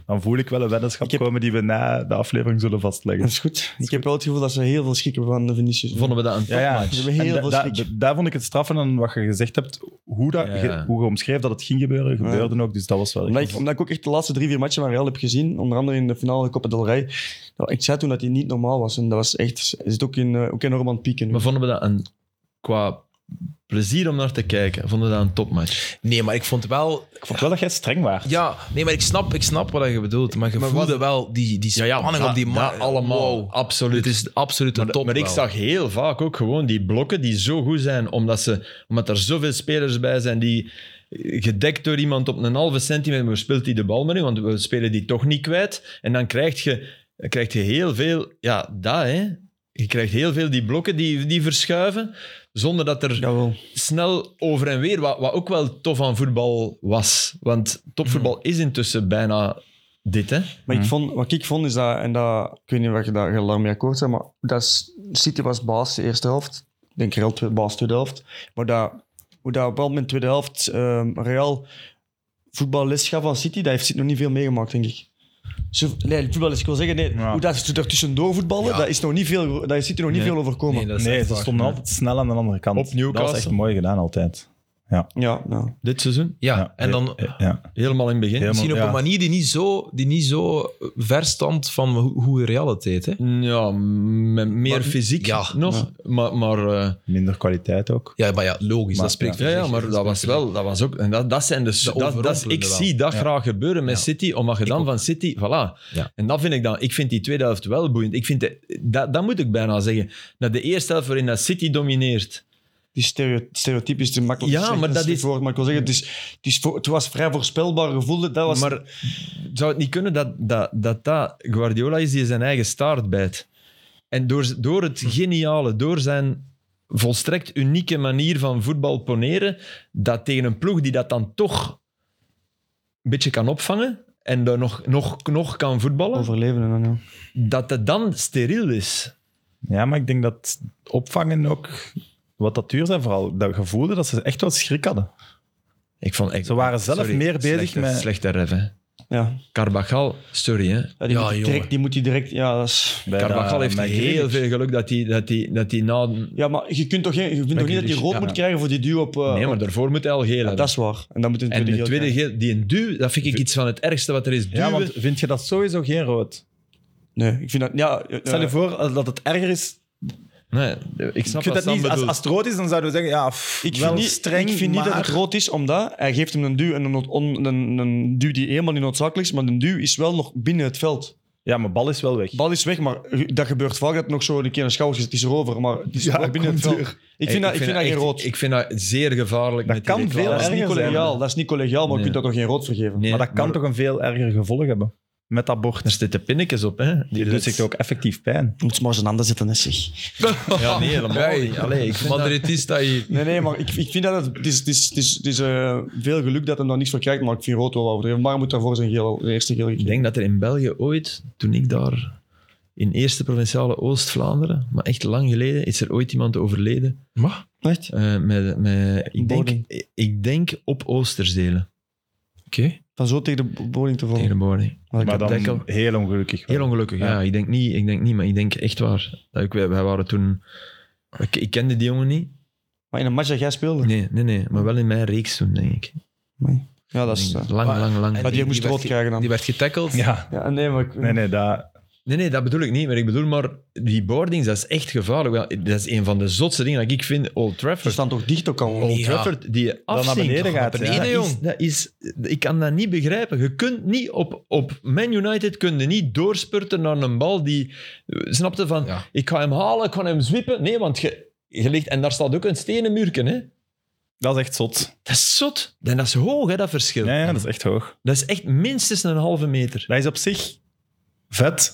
Dan voel ik wel een weddenschap heb... komen die we na de aflevering zullen vastleggen. Dat is goed. Ik heb wel het gevoel dat ze heel veel schrikken van de Vinicius. Vonden we dat een Ja, ja. topmatch? Ze hebben heel En veel da- schrik. da- daar vond ik het straffen aan wat je gezegd hebt. Hoe, dat, Ja, ja. ge- hoe je omschreef dat het ging gebeuren, gebeurde ook. Dus dat was wel... Omdat ik, omdat ik ook echt de laatste drie, vier matchen van Real heb gezien, onder andere in de finale Copa del Rey. Nou, ik zei toen dat hij niet normaal was. En dat was echt... Hij zit ook, in, uh, ook enorm aan het pieken nu. Maar vonden we dat een... Qua plezier om naar te kijken, vonden we dat een topmatch? Nee, maar ik vond wel... Ik vond wel dat jij streng was. Ja, nee, maar ik snap, ik snap wat je bedoelt. Maar je Maar voelde wat- wel die, die spanning op die ma- markt. allemaal, absoluut. Het is absoluut een Maar, top maar ik wel. zag heel vaak ook gewoon die blokken die zo goed zijn, omdat, ze, omdat er zoveel spelers bij zijn die gedekt door iemand op een halve centimeter, maar speelt hij de bal maar niet, want we spelen die toch niet kwijt. En dan krijg je, krijg je heel veel... Ja, dat hè. Je krijgt heel veel die blokken die, die verschuiven, zonder dat er Jawel. snel over en weer, wat, wat ook wel tof aan voetbal was. Want topvoetbal is intussen bijna dit, hè. Maar Mhm. ik vond, wat ik vond is dat, en dat, ik weet niet of je daar je daarmee akkoord bent, maar dat is, City was baas de eerste helft. Ik denk Real twe- baas tweede helft. Maar dat, hoe dat op een moment tweede helft um, Real voetballes gaf van City, dat heeft City nog niet veel meegemaakt, denk ik. Zo, nee, voetballers, ik wil zeggen, nee, Ja. hoe dat ze er tussendoor voetballen, Ja. dat is nog niet veel, dat is City nog niet Nee. veel overkomen. Nee, dat is Nee, echt ze waar. stonden altijd snel aan de andere kant. Op Newcastle. Dat was echt mooi gedaan altijd. Ja, nou. Dit seizoen. Ja, en dan Ja, ja. Helemaal in het begin. Helemaal- misschien op ja. een manier die niet zo, die niet zo verstand van hoe, hoe Real het deed. Hè? Ja, met meer Maar- fysiek ja. nog. Maar, maar, eh, Minder kwaliteit ook. Ja, maar ja, logisch, Maar- dat spreekt ja. voor ja, ja, zich. maar Dat dat was spreekt voor wel... Dat was ook, en dat, dat zijn de... De dat, dat, is- ik overrompelende wel. zie dat Ja. graag gebeuren met Ja. City, omdat je Ik dan ook. van City... Voilà. Ja. En dat vind ik dan... Ik vind die tweede helft wel boeiend. Ik vind de, dat, dat moet ik bijna zeggen. Dat de eerste helft waarin dat City domineert... Die stereo, stereotype is te makkelijk Ja, te zeggen, maar een dat slecht is- woord, maar ik wil zeggen, het, is, het, is voor- het was vrij voorspelbaar gevoel. Dat was, Maar zou het niet kunnen dat dat, dat, dat Guardiola is die zijn eigen staart bijt? En door, door het geniale, door zijn volstrekt unieke manier van voetbal poneren, dat tegen een ploeg die dat dan toch een beetje kan opvangen en daar nog, nog, nog kan voetballen, overleven. En dan, ja. dat het dan steriel is. Ja, maar ik denk dat opvangen ook... Wat dat duur zijn vooral, dat gevoelde dat ze echt wel schrik hadden. Ik vond, ik, Ze waren zelf meer bezig slechte, met- Slechte ref, hè. Ja. Carvajal, sorry, hè. Ja, die, Ja, moet hij jongen. direct, die moet hij direct... Ja, dat is... Bij Carvajal dat- heeft met heel Grealish. veel geluk dat hij, dat hij, dat hij na... Ja, maar je kunt toch, geen, je vindt toch niet dat hij Grealish, rood ja. moet krijgen voor die duw op... uh, Nee, maar daarvoor moet hij al geel ja, hebben. dat is waar. En dan moet hij een En tweede de geel tweede krijgen. geel, die een duw, dat vind ik iets van het ergste wat er is. Duwen. Ja, want vind je dat sowieso geen rood? Nee, ik vind dat... Ja, uh, Stel je voor als dat het erger is. Nee, ik snap Ik vind wat dat Sam niet, als, bedoelt. als het rood is, dan zouden we zeggen, ja, pff, ik wel vind, niet, streng, ik vind niet dat maar- het rood is, omdat hij geeft hem een duw en een, on- een, een duw die helemaal niet noodzakelijk is, maar een duw is wel nog binnen het veld. Ja, maar bal is wel weg. De bal is weg, maar dat gebeurt vaak dat het nog zo een keer een schouder is, het is erover, maar het is Ja, wel binnen het komt veld. weer. Ik vind, dat, ik vind dat geen echt- rood. Ik vind dat zeer gevaarlijk. Dat met die kan veel dat is reclame. niet erger zijn, collegiaal, dat is niet collegiaal, maar Nee. je kunt dat toch geen rood vergeven? Nee, maar dat kan toch een veel erger gevolg hebben. Met dat bord. Er zitten pinnetjes op, hè. Die doet zich ook effectief pijn. Je moet maar zijn handen zetten, hè, zeg. Ja, nee, helemaal Hey, niet. Allee, ik vind dat- Madridista hier. Nee, nee, maar ik, ik vind dat het, het is, het is, het is, het is eh, veel geluk dat hij daar niks voor krijgt, maar ik vind rood wel overdreven. Maar hij moet daarvoor zijn geel, de eerste geel Ik gekregen. denk dat er in België ooit, toen ik daar in eerste provinciale Oost-Vlaanderen, maar echt lang geleden, is er ooit iemand overleden. Maar, Echt? eh, met, met, ik, denk, Boding. ik denk op Oosterzelen, oké. Van zo tegen de boding te vallen. tegen de Boding. Maar dan denk al- heel ongelukkig. wel. Heel ongelukkig, ja. Ja. Ik, denk niet, ik denk niet, maar ik denk echt waar. Dat ik, wij, wij waren toen... Ik, ik kende die jongen niet. Maar in een match dat jij speelde? Nee, nee, nee. Maar wel in mijn reeks toen, denk ik. Nee. Ja, dat is... Denk eh, ik. Lang, Maar- lang, lang. maar die moest werd rood ge- krijgen dan. Die werd getackled. Ja, Ja, nee, maar... ik- nee, nee, dat... Nee, nee, dat bedoel ik niet. Maar ik bedoel maar, die boardings, dat is echt gevaarlijk. Wel, dat is een van de zotste dingen dat ik vind. Old Ze Trafford. staan toch dicht ook al? Old Ja. Trafford, die naar afzinkt. beneden gaat, Dat ja. is- jong. dat is, ik kan dat niet begrijpen. Je kunt niet op, op Man United kun je niet doorspurten naar een bal die... Snapte van, Ja. ik ga hem halen, ik ga hem zwippen. Nee, want je, je ligt... En daar staat ook een stenen muurken, hè. Dat is echt zot. Dat is zot. En dat is hoog, hè, dat verschil. Ja, ja, dat is echt hoog. Dat is echt minstens een halve meter. Dat is op zich vet,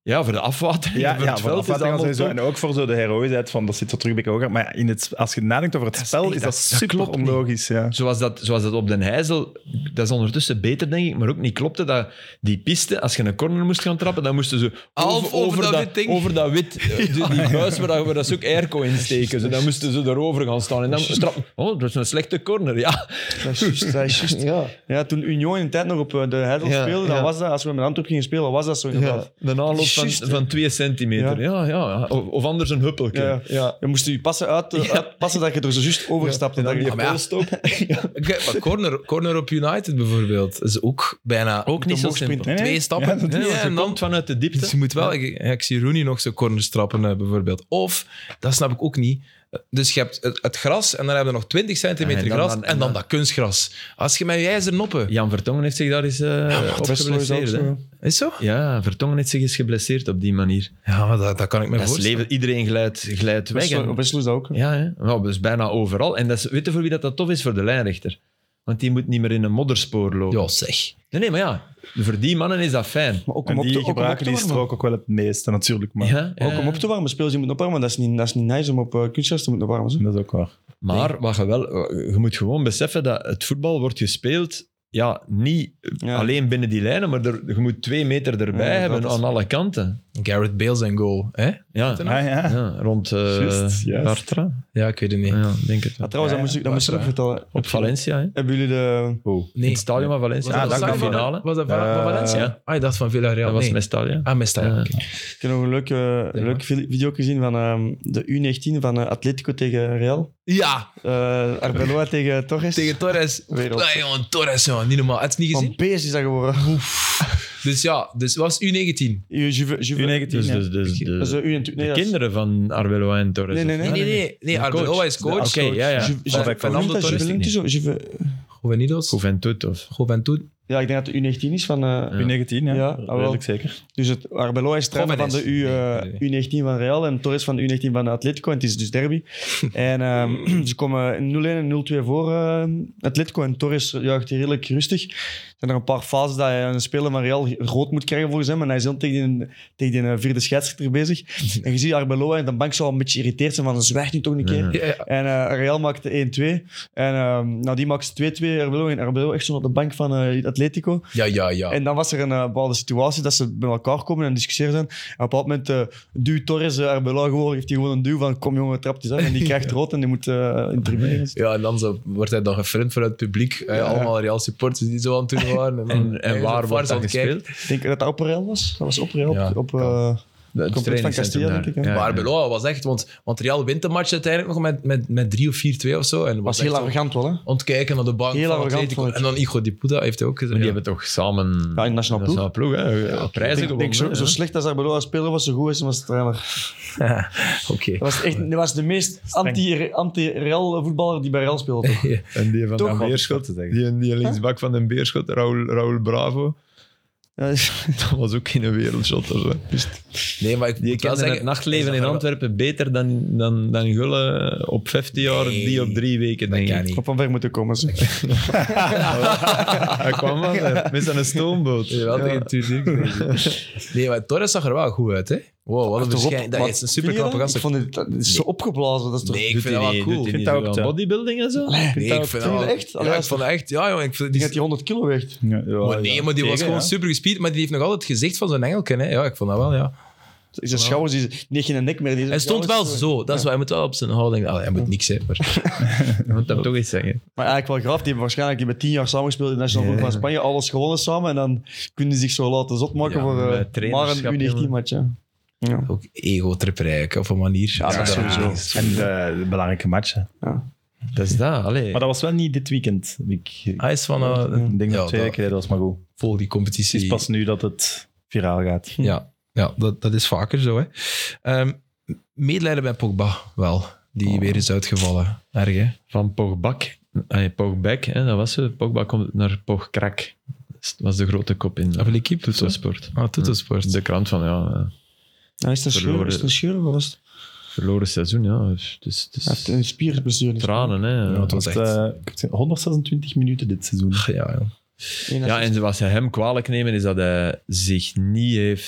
Ja, voor de afwatering. Ja, voor ja het voor de veld is afvatting allemaal sowieso. top. En ook voor zo de heroïsheid van dat zit zo terug bij Koger. Maar in het, als je nadenkt over het Dat is spel, echt- is dat, dat- dat super klopt niet. onlogisch. Ja. Zoals dat, zoals dat op Den Heijzel, dat is ondertussen beter, denk ik, maar ook niet klopte dat die piste, als je een corner moest gaan trappen, dan moesten ze Half over dat wit ding. over dat wit, eh, die, die buis waar, dat- waar dat ze ook airco in steken. Zo, dan moesten ze erover gaan staan en dan trappen. Oh, dat is een slechte corner, ja. Dat is juist, dat is juist. Ja, Ja, toen Union in de tijd nog op eh, de Heidel Ja, speelde, dan ja. was dat, als we met Antwerp gingen spelen, was dat zo inderdaad. ja. Een aanloop van, Juist, hè. van twee centimeter. Ja, ja. Of, of anders een huppelke. Ja. ja. Je moest je passen uit, uitpassen dat je er zo juist overstapte. En dan Dat die je- maar ja. polstop. Kijk, maar corner, corner op United bijvoorbeeld is ook bijna Ook niet zo omhoog simpel. sprinten. Nee, nee. twee stappen. Ja, dat Ja, is- Ja, en je dan komt vanuit de diepte. Dus je moet wel... Ik, ja, ik zie Rooney nog zo corners trappen eh, bijvoorbeeld. Of, dat snap ik ook niet. Dus je hebt het, het gras en dan heb je nog twintig centimeter Ja, en dan- gras dan- en dan dat kunstgras. Als je met je ijzer noppen... Jan Vertongen heeft zich daar eens uh, op Westerlo is ook geblesseerd. hè. zo. Is zo? Ja, Vertongen heeft zich eens geblesseerd op die manier. Ja, maar dat, dat kan ik me Dat is voorstellen. leven, iedereen glijdt, glijdt weg. Westerlo En, Westerlo is dat ook. hè. ja, hè. Nou, dat is bijna overal. En dat is, weet je voor wie dat, dat tof is? Voor de lijnrechter. Want die moet niet meer in een modderspoor lopen. Ja, zeg. Nee, nee, maar ja, voor die mannen is dat fijn. Maar ook En om op die te, ook om op gebruiken te die warmen. strook ook wel het meeste, natuurlijk. Maar Ja, Ook ja. om op te warmen. Spelers die moeten opwarmen, dat is niet, dat is niet nice om op uh, kunstgras te moeten warmen. Zo. dat is ook waar. Maar wat je, wel, je moet gewoon beseffen dat het voetbal wordt gespeeld, ja, niet Ja. alleen binnen die lijnen, maar er, je moet twee meter erbij Ja, hebben dat is- aan alle kanten. Gareth Bale zijn goal, hè? Ja, Ah, Ah, ja. ja rond uh, Juist, juist. Bartra. Ja, ik weet het niet. Ja, denk het wel. Ja, trouwens, Ja, dat moest ik, dat moest ik ook Barca. vertellen. Op Valencia, hè? Hebben jullie de... Oh. Nee. In het stadion van Valencia. Was Ja, dat dat de kan finale. Was dat van, Eh, van Valencia? ja. Ah, je dacht van Villarreal. Dat was nee. Mestalla. Ah, Mestalla. Ja. oké. Ik heb nog een leuke, leuke vi- video gezien van ehm, de U negentien van eh, Atletico tegen Real. Ja, Uh, Arbeloa tegen Torres. tegen Torres. Wereld. Ah, jongen, Torres, jongen. Niet normaal. Heb je het niet Van gezien? P S is dat geworden. Dus ja, dus het was U negentien. U- Juve, Juve, U negentien, Dus, ja. dus, dus de, Dat is de U negentien. Nee, de dat is- kinderen van Arbeloa en Torres. Nee, nee, of- nee. Nee, nee, nee. nee De Arbeloa coach. is coach. Oké, ja, ja. Juve- Van Juve- Fernando hoe noemt dat? Torres Juventus niet. of Juve- Juvenidos. Juventud of... Juventud. Ja, ik denk dat het de U negentien is van... eh, Ja. U negentien, ja. Ja, ah, wel. Redelijk zeker. Dus het Arbeloa is trainer van Jóvenes. de U, eh, Nee, nee, nee. U negentien van Real en Torres van de U negentien van Atletico. En het is dus derby. en ehm, ze komen nul een en nul twee voor eh, Atletico. En Torres juicht hier redelijk rustig. Er zijn er een paar fases dat hij een speler van Real rood moet krijgen volgens hem. En hij is heel tegen die, tegen die vierde scheidsrechter bezig. En je ziet Arbeloa en de bank zou een beetje geïrriteerd zijn van zwijg nu toch een keer. Ja. Ja, ja. En eh, Real maakte één twee. En ehm nou, die maakte twee twee. Arbeloa en Arbeloa echt zo op de bank van eh, Atletico. Ja, ja, ja. En dan was er een eh, bepaalde situatie dat ze bij elkaar komen en discussiëren zijn. En op een bepaald moment uh, duwt Torres uh, Arbeloa gewoon, heeft hij gewoon een duw van kom jongen, trap eens af. En die krijgt rood en die moet uh, interveneren. Ja, en dan zo wordt hij dan gefriend vanuit het publiek. Eh, Ja. Allemaal Real supporters die zo aan het doen waren. En, dan- En, en hij waar zo wordt vars dat aan het kijken. gespeeld? Ik denk dat dat op Real was. Dat was op Real. Ja, op, kan. uh, Het Compleet van Castilla, denk ik, hè? Ja, Maar ja. Arbeloa was echt... Want, want Real wint de match uiteindelijk nog met, met, met drie of vier twee of zo. En was echt heel zo arrogant wel, hè? aan het kijken naar de bank Heel van arrogant, Atletico. vond ik. En dan Igo Di Puta heeft hij ook gezegd. Maar die ja. hebben toch samen... Ja, in nationale ploeg. ploeg, hè? Ja, prijzen Ik denk, denk zo, gewonnen, zo hè. slecht als Arbeloa speler was, zo goed is, was de trainer. Oké. Dat was, echt, dat was de meest anti- anti-Real voetballer die bij Real speelde. Toch? En die van Toch? de Beerschot, die, die linksbak van de Beerschot, Raúl, Raúl Bravo, Ja, dat was ook geen wereldshot of zo. Nee, maar ik Die moet wel kende zeggen... het nachtleven is in dat Antwerpen beter dan, dan, dan Gulle op vijftien jaar, Nee, die op drie weken, Dat denk kan ik. niet. op van ver moeten komen. Ze. Hij kwam wel hè, met zijn stoomboot. Ja, wel tegen Tuurlijk. Nee, maar Torres zag er wel goed uit, hè? Wow, wat een Toch op, verschijning. Dat maar is een vind super je knappe dat? gast. Ik vond het, dat is zo opgeblazen. Dat is toch... Nee, ik Doet vind hij dat wel niet- cool. doet hij Vind niet dat zo ook, aan ja. bodybuilding en zo? Nee, ik vind dat Vind je dat echt? Ja, Allee, ik vond dat echt... Ja, jongen. Ik vind, Ik die, denk dat hij honderd kilo weegt. Ja, ja, maar nee, ja. maar die was Tegen, gewoon ja. super gespierd. Maar die heeft nog altijd het gezicht van zo'n engelken, hè? Ja, ik vond dat wel, ja. Zijn schouders, die, niet geen nek meer. Die Hij stond wel schouders, zo. Dat is wat hij moet wel op zijn houding... Allee, hij moet niks, hè. Maar... Je moet dat toch eens zeggen. Maar eigenlijk wel graaf. Die hebben waarschijnlijk die met tien jaar samengespeeld in de National Ja. Voetbal van Spanje. Alles gewonnen samen. En dan kunnen die zich zo laten zot maken Ja, voor bij uh, maar trainerschap, een U negentien-match. Ja. Ja. Ook ego-tripperij, op een manier. Ja, dat is sowieso. En de, de belangrijke matchen. Dat is dat, allee. Maar dat was wel niet dit weekend. Ik, Hij is van... Uh, ik denk ja, dat twee dat- weken geleden was, maar goed. volg die Het competitie. is pas nu dat het viraal gaat. Ja, ja dat, dat is vaker zo. Hè. Ehm, medelijden bij Pogba wel, die Oh. weer is uitgevallen. Erg, hè? Van Pogbak, eh, Pogbek, hè, dat was ze. Pogba komt naar Pogkrak. Dat was de grote kop in Of L'Equipe? Tuttosport. Ah, Tuttosport. De krant van, ja, eh, Ja, is het een scheur? Verloren. Is het een scheur? Of was het? verloren seizoen, ja. Dus, dus, dus Hij heeft een spierblessure. tranen, hè. Ja, Ja, het was Het, echt... eh, ik heb gezien, honderdzesentwintig minuten dit seizoen. Ja, ja. ja, en wat ze hem kwalijk nemen, is dat hij zich niet heeft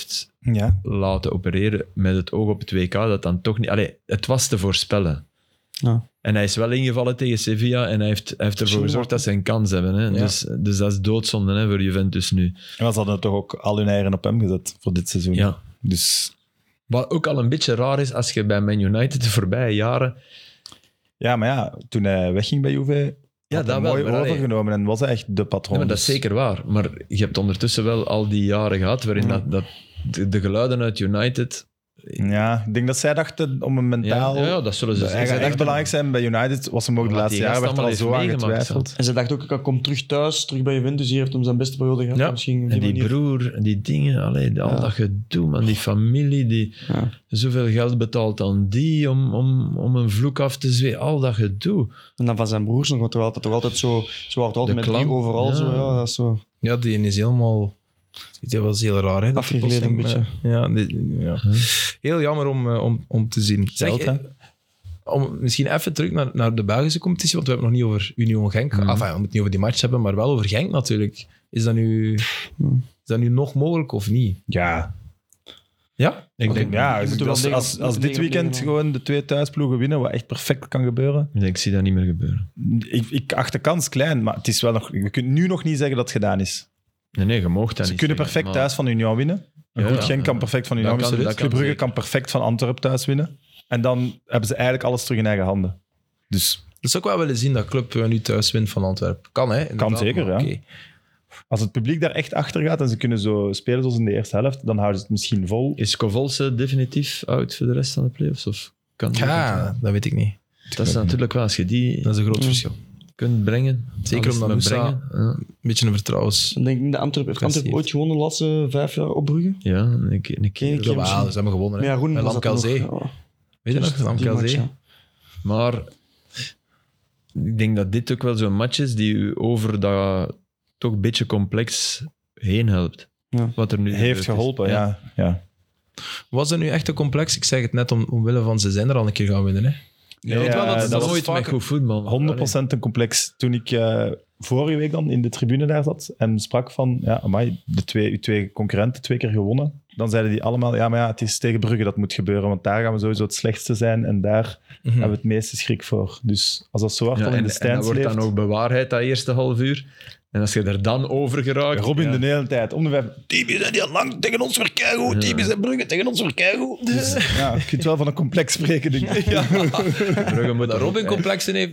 Ja. laten opereren met het oog op het W K, dat dan toch niet... Allee, het was te voorspellen. Ja. En hij is wel ingevallen tegen Sevilla en hij heeft, hij heeft ervoor gezorgd dat ze een kans hebben. Hè. Ja. Dus, dus dat is doodzonde hè, voor Juventus nu. En ze hadden toch ook al hun eieren op hem gezet voor dit seizoen. Ja. Dus Wat ook al een beetje raar is, als je bij Man United de voorbije jaren... ja, maar ja, toen hij wegging bij Juve, Ja, had dat hij wel, mooi maar allee- overgenomen en was hij echt de patroon. Nee, maar dat is Dus- zeker waar. Maar je hebt ondertussen wel al die jaren gehad waarin dat, dat de, de geluiden uit United... Ja, ik denk dat zij dachten om een mentaal... Ja, ja, dat zullen ze Hij gaat zeggen. echt belangrijk zijn bij United. Was hem ook de Wat laatste die jaren, gast werd er al allemaal zo aan heeft meegemaakt, getwijfeld. En ze dacht ook, ik kom terug thuis, terug bij Juventus. Hier heeft hem zijn beste periode gehad. Ja. Misschien op En die manier. broer, en die dingen, allee, al Ja. dat gedoe, man, die familie, die Ja. zoveel geld betaalt aan die om, om, om een vloek af te zweren, al dat gedoe. En dan van zijn broers nog, want er altijd, toch altijd zo, zo hard altijd De met clan. drie overal. Ja. Zo, ja, dat is zo. Ja, die is helemaal... Dat was heel raar, hè? dat Afgegleden die een plotseling, beetje. eh, Ja, die- ja. Huh? Heel jammer om, eh, om, om te zien. Zeg, Geld, hè? eh, om misschien even terug naar, naar de Belgische competitie, want we hebben het nog niet over Union Genk. Mhm. Enfin, we moeten het niet over die match hebben, maar wel over Genk natuurlijk. Is dat nu, is dat nu nog mogelijk of niet? Ja, Ja? Ik denk, ja Je als, moet er wel als, negen- als, als dit negen- weekend negen- gewoon de twee thuisploegen winnen, wat echt perfect kan gebeuren. ik, denk, ik zie dat niet meer gebeuren. Ik, ik acht de kans klein, maar het is wel nog, je kunt nu nog niet zeggen dat het gedaan is. Nee, nee, je moogt dat Ze niet kunnen zeggen, perfect maar- thuis van Union winnen. Een Ja, goed ja, Genk ja. kan perfect van Dat Union kan- winnen. dat kan Club Brugge zeker. kan perfect van Antwerpen thuis winnen. En dan hebben ze eigenlijk alles terug in eigen handen. Dus Dat zou ik wel willen zien dat Club eh, nu thuis wint van Antwerpen. Kan, hè? inderdaad, zeker, maar ja. oké. als het publiek daar echt achter gaat en ze kunnen zo spelen zoals in de eerste helft, dan houden ze het misschien vol. Is Kovolse definitief out voor de rest van de playoffs? Of kan die Ja, dat weet ik niet. dat is natuurlijk wel, als je die Dat is een groot Mm. verschil. kunt brengen. Zeker dan is omdat het Moussa- met brengen. Ja. Een beetje een vertrouwens... Ik denk dat Antwerpen, heeft Antwerpen ooit gewonnen de laatste vijf jaar op Brugge. Ja, een keer. Een keer. Eén keer Ja, misschien. ze hebben gewonnen. Maar Hè. ja, Roen Met was dat Lamkelzee. nog. Ja. Weet je nog? Die match, Lamkelzee. ja. Maar ik denk dat dit ook wel zo'n match is die u over dat toch een beetje complex heen helpt. Ja. Wat er nu Heeft gebeurd is. geholpen, ja. ja. Was dat nu echt te complex? Ik zeg het net om, omwille van ze zijn er al een keer gaan winnen. Hè? Ja, weet wel dat Dat het is dat nooit vaak- met goed voetbal. honderd procent een complex. Toen ik uh, vorige week dan in de tribune daar zat en sprak van, ja, amai, de twee, uw twee concurrenten twee keer gewonnen, dan zeiden die allemaal, ja, maar ja, het is tegen Brugge dat moet gebeuren, want daar gaan we sowieso het slechtste zijn en daar Mhm. hebben we het meeste schrik voor. Dus als dat zo hard Ja, al in en, de en dat stands wordt leeft... dan ook bewaarheid, dat eerste half uur. En als je er dan over geraakt... Robin ja. de hele tijd, om de vijf... Teams zijn heel lang tegen ons weer keigoed, Ja. Teams en Brugge tegen ons weer keigoed. Dus, ja, je kunt wel van een complex spreken, denk ik. Ja. Brugge moet Dat er ook- Robin complexen heeft.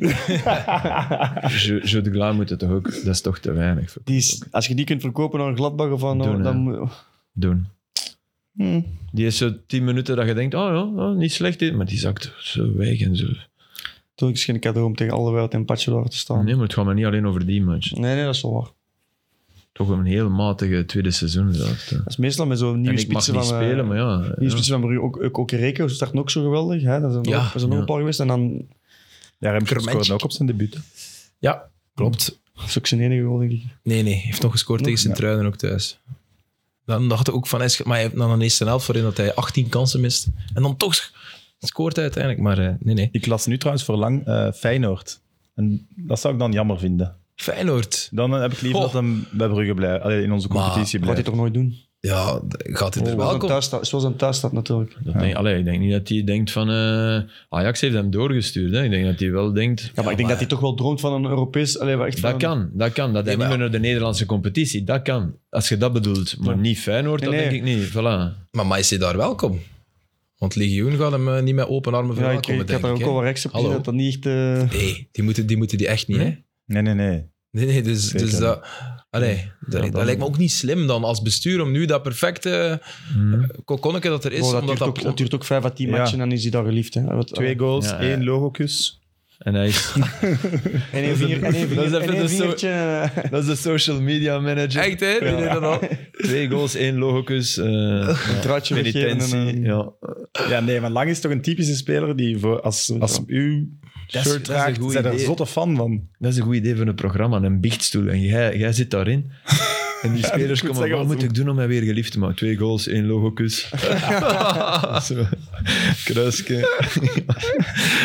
Jo- Jo de Gla moet het toch ook... Dat is toch te weinig voor Die is, als je die kunt verkopen naar een Gladbach of aan, Doen, dan hè. moet- doen. Hm. Die is zo tien minuten dat je denkt, oh ja, oh, niet slecht dit, maar die zakt zo weg en zo. Toen is geen cadeau om tegen alle wereld in patje daar te staan. Nee, maar het gaat maar niet alleen over die match. Nee, nee, dat is wel waar. Toch een heel matige tweede seizoen zelfs. hè. Dat is meestal met zo'n En nieuwe ik mag spitsen niet van... eh, spelen, maar ja. Nieuwe ja. spitsen van Brugge, ook, ook, ook Reken, ze starten ook zo geweldig. Hè? Dat zijn er Ja, ook, er zijn er ook ja. een paar geweest. En dan Ja, Remkes Kermentje. scoorde ook op zijn debuut. Ja, klopt. dat is ook zijn enige goal, denk ik. Nee, nee. Hij heeft nog gescoord Nog? tegen Sint-Truiden ook thuis. Dan dacht ik ook van... Esch- Maar hij heeft dan een eerste helft waarin dat hij achttien kansen mist. En dan toch scoort hij uiteindelijk. Maar eh, nee, nee. Ik las nu trouwens voor lang eh, Feyenoord. En dat zou ik dan jammer vinden. Feyenoord. Dan eh, heb ik liever Oh. dat hem bij Brugge blijft. Allee, in onze Maar competitie Dat gaat hij blijft. toch nooit doen? Ja, d- gaat hij er Zoals wel een komen? thuisstad, zoals een thuisstad natuurlijk. Dat denk, allee, ik denk niet dat hij denkt van... eh, Ajax heeft hem doorgestuurd. Hè. Ik denk dat hij wel denkt... Ja, maar ik denk dat hij toch wel droomt van een Europees... Allee, waar echt Dat van- kan, dat kan. Dat hij Nee, niet maar- meer naar de Nederlandse competitie, dat kan. Als je dat bedoelt. Maar Ja. niet Feyenoord, Nee, dat nee. denk ik niet. Voilà. Maar, maar is hij daar welkom? Want Legioen gaat hem eh, niet met open armen Ja, ik, verwelkomen, ik had denk daar ook ik. al hè. wat rechts op gezien Hallo. dat dat niet echt... eh, Nee, die moeten die, moeten die echt niet, hè? Nee, nee, nee. Nee, nee, dus, Zeker dus dat... Allee, dat, dan- dat lijkt me ook niet slim dan als bestuur om nu dat perfecte Hmm. kokonnetje dat er is... oh, dat, omdat duurt ook, dat duurt ook vijf à tien Ja. matchen en dan is hij daar geliefd. Hè. Wat, Twee goals, Ja, ja. één logokus. En hij is... En één vinger, en één dat is vinger, even en één de so- vingertje. eh, Dat is de social media manager. Echt, hè? Die deed dat al. Twee goals, één logocus. eh Een truitje weggeven. En, penitentie. eh, Ja. Ja, nee, maar Lang is toch een typische speler die voor, als, als uw Dat is- dat is shirt een draagt, goed zijn er idee. zotte fan van. Dat is een goed idee voor een programma, een biechtstoel. En jij, jij zit daarin. En die spelers ik moet komen, zeggen, wat wat moet ze- ik doen om mij weer geliefd te maken? Twee goals, één logocus. Zo. Kruisje.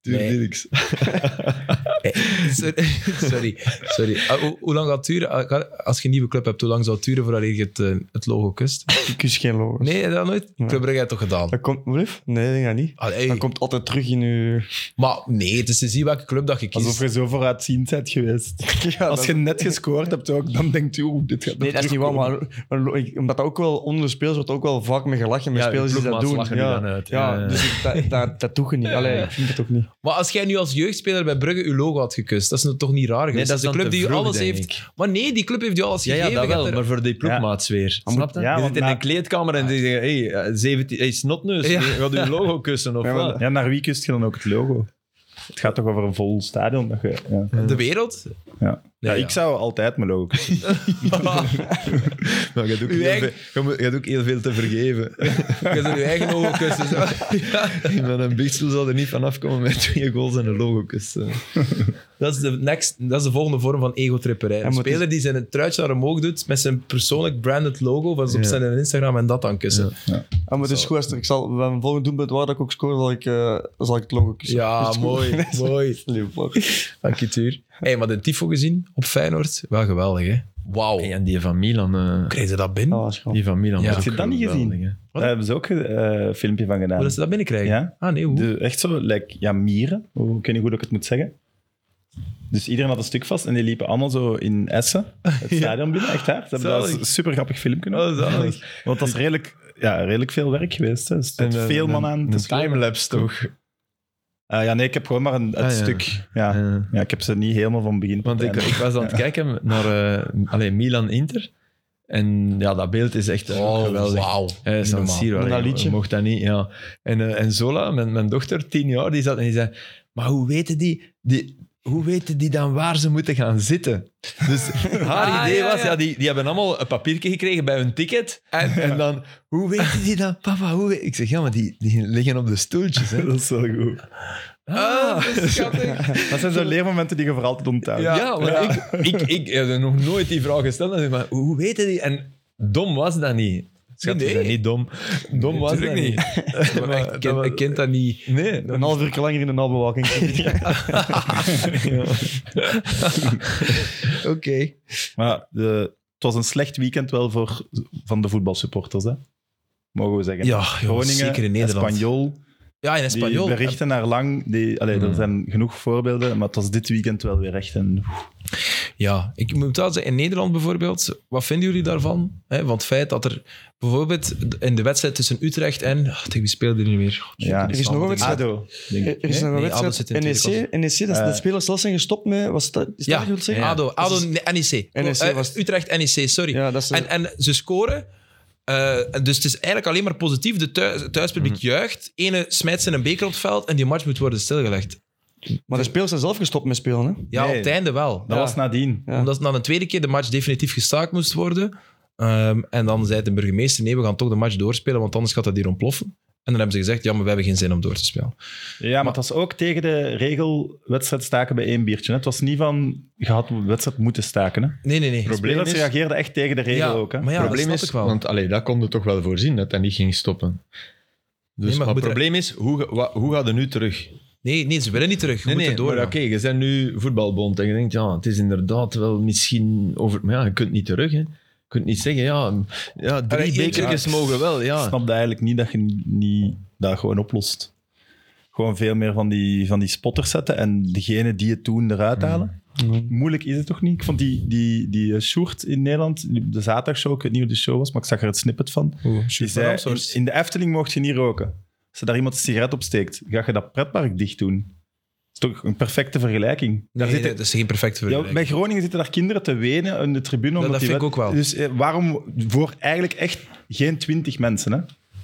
Tuur Nee. Dirks. Hey, sorry. sorry. sorry. Ah, hoe, hoe lang gaat het duren? Ah, Als je een nieuwe club hebt, hoe lang zou het duren voordat je het, eh, het logo kust? Ik kus geen logo's. Nee, dat nooit? Nee. Club Brugge heb je toch gedaan? Dat komt... Blijf? Nee, ik denk dat niet. Allee, Dat komt altijd terug in je... Maar nee, het is te zien welke club dat je kiest. Alsof je zo vooruitziend bent geweest. Ja, Als dat- je net gescoord hebt, ook, dan denkt je, oeh, dit gaat Nee, nog dat is niet waar, terugkomen. maar, maar ik- omdat dat ook wel onder de spelers wordt ook wel vaak mee gelachen met Ja, spelers die dat ploegmaats doen. lachen Ja, er dan uit. ja, Ja, ja. dus ik- dat, dat, dat doe je niet. Allee, ik vind het ook niet. Maar als jij nu als jeugdspeler bij Brugge je logo had gekust, dat is nou toch niet raar geweest? Nee, dat is de dan club te die vroeg, alles denk heeft. ik. Maar nee, die club heeft je alles Ja, gegeven. ja, dat Je hebt wel, er- maar voor die ploegmaats weer. Snap je? Ja, je want zit in na- een kleedkamer en die zeggen, hey, eh, zeventien, hey snotneus, Ja. je gaat je logo kussen of Ja, maar wat? Ja, naar wie kust je dan ook het logo? Het gaat toch over een vol stadion? Dat je, ja. De wereld? Ja. Ja, Ja, ja. ik zou altijd mijn logo kussen. Maar je hebt ook, Uw heel eigen- veel, je moet- je hebt ook heel veel te vergeven. Je zou je eigen logo kussen. Zo. Ja. Met een bigstoel zal er niet van afkomen met twee goals en een logo kussen. Dat is, de next, dat is de volgende vorm van egotripperij. Ja, Een maar het speler die zijn truitje naar omhoog doet met zijn persoonlijk branded logo van op Ja. zijn Instagram en dat dan kussen. Ja. Ja, maar het is goed, Esther. Ik zal bij mijn volgende doelpunt waar dat ik ook score, zal ik, eh, zal ik het logo kussen. Ja, Is het goed? mooi, Nee, mooi. lief. Dank je, Tuur. Hey, maar de tifo gezien op Feyenoord? Wel geweldig, hè? Wauw. Hey, en die van Milan... eh, Krijgen ze dat binnen? Ja, dat is goed. die van Milan Ja. was Heb je ook dat niet geweldig, gezien? hè. Daar hebben ze ook een eh, filmpje van gedaan. Willen ze dat binnenkrijgen? Ja. Ah, nee, hoe? De, echt zo, like, ja, mieren. Hoe- Ik weet niet hoe ik het moet zeggen. Dus iedereen had een stuk vast en die liepen allemaal zo in Essen, het stadion binnen. Echt waar. Ze hebben daar Zalig. een super grappig filmpje Oh, gemaakt. zalig. Want dat is redelijk, ja, redelijk veel werk geweest. Hè. Er stond En, eh, veel man een- aan te Een slepen. timelapse toch? Ah, ja, nee, ik heb gewoon maar een, het Ah, ja. stuk. Ja. Eh, Ja, ik heb ze niet helemaal van begin tot Want ik, einde. ik was aan het kijken naar uh, allee, Milan-Inter. En ja, dat beeld is echt Oh, geweldig. wauw. Eh, Niet San normaal. Siro, En dat allee, liedje? je mocht dat niet, ja. En, uh, en Zola, mijn, mijn dochter, tien jaar, die zat en die zei... Maar hoe weten die... die hoe weten die dan waar ze moeten gaan zitten? Dus haar Ah, idee ja, was, ja. ja, die, die hebben allemaal een papiertje gekregen bij hun ticket. En, en dan, hoe weten die dan? Papa, hoe weet... Ik zeg, ja, maar die, die liggen op de stoeltjes. Hè. Dat is wel goed. Ah, schattig. Dat zijn zo'n leermomenten die je voor altijd onthoudt. Ja. Ja, maar Ik, ik, ik heb nog nooit die vraag gesteld. En ik maar hoe weten die? En dom was dat niet. Schat, Nee. je bent niet dom. Dom was dat Tuurlijk niet. Maar Maar ik dat ken, was- ik ken dat niet. Nee. Een half uur langer in de nabewaking. Oké. Maar de, het was een slecht weekend wel voor, van de voetbalsupporters, hè? Mogen we zeggen. Ja, joh, Groningen, zeker in Nederland. Espanyol, Ja, in die Espanyol. berichten naar lang. Die, allee, Mm. Er zijn genoeg voorbeelden, maar het was dit weekend wel weer echt een... Ja, ik moet wel zeggen, in Nederland bijvoorbeeld, wat vinden jullie daarvan? Hè, van het feit dat er bijvoorbeeld in de wedstrijd tussen Utrecht en... Oh, tegen wie speelde er nu weer? Oh, Ja, shit, er is nog een wedstrijd. ADO, denk ik. Er is Nee? nog een Nee, ADO wedstrijd. zit in de N tweede E C, N E C, dat Eh, de spelers zelfs zijn gestopt met... Was dat, is dat Ja, wat je wilt zeggen? ja. ADO, ADO, Dat is- nee, N E C. N E C Eh, was- Utrecht, N E C, sorry. Ja, dat is... En, en ze scoren. eh, dus het is eigenlijk alleen maar positief. De thuis, thuispubliek Mhm. juicht. Ene smijt zijn een beker op het veld en die match moet worden stilgelegd. maar de spelers zijn zelf gestopt met spelen, hè? Ja, Nee. op het einde wel. Dat Ja. was nadien. Ja. Omdat dan een tweede keer de match definitief gestaakt moest worden. Ehm, en dan zei de burgemeester, nee, we gaan toch de match doorspelen, want anders gaat dat hier ontploffen. En dan hebben ze gezegd, ja, maar we hebben geen zin om door te spelen. Ja, maar het was ook tegen de regel wedstrijd staken bij één biertje. Hè? Het was niet van, je had de wedstrijd moeten staken. Hè? Nee, nee, nee. De probleem spelers is- reageerden echt tegen de regel Ja, ook. Hè? maar ja, Het probleem dat is, snap ik wel. want allee, dat kon je toch wel voorzien, dat dat niet ging stoppen. Dus, Nee, maar maar je het moet probleem is, hoe, ga- wa- hoe gaat het nu terug? Nee, nee, ze willen niet terug. We Nee, nee, moeten door. maar oké, je bent nu voetbalbond en je denkt, ja, het is inderdaad wel misschien over... Maar ja, je kunt niet terug, hè. Je kunt niet zeggen, ja, ja drie Allee, bekertjes ja, mogen wel, Ik ja. snapte eigenlijk niet dat je niet dat gewoon oplost. Gewoon veel meer van die, van die spotters zetten en degene die het doen eruit halen. Moeilijk is het toch niet? Ik vond die, die, die eh, Sjoerd in Nederland, de zaterdagshow, ik weet niet hoe de show was, maar ik zag er het snippet van. Oeh, Die shoot, zei, maar in, soort- in de Efteling mocht je niet roken. Als er daar iemand een sigaret op steekt, ga je dat pretpark dicht doen. Dat is toch een perfecte vergelijking. Daar Nee, zitten, dat is geen perfecte ja, vergelijking. bij Groningen zitten daar kinderen te wenen in de tribune. dat omdat die vind ik wed- ook wel. Dus eh, waarom voor eigenlijk echt geen twintig mensen? Hè?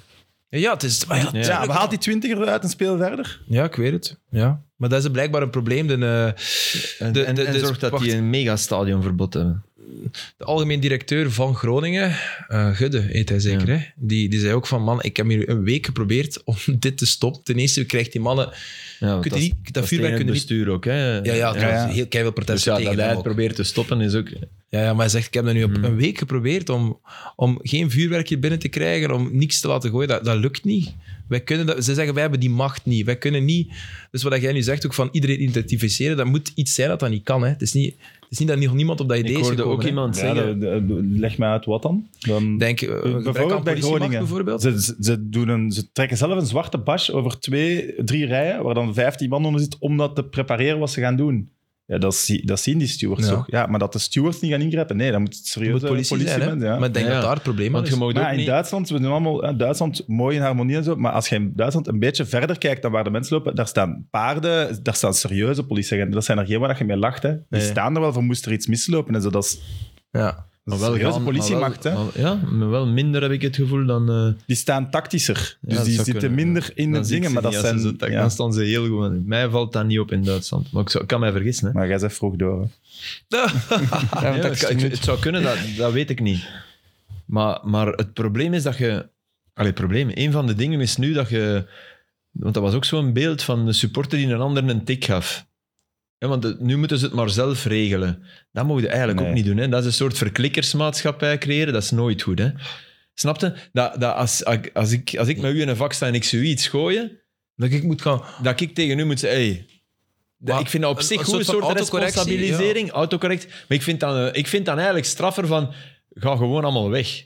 Ja, het is... Maar ja, Ja. Ja, tuurlijk. we haalt die twintig eruit en speel verder. Ja, ik weet het. Ja. Maar dat is blijkbaar een probleem. De, eh, En, De- en, de- en dus- zorg dat wacht. die een megastadionverbod hebben. de algemeen directeur van Groningen, eh Gudde heet hij zeker, Ja. hè? Die, die zei ook van, man, ik heb hier een week geprobeerd om dit te stoppen. Ten eerste krijgt die mannen... Ja, Kun je is- niet- dat is vuurwerk tegen kun je het bestuur ook, hè. Ja, ja, Ja, ja. heel keihard Dus protesten ja, tegen dat hij hem het ook. probeert te stoppen is ook... Ja, ja, maar hij zegt, ik heb dat nu op Hmm. een week geprobeerd om, om geen vuurwerkje binnen te krijgen, om niks te laten gooien. Dat, dat lukt niet. Wij kunnen dat, ze zeggen, wij hebben die macht niet. Wij kunnen niet... Dus wat jij nu zegt, ook van iedereen identificeren, dat moet iets zijn dat dat niet kan. Hè. Het is niet, het is niet dat nog niemand op dat idee Ik is hoorde gekomen. ook hè. iemand Ja, zeggen... de- de- leg mij uit wat dan. dan Denk, uh, bijvoorbeeld bij Groningen. bijvoorbeeld. Ze, ze, ze, doen een, ze trekken zelf een zwarte bas over twee, drie rijen, waar dan vijftien man onder zit, om dat te prepareren wat ze gaan doen. Ja, dat, zie, dat zien die stewards Ja. toch? Ja, maar dat de stewards niet gaan ingrijpen, nee, dat moet het Het serieuze moet politie, politie zijn, hè. zijn. Ja. Maar ik denk Ja, dat ja. daar het probleem aan Want is. je mag Maar ook in niet... Duitsland, we doen allemaal ja, Duitsland mooi in harmonie en zo, maar als je in Duitsland een beetje verder kijkt dan waar de mensen lopen, daar staan paarden, daar staan serieuze politieagenten. Dat zijn er geen waar je mee lacht. Hè. Die Nee. staan er wel voor moest er iets mislopen en zo. Dat is, Ja. dat is serieuze gaan- politiemacht. maar Hè. wel, maar- ja, maar wel minder heb ik het gevoel dan... eh, Die staan tactischer, ja, dus dat die zou zitten kunnen. minder in Dan de zie ik dingen, ze maar dat niet als ze zijn... zo tak- ja. Dan staan ze heel goed. Mij valt dat niet op in Duitsland. Maar ik, zou, ik kan mij vergissen. Hè. Maar jij bent vroeg door. Hè. Ja, Ja, dat het, is kan- niet. het zou kunnen, dat, dat weet ik niet. Maar, maar het probleem is dat je... Allee, het probleem. Een van de dingen is nu dat je... Want dat was ook zo'n beeld van de supporter die een ander een tik gaf. Ja, want de- nu moeten ze het maar zelf regelen. Dat mogen je eigenlijk Nee. ook niet doen. Hè. Dat is een soort verklikkersmaatschappij creëren. Dat is nooit goed. Hè. Snap je? Dat, dat als, als, ik, als ik met u in een vak sta en ik zou u iets gooien, Dat ik moet gaan... dat ik tegen u moet zeggen... Hey, dat- Maar ik vind dat op een- zich een goed, een soort soort van autocorrectie, responsabilisering, autocorrect. Maar ik vind, dan, eh, ik vind dan eigenlijk straffer van... Ga gewoon allemaal weg.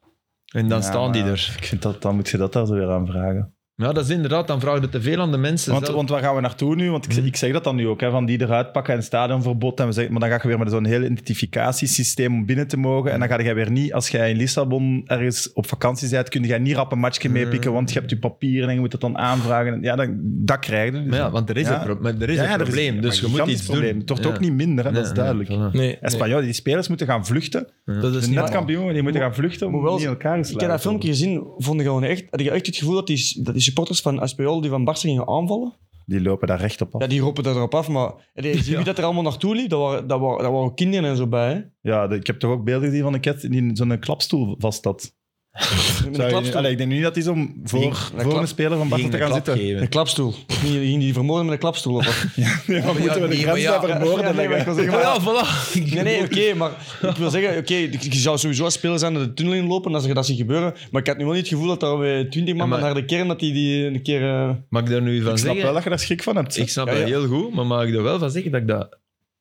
En dan Ja, staan die maar er. Ik vind dat, dan moet je dat daar zo weer aan vragen. Ja, dat is inderdaad... Dan vraag je te veel aan de mensen Want, zelf. want waar gaan we naartoe nu? Want ik, zeg- ik zeg dat dan nu ook, hè, van die eruit pakken en stadionverbod. En we zeggen, maar dan ga je weer met zo'n heel identificatiesysteem om binnen te mogen. En dan ga je weer niet, als jij in Lissabon ergens op vakantie bent, kun je niet rap een matchje meepikken, want je hebt je papieren en je moet het dan aanvragen. Ja, dan, dat krijg je. Dus Maar ja, want er is Ja. een, pro- maar er is Ja, een er is- probleem, ja, dus maar je moet gigantisch iets probleem. doen. Het wordt Ja. ook niet minder, hè, dat is Nee, duidelijk. nee, voilà. Nee, En Spanje, die spelers moeten gaan vluchten. dat is De niet... netkampioen, die moeten gaan vluchten om Moet wel- niet in elkaar te Ik heb dat filmpje gezien, vond ik gewoon echt... Had je echt het gevoel dat die, dat die supporters van Espanyol die van Barça gingen aanvallen? Die lopen daar recht op af. Ja, die roepen daar erop af, maar... Zie je wie dat er allemaal naartoe liep? Dat waren, dat waren, dat waren kinderen en zo bij, hè? Ja, de- ik heb toch ook beelden gezien van een ket die in zo'n klapstoel vast had. Met een Zou je- klapstoel. Allee, ik denk nu niet dat hij om voor, Die- voor klap- een speler van Die Barca ging te een gaan klap zitten. geven. Een klapstoel. Of niet, die ging die vermoorden met een klapstoel op. af. Ja, maar moeten we de nee, grens maar ja, daar vermoorden ja, nee, maar ik leggen? wil zeggen, Ja, maar- voilà. Nee, nee, oké, maar ik wil zeggen, oké, je zou sowieso als speler zijn naar de tunnel inlopen als er dat ziet gebeuren, maar ik had nu wel niet het gevoel dat daar bij twintig man Ja, maar- naar de kern, dat die, die een keer... eh, Mag ik daar nu van Ik snap zeggen? wel dat je daar schrik van hebt. Ik snap Ja, dat ja. heel goed, maar mag ik er wel van zeggen dat ik dat...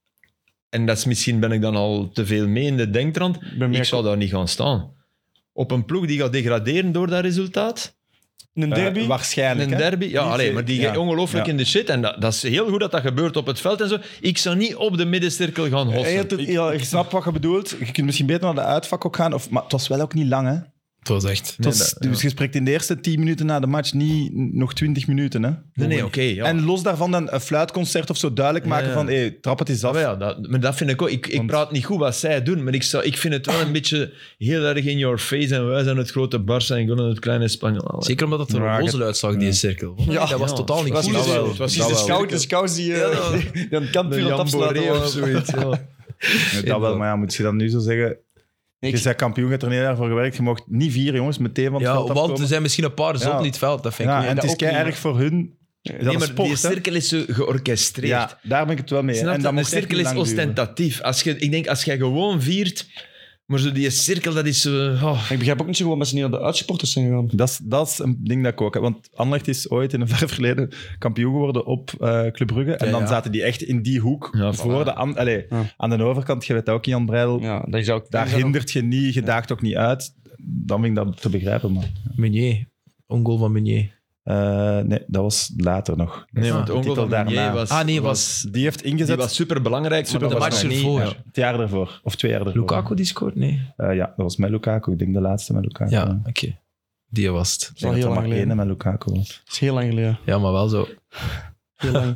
En dat is misschien ben ik dan al te veel mee in de denktrand. ben meer Ik zou daar niet gaan staan. Op een ploeg die gaat degraderen door dat resultaat. een derby. Eh, waarschijnlijk. Een hè. derby. Ja, Niet allee, veel- maar die ja. gaat ongelooflijk Ja. in de shit. En dat, dat is heel goed dat dat gebeurt op het veld en zo. Ik zou niet op de middencirkel gaan Hij hossen. had het- Ik, ja, ik snap wat je bedoelt. Je kunt misschien beter naar de uitvak ook gaan. Of, maar het was wel ook niet lang, hè? Het was echt... Het was, dat- ja. Dus je spreekt in de eerste tien minuten na de match niet nog twintig minuten, hè? Nee, nee, oké. ja. En los daarvan dan een fluitconcert of zo duidelijk maken Ja, ja. van hey, trap het eens Ah, af. maar ja, dat, maar dat vind ik ook. Ik, ik Want- praat niet goed wat zij doen, maar ik, zou, ik vind het wel een beetje heel erg in your face. En wij zijn het grote Barça en gewoon het kleine Spanje. Zeker omdat het er Ja, een je- roze uitzag, die ja. cirkel. Ja. dat was Ja. totaal niet Dat goed. was wel, precies het was precies de wel. scout, de scouts die, eh, die aan het kampvuur aan het afsluiten Jamboree waren. of zoiets. Ja. Ja, dat wel, maar ja, moet je dan nu zo zeggen... Nee, Je ik- bent kampioen, je hebt er een heel jaar voor gewerkt. Je mocht niet vier jongens meteen van het Ja, veld want afkomen. er zijn misschien een paar zot Ja. in het veld. Dat vind ik Ja, niet. en het is ook kei niet, erg voor hun. Dat Nee, is maar sport, die hè. cirkel is zo georchestreerd. Ja, daar ben ik het wel mee. Snap je? En dat Een mocht echt cirkel niet is lang duren. ostentatief. Als je, ik denk, als jij gewoon viert, maar zo die cirkel, dat is zo... oh. Ik begrijp ook niet zo goed wat mensen niet naar de uitsupporters zijn gegaan. Dat is, dat is een ding dat ik ook heb. Want Anderlecht is ooit in een ver verleden kampioen geworden op eh Club Brugge. En Ja, dan ja. zaten die echt in die hoek. Ja, voor voilà. de an- Allee, Ja. aan de overkant. Je weet ook, Jan Breidel. Ja, dat zou ik... Daar dat zou ik- hindert je niet, je daagt ook niet uit. Dan vind ik dat te begrijpen, man. Meunier. Ongoal van Meunier. Eh, nee, dat was later nog. Nee, Ah, want de de ongoal titel van Meunier daarna. was... Ah, nee, was Die heeft Die ingezet was super belangrijk, Super maar dat de was match nog niet... ervoor. ja. het jaar ervoor. Of twee jaar ervoor. Lukaku die scoort? Nee. Eh, ja, dat was met Lukaku. Ik denk de laatste met Lukaku. Ja, oké. Die was het. Ik Dat is denk al dat heel er lang maar één geleden. met Lukaku was. Dat is heel lang geleden. Ja, maar wel zo. Heel lang.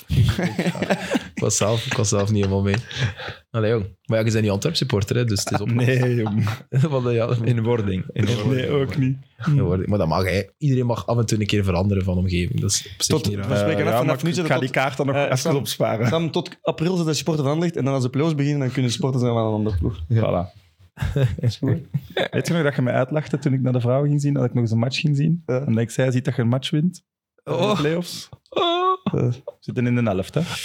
Ik was zelf, ik was zelf niet helemaal mee. Allee, jong. Maar ja, je bent niet Antwerp supporter, hè, dus het is op. Nee, jong. Van de, ja, In wording. In wording. Nee, ook niet. maar dat mag hij. Iedereen mag af en toe een keer veranderen van omgeving. Dat is op zich Tot- niet raar. We spreken Eh, af ja, vanaf maar nu ik zitten ga tot- die kaart dan nog Eh, even Sam- opsparen. Sam, tot april zit de supporter veranderd en dan als de play-offs beginnen, dan kunnen supporters zijn van een andere ploeg. Voilà. Weet je nog dat je me uitlachte toen ik naar de vrouwen ging zien, dat ik nog eens een match ging zien? Ja. En dat ik zei, ziet dat je een match wint in Oh. de playoffs? Oh. We zitten in de helft, hè?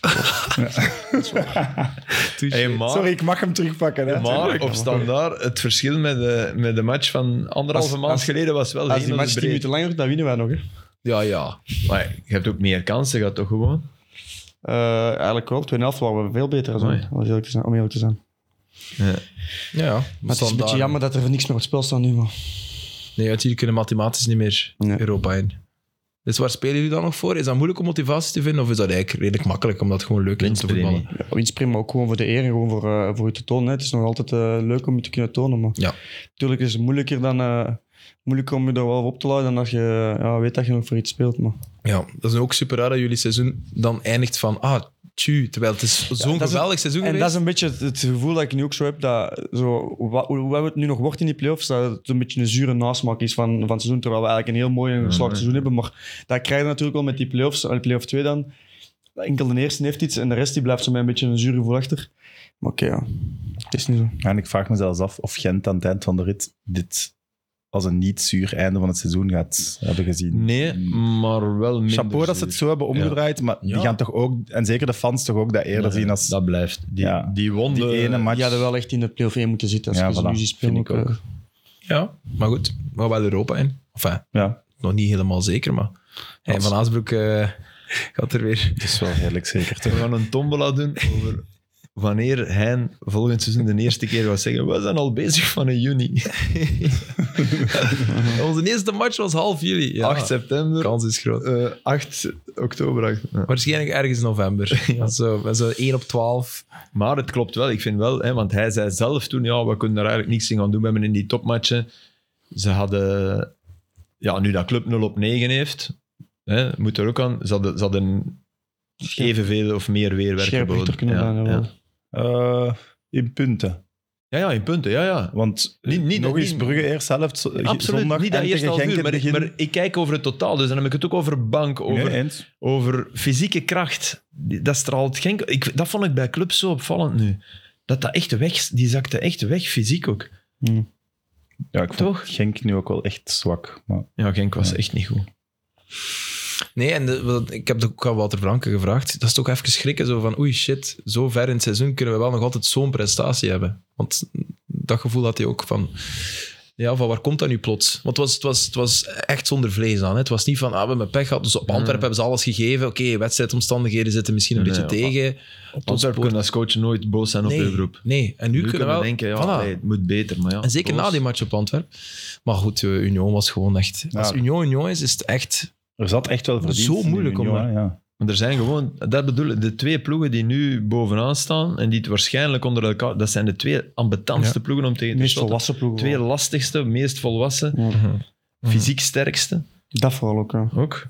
Hey, maar, Sorry, ik mag hem terugpakken. Hè? maar op standaard, het verschil met de, met de match van anderhalve Als- maand als- geleden was wel Als die match tien hemelsbreed. minuten langer wordt, dan winnen wij nog. Hè. Ja, ja. Maar je hebt ook meer kansen gehad, toch gewoon? Uh, eigenlijk wel. Tweede helft waren we veel beter, als Mooi. om, eerlijk te zijn, om eerlijk te zijn. Ja. Ja, ja. Maar het is een beetje jammer dat er niks meer op het spel staat nu. Maar... Nee, want jullie kunnen mathematisch niet meer Nee. Europa in. Dus waar spelen jullie dan nog voor? Is dat moeilijk om motivatie te vinden? Of is dat eigenlijk redelijk makkelijk, omdat het gewoon leuk is om te Winstpremie. voetballen? Ja, winstpremie, maar ook gewoon voor de eer en gewoon voor, uh, voor je te tonen. Hè. Het is nog altijd uh, leuk om je te kunnen tonen. Maar Ja. natuurlijk is het moeilijker, dan, uh, moeilijker om je er wel op te laden dan als je ja, weet dat je nog voor iets speelt. Maar... Ja, dat is ook super raar dat jullie seizoen dan eindigt van ah, tju, terwijl het is zo'n dat is geweldig het- seizoen En geweest. dat is een beetje het, het gevoel dat ik nu ook zo heb, dat zo, wat, hoe het nu nog wordt in die play-offs, dat het een beetje een zure nasmaak is van, van het seizoen, terwijl we eigenlijk een heel mooi en geslaagd seizoen hebben. Maar dat krijg je natuurlijk wel met die play-offs, en play-off twee dan. Enkel de eerste heeft iets en de rest die blijft zo met een beetje een zuur gevoel achter. Maar oké, ja. Het is niet zo. En ik vraag me zelfs af of Gent aan het eind van de rit dit als een niet zuur einde van het seizoen gaat hebben gezien. Nee, maar wel minder Chapeau dat ze het zuur. zo hebben omgedraaid, maar Ja. die gaan toch ook, en zeker de fans toch ook dat eerder Nee, zien als Dat blijft. Die, Ja. die won die de- ene match. Die hadden wel echt in de play-off één moeten zitten als Ja, je ze voilà. nu ziet spelen. Vind ik ook. eh. Ja, maar goed. We gaan wel Europa in. Enfin, Ja, nog niet helemaal zeker, maar... Hein van Aasbroek uh, gaat er weer... het is wel heerlijk zeker. We Toch? gaan een tombola doen over wanneer Hein volgend seizoen de eerste keer gaat zeggen we zijn al bezig van in juni. Onze eerste match was half juli. Ja, acht september, de kans is groot. eh, acht oktober. acht- ja. Waarschijnlijk ergens november. Ja. Zo, met zo één op twaalf. Maar het klopt wel, ik vind wel, hè, want hij zei zelf toen, ja, we kunnen er eigenlijk niks in gaan doen. We hebben in die topmatchen, ze hadden, ja, nu dat club nul op negen heeft, hè, moet er ook aan, ze hadden, ze hadden evenveel of meer weerwerk Scherper geboden. kunnen Ja, dan, ja. wel. Eh, in punten. ja, ja, in punten, ja, ja. Want Niet- niet- nog eens niet- Brugge eerst zelf zo- Absoluut, zondag niet dat en eerste tegen half Genk uur, het maar, begin. maar ik kijk over het totaal, dus dan heb ik het ook over bank, over, Nee, eens. over fysieke kracht. Die- Dat straalt Genk. Ik, dat vond ik bij clubs zo opvallend nu. Dat dat echt weg, die zakte echt weg, fysiek ook. Hm. Ja, ik vond Toch? Genk nu ook wel echt zwak. Maar Ja, Genk was Ja. echt niet goed. Nee, en de, wat- ik heb het ook aan Walter Franke gevraagd. Dat is toch even schrikken, zo van oei shit, zo ver in het seizoen kunnen we wel nog altijd zo'n prestatie hebben. Want dat gevoel had hij ook van... Ja, van waar komt dat nu plots? Want het was, het was, het was echt zonder vlees aan. Hè. Het was niet van, ah, we hebben pech gehad. Dus op Antwerpen hebben ze alles gegeven. Oké, wedstrijdomstandigheden zitten misschien een Nee, beetje nee, tegen. Op Totsport. Antwerpen kunnen als coach nooit boos zijn op Nee, uw groep. nee. En nu, Nu kunnen we wel... denken, ja, Voilà. nee, het moet beter. Maar ja, En zeker boos. na die match op Antwerpen. Maar goed, uh, Union was gewoon echt... Ja. Als Union Union is, is het echt... er zat echt wel verdienst Zo in die moeilijk om- Union, hè, ja. Maar er zijn gewoon, dat bedoel ik, de twee ploegen die nu bovenaan staan en die het waarschijnlijk onder elkaar, dat zijn de twee ambetantste ploegen om tegen De te meest stotten. volwassen ploegen. Twee wel. lastigste, meest volwassen, Ja. fysiek sterkste Dat vooral ook. Ja. ook.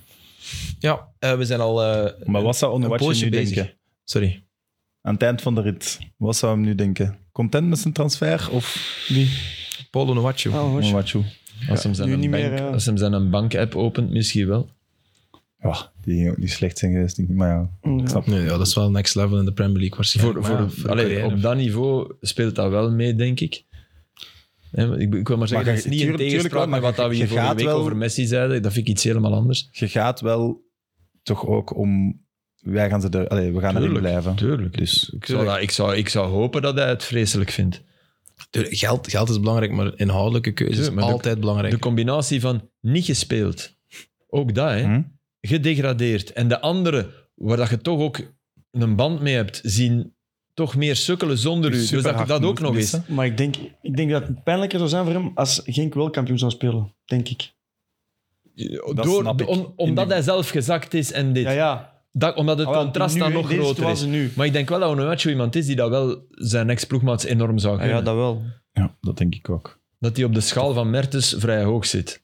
Ja, uh, we zijn al uh, Maar wat zou een Onuachu poosje nu bezig. denken? Sorry. Aan het eind van de rit. Wat zou hem nu denken? Content met zijn transfer? Of Wie? Paul Onuachu. Oh, was je- Onuachu? Als hem zijn, nu een niet bank, meer, ja. als hem zijn een bank-app opent, misschien wel. Ja, die, die slecht zijn geweest, denk ik. Maar ja, Ja. ik snap Nee, ja, dat is wel next level in de Premier League waarschijnlijk. Voor, Maar voor, ja, voor allee, de carrière. op dat niveau speelt dat wel mee, denk ik. Hè, ik, ik wil maar zeggen, Maar dat is je- niet in tuurlijk- tegenspraak tuurlijk wel, met maar wat dat we je- hier je vorige gaat week wel- over Messi zeiden. Dat vind ik iets helemaal anders. je gaat wel toch ook om... Wij gaan ze er... Allee, we gaan erin Tuurlijk, blijven. Tuurlijk. Dus Ik zou, dat- ik, zou, ik zou hopen dat hij het vreselijk vindt. Tuurlijk, Geld, geld is belangrijk, maar inhoudelijke keuze is Tuurlijk, maar de- altijd belangrijk. De combinatie van niet gespeeld, ook dat, hè, Hm? gedegradeerd. En de andere, waar dat je toch ook een band mee hebt, zien toch meer sukkelen zonder u. Dus dat Superhard dat ook moet nog eens. missen. Maar ik denk, ik denk dat het pijnlijker zou zijn voor hem als Genk wel kampioen zou spelen. Denk ik. Dat Door, snap ik. om- omdat In de- hij zelf gezakt is en dit. Ja, ja. Dat, omdat het Ah, wel, contrast nu, dan hè, nog deze groter is. situatie nu. Maar ik denk wel dat Onuachu iemand is die dat wel zijn ex-ploegmaats enorm zou Ja, kunnen. ja, dat wel. Ja, dat denk ik ook. Dat hij op de schaal van Mertens vrij hoog zit.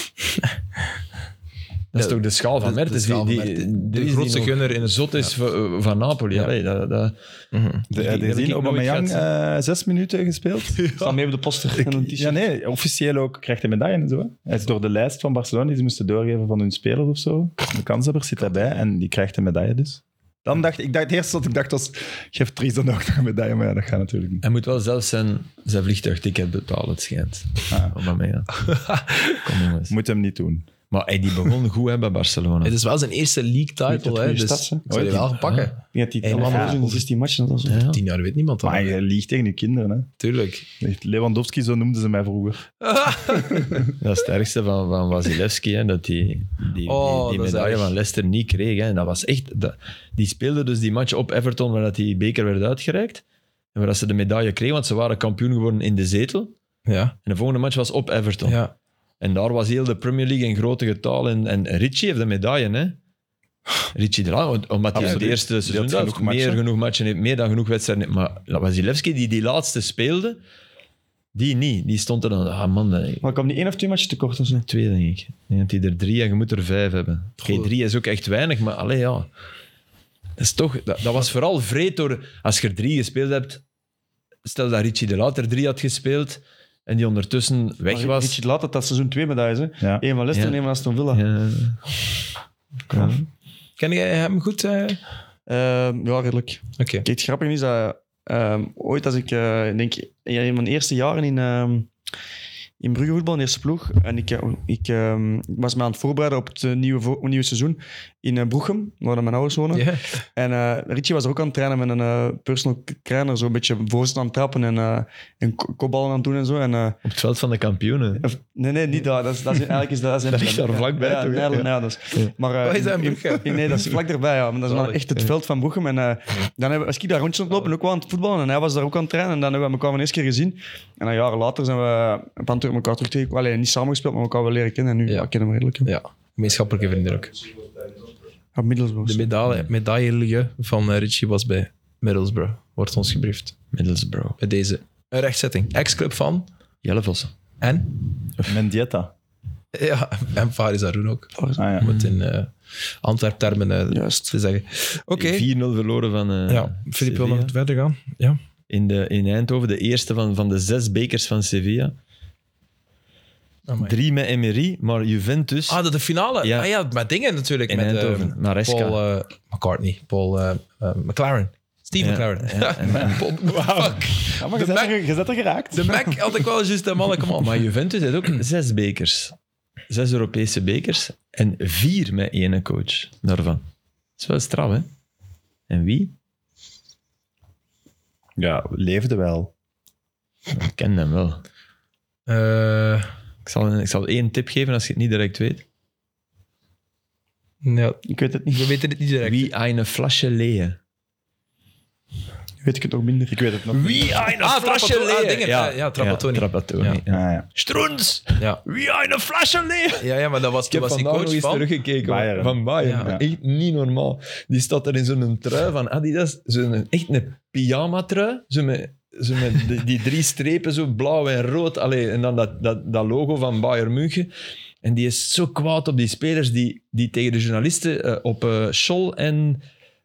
Dat is Ja, toch de schaal van de- de Mertens? schaal die, van die, Mertens. die De is grootste die nog gunner in het- zot is van, van Napoli. Ja. Allee, dat, dat, Mhm. De, Die- die de heb zien ik nooit Aubameyang gehad. eh zes minuten gespeeld. Staat mee op de poster en een t-shirt. Ja, nee, officieel ook krijgt hij medaille en zo. Hè. Hij is door de lijst van Barcelona die ze moesten doorgeven van hun spelers of zo. De kanshebbers zit daarbij en die krijgt een medaille dus. Dan dacht ik, dacht, het eerste wat ik dacht was, geef Dries dan ook nog een medaille, maar ja, dat gaat natuurlijk niet. hij moet wel zelf zijn, zijn vliegtuigticket betalen, het schijnt. Ah. Aubameyang. Kom jongens. Moet hem niet doen. Maar hey, die begon goed hè, bij Barcelona. Het is wel zijn eerste league title, hè, dus Stats, hè? ik zou die wel pakken. Je hebt die Hey, allemaal man, in ja. zestien matchen. Dat was Ja. Tien jaar weet niemand dat. Maar je liegt tegen je kinderen, hè. Tuurlijk. Lewandowski, zo noemden ze mij vroeger. Dat is het ergste van, van Wasilewski, hè, dat die, die, Oh, die, die dat is medaille erg. van Leicester niet kreeg. Hè. En dat was echt, dat, die speelde dus die match op Everton, waar dat die beker werd uitgereikt. En waar dat ze de medaille kregen, want ze waren kampioen geworden in de zetel. Ja. En de volgende match was op Everton. Ja. En daar was heel de Premier League in grote getal. En, en Richie heeft de medaille, hè. Richie de Lang, omdat hij in het Absoluut. eerste Die seizoen had dat, genoeg meer matchen. genoeg matchen heeft, meer dan genoeg wedstrijden. Maar Wasilewski, die die laatste speelde, die niet. Die stond er dan... Ah man, nee. Maar kwam die één of twee matchen tekort of zo? Twee, denk ik. Ik denk dat hij er drie en je moet er vijf hebben. Oké, Goed. drie is ook echt weinig, maar allee, ja. Dat, is toch, dat, dat was vooral vreed door... Als je er drie gespeeld hebt... Stel dat Richie de Later drie had gespeeld en die ondertussen weg Maar was. Richie laat het dat seizoen twee medailles. Hè? Ja. Eén van Leicester Ja. en één van Aston Villa. Ja. Ja. Ken jij hem goed? eh? Oké. Ehm, ja, redelijk. Kijk, het grappige is dat ehm, ooit als ik, eh, denk ja, in mijn eerste jaren in, ehm in Brugge voetbal, in de eerste ploeg, en ik, eh, ik ehm, was me aan het voorbereiden op het eh, nieuwe, vo- nieuwe seizoen in uh, Broechem, waar mijn ouders wonen. Ja. En eh, Richie was er ook aan het trainen met een eh, personal trainer, zo een beetje voorzet aan het trappen en, uh, en ko- kopballen aan het doen en zo. En, uh, Op het veld van de kampioenen. of- nee, nee, niet daar. Dat is, dat is, eigenlijk is dat... Dat ligt daar vlakbij, ja, toch, hè? Nee, Ja. nee, dat is, maar, uh, Wat is dat in in- Brugge? in- Nee, dat is vlak erbij, ja. Maar dat is wel Zalig. echt het veld van Broechem. En uh, dan hebben, was ik daar rondjes aan het lopen, ook wel aan het voetballen. En hij was daar ook aan het trainen. En dan hebben we elkaar een eerste keer gezien. En dan jaren later zijn we een paar keer elkaar terug tegen. Alleen niet samengespeeld, maar elkaar wel leren kennen. En nu Ja. ja. kennen we redelijk. Ja. Ja, gemeenschappelijke vrienden ook. Ja, Middlesbrough. De medaille, medaille van eh, Richie was bij Middlesbrough. Wordt ons gebriefd. Middlesbrough. Bij deze. Een rechtzetting. Ex-club van. Jelle Vossen. En? Mendieta. Ja, en Faris Haroun ook. Ah, ja. Om het in uh, Antwerp-termen uh, Juist. te zeggen. Oké. vier nul verloren van uh, Ja, Filip wil Sevilla. nog verder gaan. Ja. In, de, in Eindhoven, de eerste van, van de zes bekers van Sevilla. Amai. Drie met Emery, maar Juventus... Ah, de, de finale. Ja. Ah ja, met dingen natuurlijk. In met Eindhoven, eh, Maresca. Paul uh, McCartney. Paul uh, uh, McLaren. Steve Ja, McLaren. ja, en- en- Paul- Wauw. Fuck. Ja, maar De je zet, Mac- er, je zet er geraakt. De Mac had ik wel juist een manneke man. Maar Juventus heeft ook zes bekers. Zes Europese bekers. En vier met één coach daarvan. Dat is wel straf, hè? En wie? Ja, leefde wel. Ik ken hem wel. Uh, Ik zal, ik zal één tip geven als je het niet direct weet. ja, Ik weet het niet. we weten het niet direct. Wie eine Flasche leeën? Weet ik het nog minder. Ik weet het nog. Wie eine Ah, Flasche Trapattoni. Ah, leeën? dingen. Ja, ja, Trapattoni. Ja, Trapattoni, Ja. ja. Ah, ja. Stroens! Ja. Wie eine Flasche leeën? Ja, ja, maar dat was, Ik heb was die vandaag nog coach eens van. teruggekeken Bayern. van Bayern. Ja. Echt niet normaal. Die staat er in zo'n trui van Adidas. Zo'n, echt een pyjama-trui. Zo met, zo met die, die drie strepen, zo blauw en rood. Allee, en dan dat, dat, dat logo van Bayern München. En die is zo kwaad op die spelers die, die tegen de journalisten uh, op uh, Scholl en...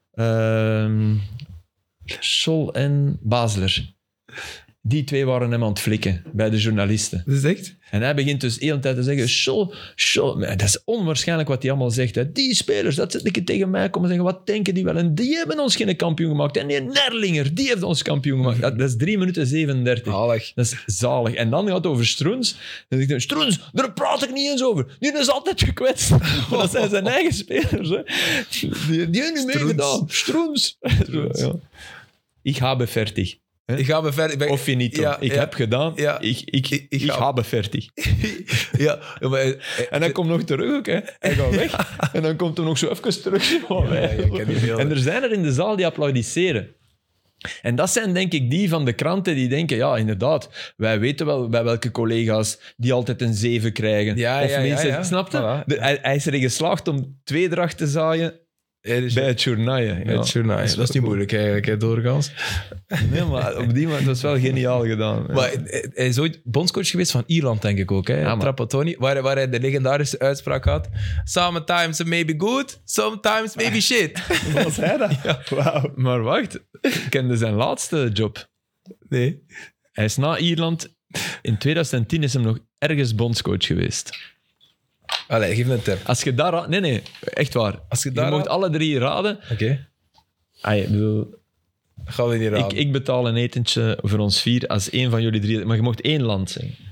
Uh, Scholl en Basler. Die twee waren hem aan het flikken bij de journalisten. Dat is echt? En hij begint dus de hele tijd te zeggen, Scholl, Scholl. Maar dat is onwaarschijnlijk wat hij allemaal zegt. Hè. Die spelers, dat zit ik tegen mij komen zeggen, wat denken die wel? En die hebben ons geen kampioen gemaakt. En die Nerlinger, die heeft ons kampioen gemaakt. Dat, dat is drie minuten zevenendertig. Zalig. Dat is zalig. En dan gaat het over Stroens. Dan zegt hij, Stroens, daar praat ik niet eens over. Die is altijd gekwetst. Maar dat zijn zijn eigen spelers. Hè. Die, die hebben niet meegedaan. Stroens. Stroens. Ja. Ik habe fertig. Ik ga me verder. ben- Of finito. Ja, ik ja. heb gedaan. Ja. Ik, ik, Ik- ik, ik ga- habe fertig. ja, ja, maar, eh, En hij komt nog terug ook. Hè. Hij gaat weg. En dan komt hij nog zo even terug. ja, ja, ik ken die beelden. En er zijn er in de zaal die applaudisseren. En dat zijn denk ik die van de kranten die denken, ja, inderdaad, wij weten wel bij welke collega's die altijd een zeven krijgen. Ja, of ja, ja, mensen, ja. snap je? Voilà. De- hij, hij is erin geslaagd om tweedracht te zaaien Ja, dus- bij het journaal. bij het journaal. Ja, dat is niet moeilijk eigenlijk, hè, doorgaans. Nee, maar op die manier, dat is wel geniaal gedaan. Maar hij hij is ooit bondscoach geweest van Ierland, denk ik ook. Hè? Ja, maar- Trapattoni, waar, waar hij de legendarische uitspraak had. Sometimes it may be good, sometimes maybe shit. Was hij dat? Wauw. Maar wacht, ik kende zijn laatste job. Nee. Hij is na Ierland, in twintig tien is hem nog ergens bondscoach geweest. Allee, geef me een tip. Als je daar... ra- Nee, nee, echt waar. Als je Je daar mocht ra- alle drie raden. Oké, Ah, ik bedoel, gaan we niet ik, raden. ik betaal een etentje voor ons vier als één van jullie drie... Maar je mocht één land zeggen.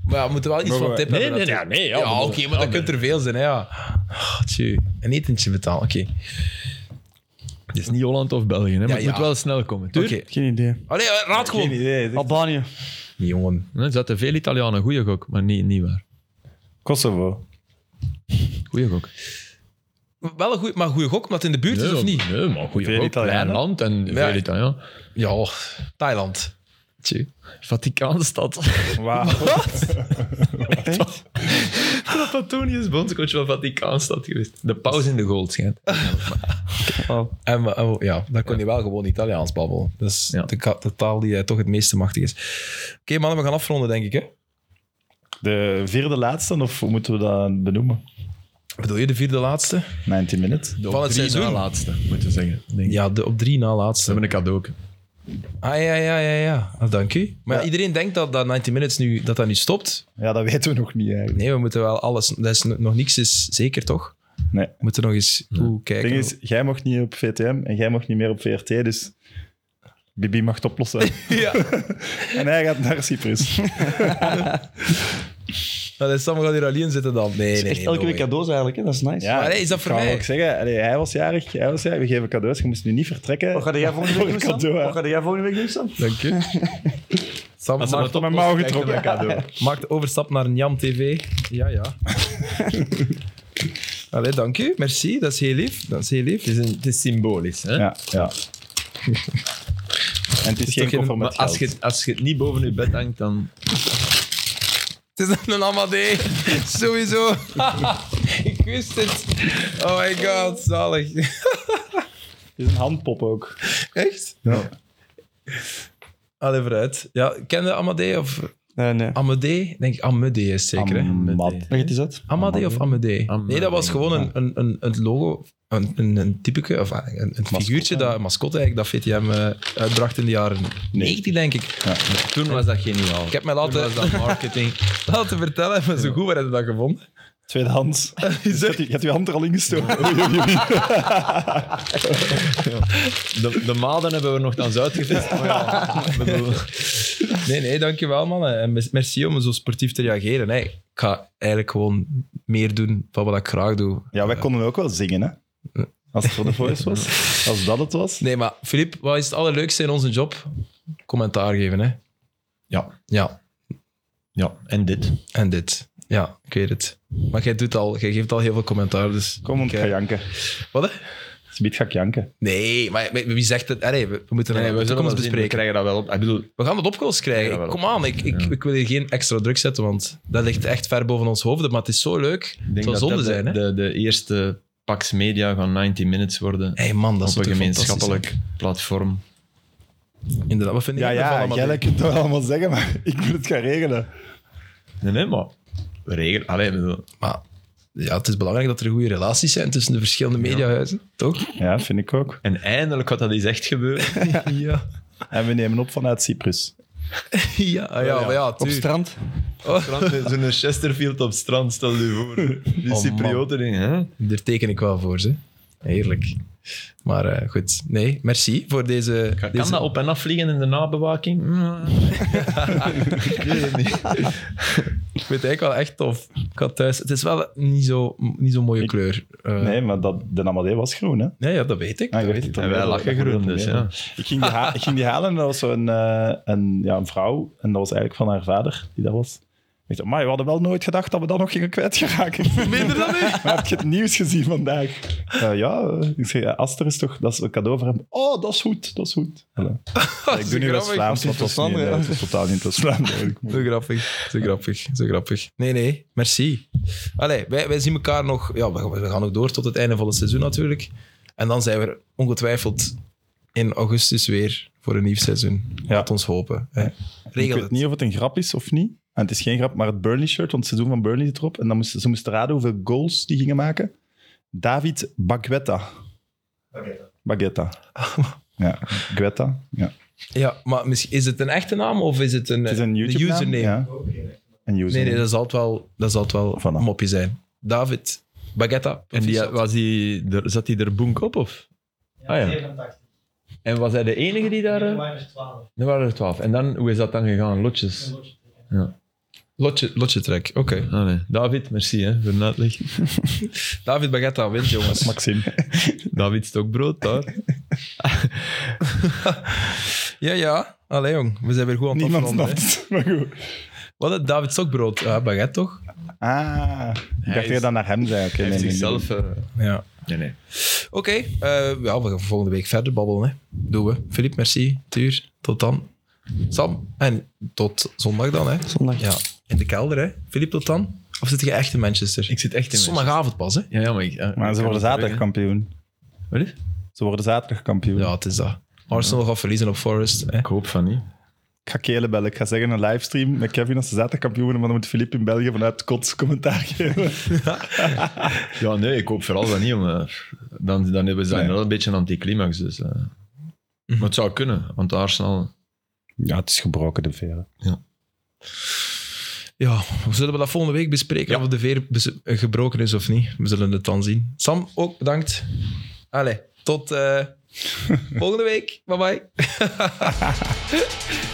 Maar ja, we moeten wel iets Mogen van we- tip Nee, hebben. nee, dat- nee, nee, ja, Ja, maar- oké, maar ja, dat kunt er veel zijn, hè, ja. Oh, tjie. Een etentje betalen, oké. Het is niet Holland of België, hè, maar Ja, het ja. moet wel snel komen. Tuur? Oké. Geen idee. Allee, raad gewoon. Geen idee. Zeg. Albanië. Nee, jongen. Er zaten veel Italianen. Goeie gok, maar niet, niet waar. Kosovo. Goeie gok. Wel een goeie, maar een goede gok, omdat het in de buurt is of niet? Nee, maar goeie Veel gok. Italianen. Klein land en Ja. veel Italianen. Ja, Thailand. Tjie. Vaticaanstad. Wauw. Trapattoni is bondscoach van Vaticaanstad geweest. De paus in de gold schijnt. Oh. En, we- en we- ja, dan kon hij wel gewoon Italiaans babbelen. Dat is Ja. de, ka- de taal die hij toch het meeste machtig is. Oké, mannen, we gaan afronden, denk ik. Hè? De vierde laatste, of hoe moeten we dat benoemen? Bedoel je de vierde laatste? negentig minutes. De Van op het drie seizoen? na laatste, moeten we zeggen. Denk ik. Ja, de, op drie na Ze laatste. hebben een cadeau. Ah, ja, ja, ja, ja. Ah, dank u. Maar ja, Ja. iedereen denkt dat dat negentig minutes nu, dat dat nu stopt. Ja, dat weten we nog niet eigenlijk. Nee, we moeten wel alles... Dat is n- nog niks is zeker, toch? Nee. We moeten nog eens goed Het kijken. ding is, jij mocht niet op V T M en jij mocht niet meer op V R T, dus Bibi mag het oplossen. Ja. En hij gaat naar Cyprus. Nou, dan Sam gaat hier alleen zitten dan. Nee, nee, nee. Echt elke no week way. cadeaus eigenlijk, hè? Dat is nice. Ja, Maar hey, is dat ik voor ga mij? ook zeggen, allee, hij was jarig, hij was jarig, we geven cadeaus, je moest nu niet vertrekken. Wat ga jij volgende week doen, Voor een Sam? cadeau, hè. Wat ga jij volgende week doen, Sam? Dank u. Sam Als ze maakt, het mijn oplossen, mouw krijg je getrokken. een cadeau. maakt de overstap naar Njam T V. Ja, ja. Allee, dank u. Merci. Dat is heel lief. Dat is heel lief. Het is, een, het is symbolisch. Hè? Ja, ja. En het is geen toch geen- koffer Maar met als geld. je, als je het niet boven je bed hangt, dan... Het is een Amadee. Sowieso. Ik wist het. Oh my god, zalig. Het is een handpop ook. Echt? Ja. Allee, vooruit. Ja, ken je Amadee of Nee, nee. Amadee? Denk ik Amadee is zeker, hè? Amat. Leg het eens uit. Amadee of Amadee? Amadee. Nee, dat was gewoon een, een, een, een logo, een, een, een typeke, of een, een figuurtje, dat, een mascotte eigenlijk, dat V T M eh, uitbracht in de jaren negentig, denk ik. Toen was dat geniaal. Ik heb mij Toen laten, was dat marketing. laten vertellen, maar zo goed, waar heb je dat gevonden? Tweedehands. Je hebt je hebt je hand er al ingestoken. Oei, oei, oei. De, de maden hebben we nog dan eens uitgevist. Maar ja, ik bedoel, Nee, nee, dankjewel, man. En mes- merci om zo sportief te reageren. Nee, ik ga eigenlijk gewoon meer doen van wat ik graag doe. Ja, wij konden ook wel zingen, hè. Als het voor de voice was. Als dat het was. Nee, maar Filip, wat is het allerleukste in onze job? Commentaar geven, hè? ja. Ja, ja, en dit. en dit. Ja, ik weet het. Maar jij, doet al, jij geeft al heel veel commentaar, dus... Kom, ik ik, ga eh, janken. Wat, hè? Subiet ga ik janken. Nee, maar maar wie zegt het? Allee, we, we moeten Nee, het we de zullen toekomst wel zien. We bespreken. krijgen dat wel op. Ik bedoel, We gaan het opgelost krijgen. Ja, wel. Kom aan, ik, ik, Ja. ik wil hier geen extra druk zetten, want dat ligt echt ver boven ons hoofden. Maar het is zo leuk. ik Het denk zou dat zonde dat zijn, de, hè? de, de eerste Pax Media gaan negentig minutes worden. Hé hey man, dat is op een toch gemeenschappelijk platform. fantastisch, hè? Inderdaad, wat vind je Ja, ervan, ja, Amadee? jij kunt het wel allemaal zeggen, maar ik moet het gaan regelen. Nee, nee, maar we regelen. Allee, bedoel, Maar ja, het is belangrijk dat er goede relaties zijn tussen de verschillende mediahuizen, toch? Ja, vind ik ook. en eindelijk gaat dat eens echt gebeuren. Ja. En we nemen op vanuit Cyprus. Ja, ah, ja, maar ja, Op tuurlijk. strand. Zo'n Chesterfield op strand, stel je voor. Die Oh, Cyprioten dingen, hè? Daar teken ik wel voor, ze. Heerlijk. Maar eh, goed, nee, merci voor deze... Kan deze... dat op en af vliegen in de nabewaking? Ik weet het niet. Ik vind het eigenlijk wel echt tof. Ik had thuis... Het is wel niet zo, niet zo mooie Ik- kleur. Eh, Nee, maar dat, de Amadee was groen, hè. nee, ja, dat weet ik. Ah, dat je weet weet ik. het. En wij dat- lachen dat- groen, dat- dus dat- ja. Ik ging, die ha- ik ging die halen en dat was zo'n eh, een, ja, een vrouw. En dat was eigenlijk van haar vader die daar was. Ik dacht, maar we hadden wel nooit gedacht dat we dat nog gingen kwijtgeraken. Meen je dat nu? Maar heb je het nieuws gezien vandaag? Uh, ja, eh, ik zeg, ja, Aster is toch, dat is een cadeau voor hem. Oh, dat is goed, dat is goed. Voilà. Ja, ik doe nu West-Vlaams, maar het was niet, nee, het was totaal niet West-Vlaams. eigenlijk. Zo grappig, zo grappig, zo grappig. Nee, nee, merci. Allee, wij, wij zien elkaar nog... Ja, we, we gaan nog door tot het einde van het seizoen natuurlijk. En dan zijn we er ongetwijfeld in augustus weer voor een nieuw seizoen. Ja. Laat ons hopen. Hè. Ik Regel weet het. niet of het een grap is of niet. En het is geen grap, maar het Burnley-shirt, want het seizoen van Burnley zit erop. En dan moesten, ze moesten raden hoeveel goals die gingen maken. David Baguetta. Baguetta. Ja, Guetta. Ja. Ja, maar misschien, is het een echte naam of is het een, Het is een de YouTube-naam. username? Ja. Een username. Nee, nee, dat zal het wel, dat zal het wel Voilà. een mopje zijn. David Baguetta. En die, was die, er, zat hij er boenk op, of? Ah ja. zevenentachtig. En was hij de enige die daar... Er eh, waren er twaalf. Er waren er twaalf. En dan, hoe is dat dan gegaan? Lotjes. Een lotje. Ja. Lotje, lotje trek, oké. Okay. Ah, nee. David, merci hè, voor de uitleg. David Baguetta wint, jongens. Maxime. David Stokbrood, daar. ja, ja. Allee, jong. We zijn weer goed aan het Niemand afronden, snapt het, maar goed. Wat is David Stokbrood? Ja, baguette toch? Ah, ik Hij dacht dat je is- dat naar hem zei. Oké, Hij nee, heeft nee, zichzelf... nee. uh, Ja. Nee, nee. Oké, okay, uh, ja, we gaan volgende week verder babbelen. Hè. Doen we. Philippe, merci. Tuur, tot dan. Sam, en tot zondag dan. Hè. Zondag. Ja, in de kelder, hè. Philippe, tot dan. Of zit je echt in Manchester? Ik zit echt in Zondagavond pas, hè. Ja, ja, maar... Ik, uh, Maar ik ze kan worden niet zaterdag terug, kampioen. hè. Wat is? Ze worden zaterdag kampioen. Ja, het is dat. Arsenal gaat verliezen op Forest. Hè. Ik hoop van niet. Ik ga Kelen bellen. Ik ga zeggen een livestream met Kevin als ze zaterdag kampioen worden, maar dan moet Philippe in België vanuit Kots commentaar geven. Ja, nee, ik hoop vooral van niet, jongen. Dan, dan hebben ze Nee. wel een beetje een anticlimax. Dus, uh. Maar het zou kunnen, want Arsenal... Ja, het is gebroken, de veren. Ja, we zullen we dat volgende week bespreken Ja. of de veer bes- gebroken is of niet. We zullen het dan zien. Sam, ook bedankt. Allee, tot uh, volgende week. Bye bye.